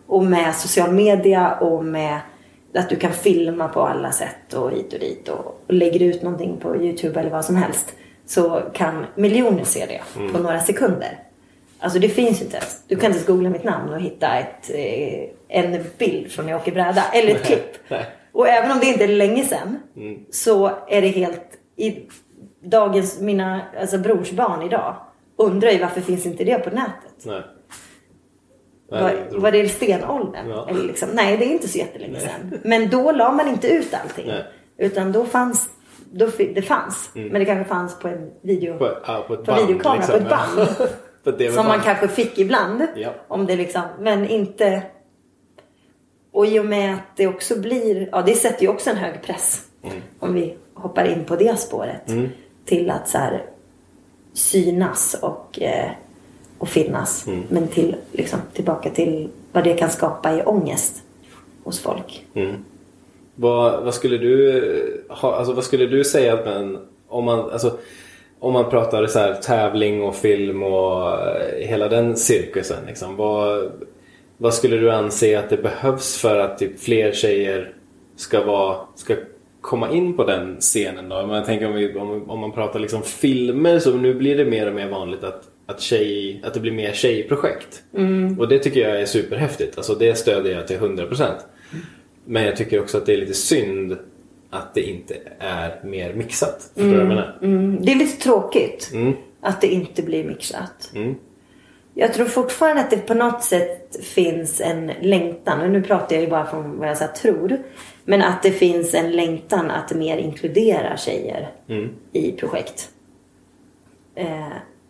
Och med social media och med att du kan filma på alla sätt och hit och dit. Och, och lägger ut någonting på YouTube eller vad som helst. Så kan miljoner se det mm. på några sekunder. Alltså det finns ju inte ens. Du kan inte ens googla mitt namn och hitta ett, eh, en bild från när jag åker bräda. Eller ett klipp. Nej. Och även om det inte är länge sedan. Mm. Så är det helt... I dagens, mina alltså brorsbarn idag. Undrar ju varför finns inte det på nätet. Nej. Var, var det stenåldern? Ja. Eller liksom, nej, det är inte så jättelänge sedan. Men då la man inte ut allting. Nej. Utan då fanns... Då, det fanns. Mm. Men det kanske fanns på en video... På, ja, på, ett på band, videokamera, liksom. på ett band. Som band. man kanske fick ibland. Ja. Om det liksom... Men inte... Och i och med att det också blir... Ja, det sätter ju också en hög press. Mm. Om vi hoppar in på det spåret. Mm. Till att så här... synas och... Eh, och finnas. Mm. Men till, liksom, tillbaka till vad det kan skapa i ångest hos folk. Mm. Vad, vad skulle du ha, alltså vad skulle du säga att man, om man alltså om man pratar så här tävling och film och hela den cirkusen liksom, vad, vad skulle du anse att det behövs för att typ fler tjejer ska vara ska komma in på den scenen då? Man tänker om, vi, om, om man pratar liksom filmer, så nu blir det mer och mer vanligt att att, tjej, att det blir mer tjejprojekt. Mm. Och det tycker jag är superhäftigt. Alltså det stödjer jag till hundra procent. Mm. Men jag tycker också att det är lite synd att det inte är mer mixat. Mm. Förstår du vad jag menar? Mm. Det är lite tråkigt mm. att det inte blir mixat. Mm. Jag tror fortfarande att det på något sätt finns en längtan. Och nu pratar jag ju bara från vad jag så här tror. Men att det finns en längtan att mer inkludera tjejer mm. i projekt. Eh,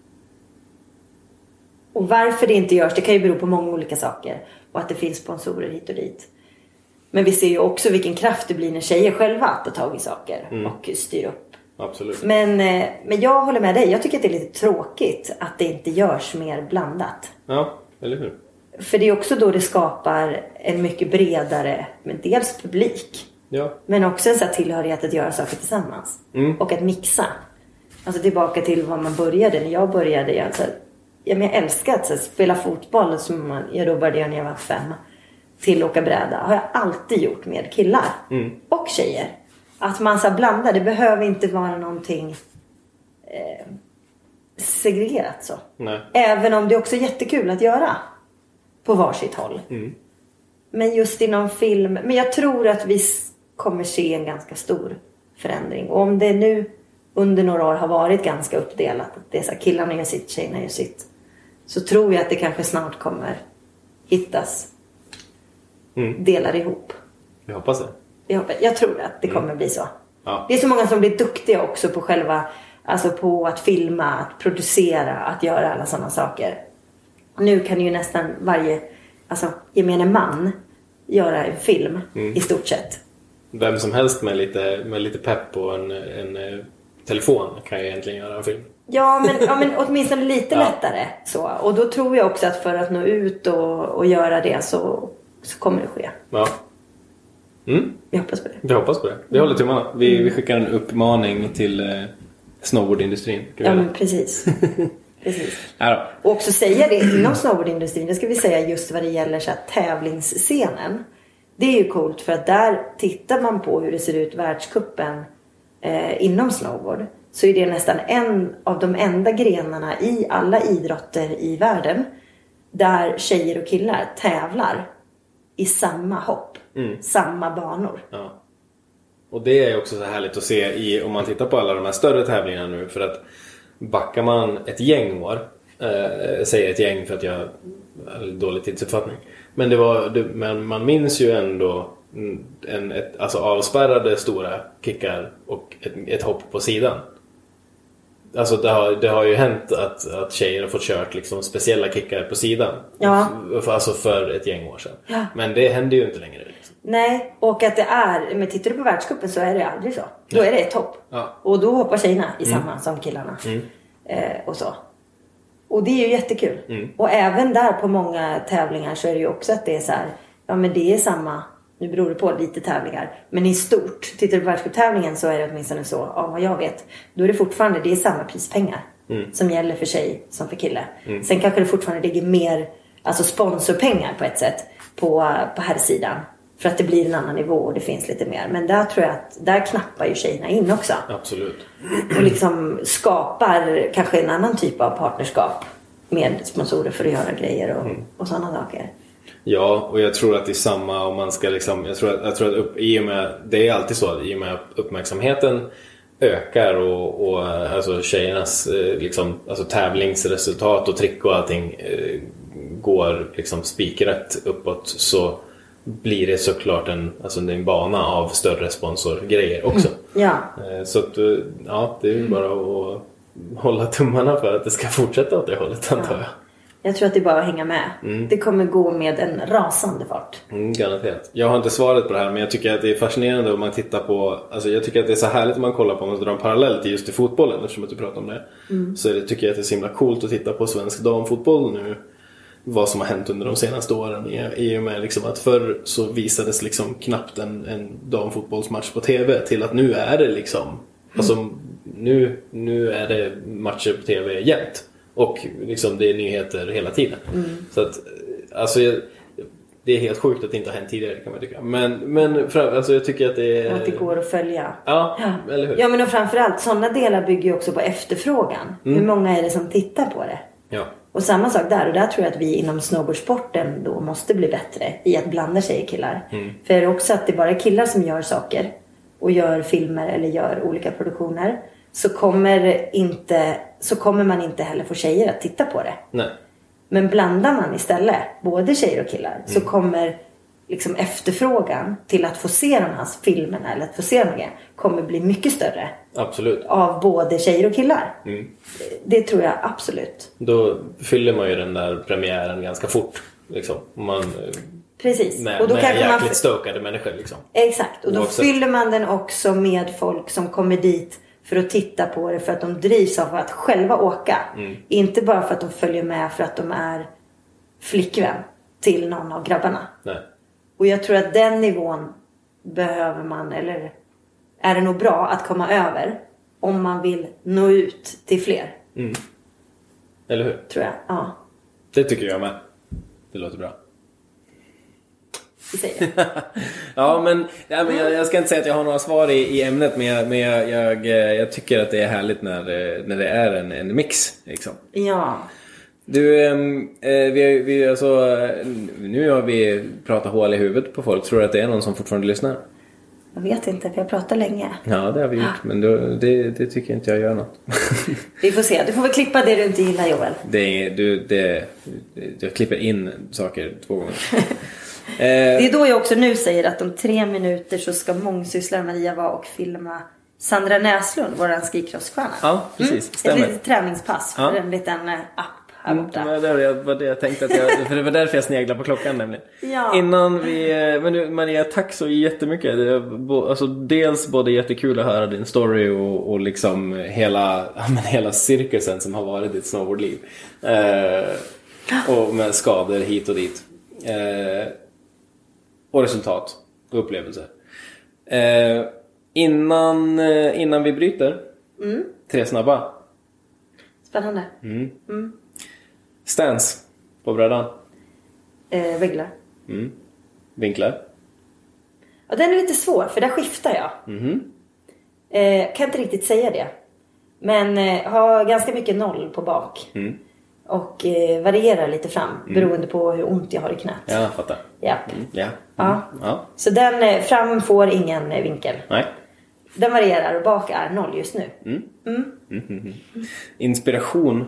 och varför det inte görs, det kan ju bero på många olika saker. Och att det finns sponsorer hit och dit. Men vi ser ju också vilken kraft det blir när tjejer själva tar tag i saker mm. och styr upp. Absolut. Men, men jag håller med dig. Jag tycker att det är lite tråkigt att det inte görs mer blandat. Ja, eller hur? För det är också då det skapar en mycket bredare, men dels publik. Ja. Men också en sån här tillhörighet att göra saker tillsammans. Mm. Och att mixa. Alltså tillbaka till vad man började. När jag började, jag, alltså, ja, men jag älskar att så, spela fotboll som man, jag då började när jag var fem. Till åka bräda har jag alltid gjort med killar mm. och tjejer. Att man så blandar, det behöver inte vara någonting eh, segregerat så. Nej. Även om det också är jättekul att göra på varsitt håll. Mm. Men just inom film, men jag tror att vi kommer se en ganska stor förändring. Och om det nu under några år har varit ganska uppdelat, att det är så här, killarna gör sitt, tjejerna gör sitt, så tror jag att det kanske snart kommer hittas mm. delar ihop. Vi hoppas det. Jag, hoppas, jag tror att det kommer mm. bli så. Ja. Det är så många som blir duktiga också på själva, alltså på att filma, att producera, att göra alla sådana saker. Nu kan ju nästan varje, alltså gemene man göra en film mm. i stort sett. Vem som helst med lite, med lite pepp på en, en telefon kan ju egentligen göra en film. Ja, men, ja, men åtminstone lite ja. lättare så. Och då tror jag också att för att nå ut och, och göra det så, så kommer det ske. Ja. Mm. Vi hoppas på det. Vi hoppas på det. Vi håller tummarna. Vi, mm. vi skickar en uppmaning till eh, snowboardindustrin. Ja, men precis. precis. Ja, och också säga det inom snowboardindustrin. Det ska vi säga just vad det gäller så här, tävlingsscenen. Det är ju coolt för att där tittar man på hur det ser ut världskuppen eh, inom snowboard. Så är det nästan en av de enda grenarna i alla idrotter i världen där tjejer och killar tävlar i samma hopp. Mm. Samma banor. Ja. Och det är också så härligt att se i, om man tittar på alla de här större tävlingarna nu, för att backar man ett gäng år, eh, säger ett gäng för att jag har dålig tidsuppfattning, men det var det, men man minns ju ändå en, ett, alltså avspärrade stora kickar och ett, ett hopp på sidan. Alltså det har, det har ju hänt att, att tjejer har fått kört liksom speciella kickar på sidan. Ja. För, alltså för ett gäng år sedan. Ja. Men det händer ju inte längre. Liksom. Nej, och att det är, men tittar du på världscupen så är det aldrig så. Då är det ett hopp. Ja. Och då hoppar tjejerna i mm. samma som killarna. Mm. Eh, och så. Och det är ju jättekul. Mm. Och även där på många tävlingar så är det ju också att det är så här, ja men det är samma, nu beror det på lite tävlingar. Men i stort, tittar du på världscuptävlingen så är det åtminstone så, ja vad jag vet. Då är det fortfarande, det är samma prispengar mm. som gäller för tjej som för kille. Mm. Sen kanske det fortfarande ligger mer, alltså sponsorpengar på ett sätt på, på här sidan. För att det blir en annan nivå och det finns lite mer. Men där tror jag att där knappar ju tjejerna in också. Absolut. Och liksom skapar kanske en annan typ av partnerskap med sponsorer för att göra grejer och, mm. och sådana saker. Ja, och jag tror att det är samma om man ska liksom, jag tror att, jag tror att upp, i och med, det är alltid så att i och med uppmärksamheten ökar och, och alltså tjejernas liksom, alltså tävlingsresultat och trick och allting eh, går liksom spikrätt uppåt, så blir det såklart en, alltså en bana av större sponsorgrejer också. Mm. Ja. Så att, ja, det är ju bara att hålla tummarna för att det ska fortsätta åt det hållet, antar jag. Jag tror att det är bara att hänga med. Mm. Det kommer gå med en rasande fart. Mm, garanterat. Jag har inte svaret på det här, men jag tycker att det är fascinerande om man tittar på, alltså jag tycker att det är så härligt om man kollar på, om man drar en parallell till just i fotbollen, eftersom att du pratar om det. Mm. Så det, tycker jag att det är så himla coolt att titta på svensk damfotboll nu. Vad som har hänt under de senaste åren i och med liksom att förr så visades liksom knappt en, en damfotbollsmatch på tv, till att nu är det liksom mm. alltså nu, nu är det matcher på tv jämt och liksom det är nyheter hela tiden. Mm. Så att alltså jag, det är helt sjukt att det inte har hänt tidigare, kan man tycka. Men, men fram, alltså jag tycker att det är... Att det går att följa. Ja, ja. Eller hur? Ja, men och framförallt sådana delar bygger ju också på efterfrågan. Mm. Hur många är det som tittar på det? Ja. Och samma sak där, och där tror jag att vi inom snowboardsporten då måste bli bättre i att blanda tjejer och killar. Mm. För är det också att det bara är killar som gör saker och gör filmer eller gör olika produktioner, så kommer, inte, så kommer man inte heller få tjejer att titta på det. Nej. Men blandar man istället både tjejer och killar, mm. så kommer liksom efterfrågan till att få se de här filmerna eller att få se dem kommer bli mycket större. Absolut. Av både tjejer och killar. Mm. Det tror jag absolut. Då fyller man ju den där premiären ganska fort. Liksom. Man, precis. Med, och då med kanske jäkligt man... stokade människor. Liksom. Exakt. Och då Oavsett. fyller man den också med folk som kommer dit för att titta på det. För att de drivs av att själva åka. Mm. Inte bara för att de följer med för att de är flickvän till någon av grabbarna. Nej. Och jag tror att den nivån behöver man, eller är det nog bra att komma över om man vill nå ut till fler. Mm. Eller hur? Tror jag, ja. Det tycker jag med. Det låter bra. Vi säger det. Ja, men, ja, men jag, jag ska inte säga att jag har några svar i, i ämnet, men, jag, men jag, jag, jag tycker att det är härligt när, när det är en, en mix. Liksom. Ja. Du, eh, vi, vi, alltså, nu har vi pratat hål i huvudet på folk. Tror du att det är någon som fortfarande lyssnar? Jag vet inte, för jag pratar länge. Ja, det har vi gjort, ja. Men då, det, det tycker inte jag gör något. Vi får se, du får väl klippa det du inte gillar, Joel. Det är, du, det, jag klipper in saker två gånger. Det är då jag också nu säger att om tre minuter så ska mångsysslare Maria vara och filma Sandra Näslund, våran skikrossstjärna. Ja, precis, mm. stämmer. Ett litet träningspass för ja. En liten app. Mm, det var det jag, var det jag tänkte att jag, för det var därför jag sneglade på klockan nämligen. Ja. Innan vi, men du, Maria, tack så jättemycket. Det är, alltså, dels både jättekul att höra din story och, och liksom hela, men hela cirkusen som har varit ditt snowboardliv. Eh, och med skador hit och dit. Eh, och resultat och upplevelser. Eh, innan, innan vi bryter, mm. tre snabba. Spännande. Mm. Mm. Stance på brädan. Eh, vägglar. Mm. Vinklar. Ja, den är lite svår, för där skiftar jag. Mm. Eh, kan inte riktigt säga det. Men eh, har ganska mycket noll på bak. Mm. Och eh, varierar lite fram, mm. beroende på hur ont jag har i knät. Ja, jag fattar. Japp. Mm. Ja. Mm. Ja. Ja. Så den eh, fram får ingen eh, vinkel. Nej. Den varierar och bak är noll just nu. Mm. Mm. Mm, mm, mm. Inspiration.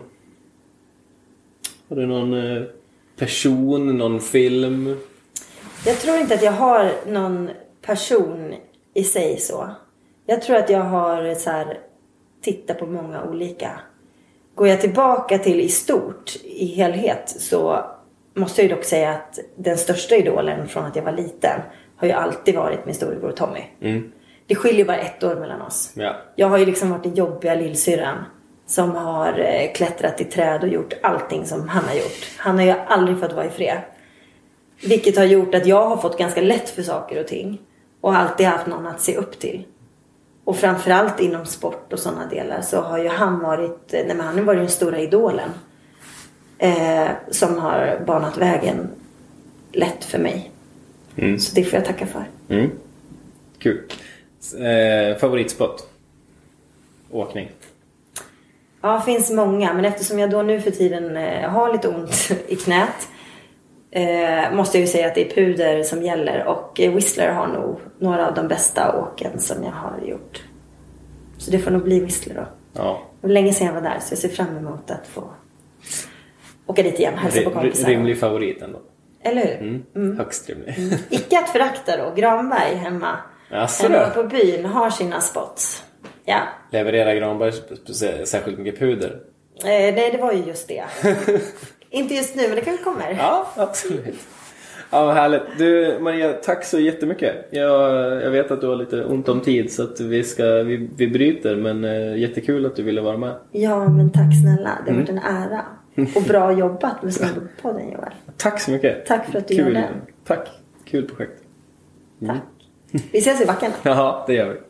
Har du någon eh, person, någon film? Jag tror inte att jag har någon person i sig så. Jag tror att jag har så här, tittat på många olika. Går jag tillbaka till i stort, i helhet, så måste jag ju dock säga att den största idolen från att jag var liten har ju alltid varit min storebror Tommy. Mm. Det skiljer bara ett år mellan oss. Ja. Jag har ju liksom varit den jobbiga lillsyrran som har eh, klättrat i träd och gjort allting som han har gjort. Han har ju aldrig fått vara i fred. Vilket har gjort att jag har fått ganska lätt för saker och ting. Och alltid haft någon att se upp till. Och framförallt inom sport och sådana delar så har ju han varit, nej men han har varit den stora idolen. Eh, som har banat vägen lätt för mig. Mm. Så det får jag tacka för. Mm. Kul. Eh, favoritspot? Åkning? Ja, det finns många. Men eftersom jag då nu för tiden eh, har lite ont i knät. Eh, måste jag ju säga att det är puder som gäller. Och eh, Whistler har nog några av de bästa åken som jag har gjort. Så det får nog bli Whistler då. Ja. Det var länge sedan jag var där, så jag ser fram emot att få åka dit igen, hälsa på kompisar. Rimlig favorit ändå. Eller hur? Mm. Mm. Högst rimlig. Mm. Icke att förakta då. Granberg hemma. Asså hemma då? på byn har sina spots. Ja. Levererar Granberg särskilt mycket puder? Eh, nej, det var ju just det. Inte just nu, men det kanske kommer. Ja, absolut. Ja, vad härligt. Du, Maria, tack så jättemycket. Jag, jag vet att du har lite ont om tid, så att vi, ska, vi, vi bryter. Men eh, jättekul att du ville vara med. Ja, men tack snälla. Det har varit en ära. Och bra jobbat med Snowboardpodden, Joel. Tack så mycket. Tack för att du Kul. gör det. Tack. Kul projekt. Tack. Vi ses i backen. Ja, det gör vi.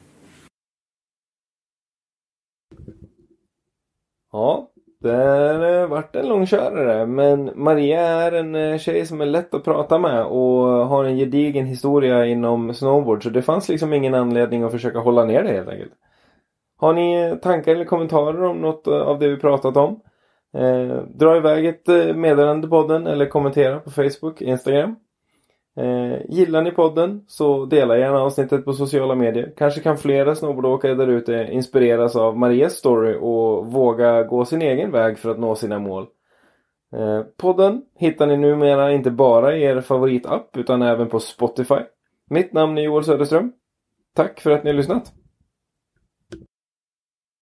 Ja, det har varit en långkörare, men Maria är en tjej som är lätt att prata med och har en gedigen historia inom snowboard, så det fanns liksom ingen anledning att försöka hålla ner det helt enkelt. Har ni tankar eller kommentarer om något av det vi pratat om? Eh, dra iväg ett meddelande till podden eller kommentera på Facebook, Instagram. Eh, gillar ni podden så dela gärna avsnittet på sociala medier. Kanske kan flera snowboardåkare där ute inspireras av Marias story och våga gå sin egen väg för att nå sina mål. Eh, podden hittar ni numera inte bara i er favoritapp utan även på Spotify. Mitt namn är Joel Söderström. Tack för att ni har lyssnat.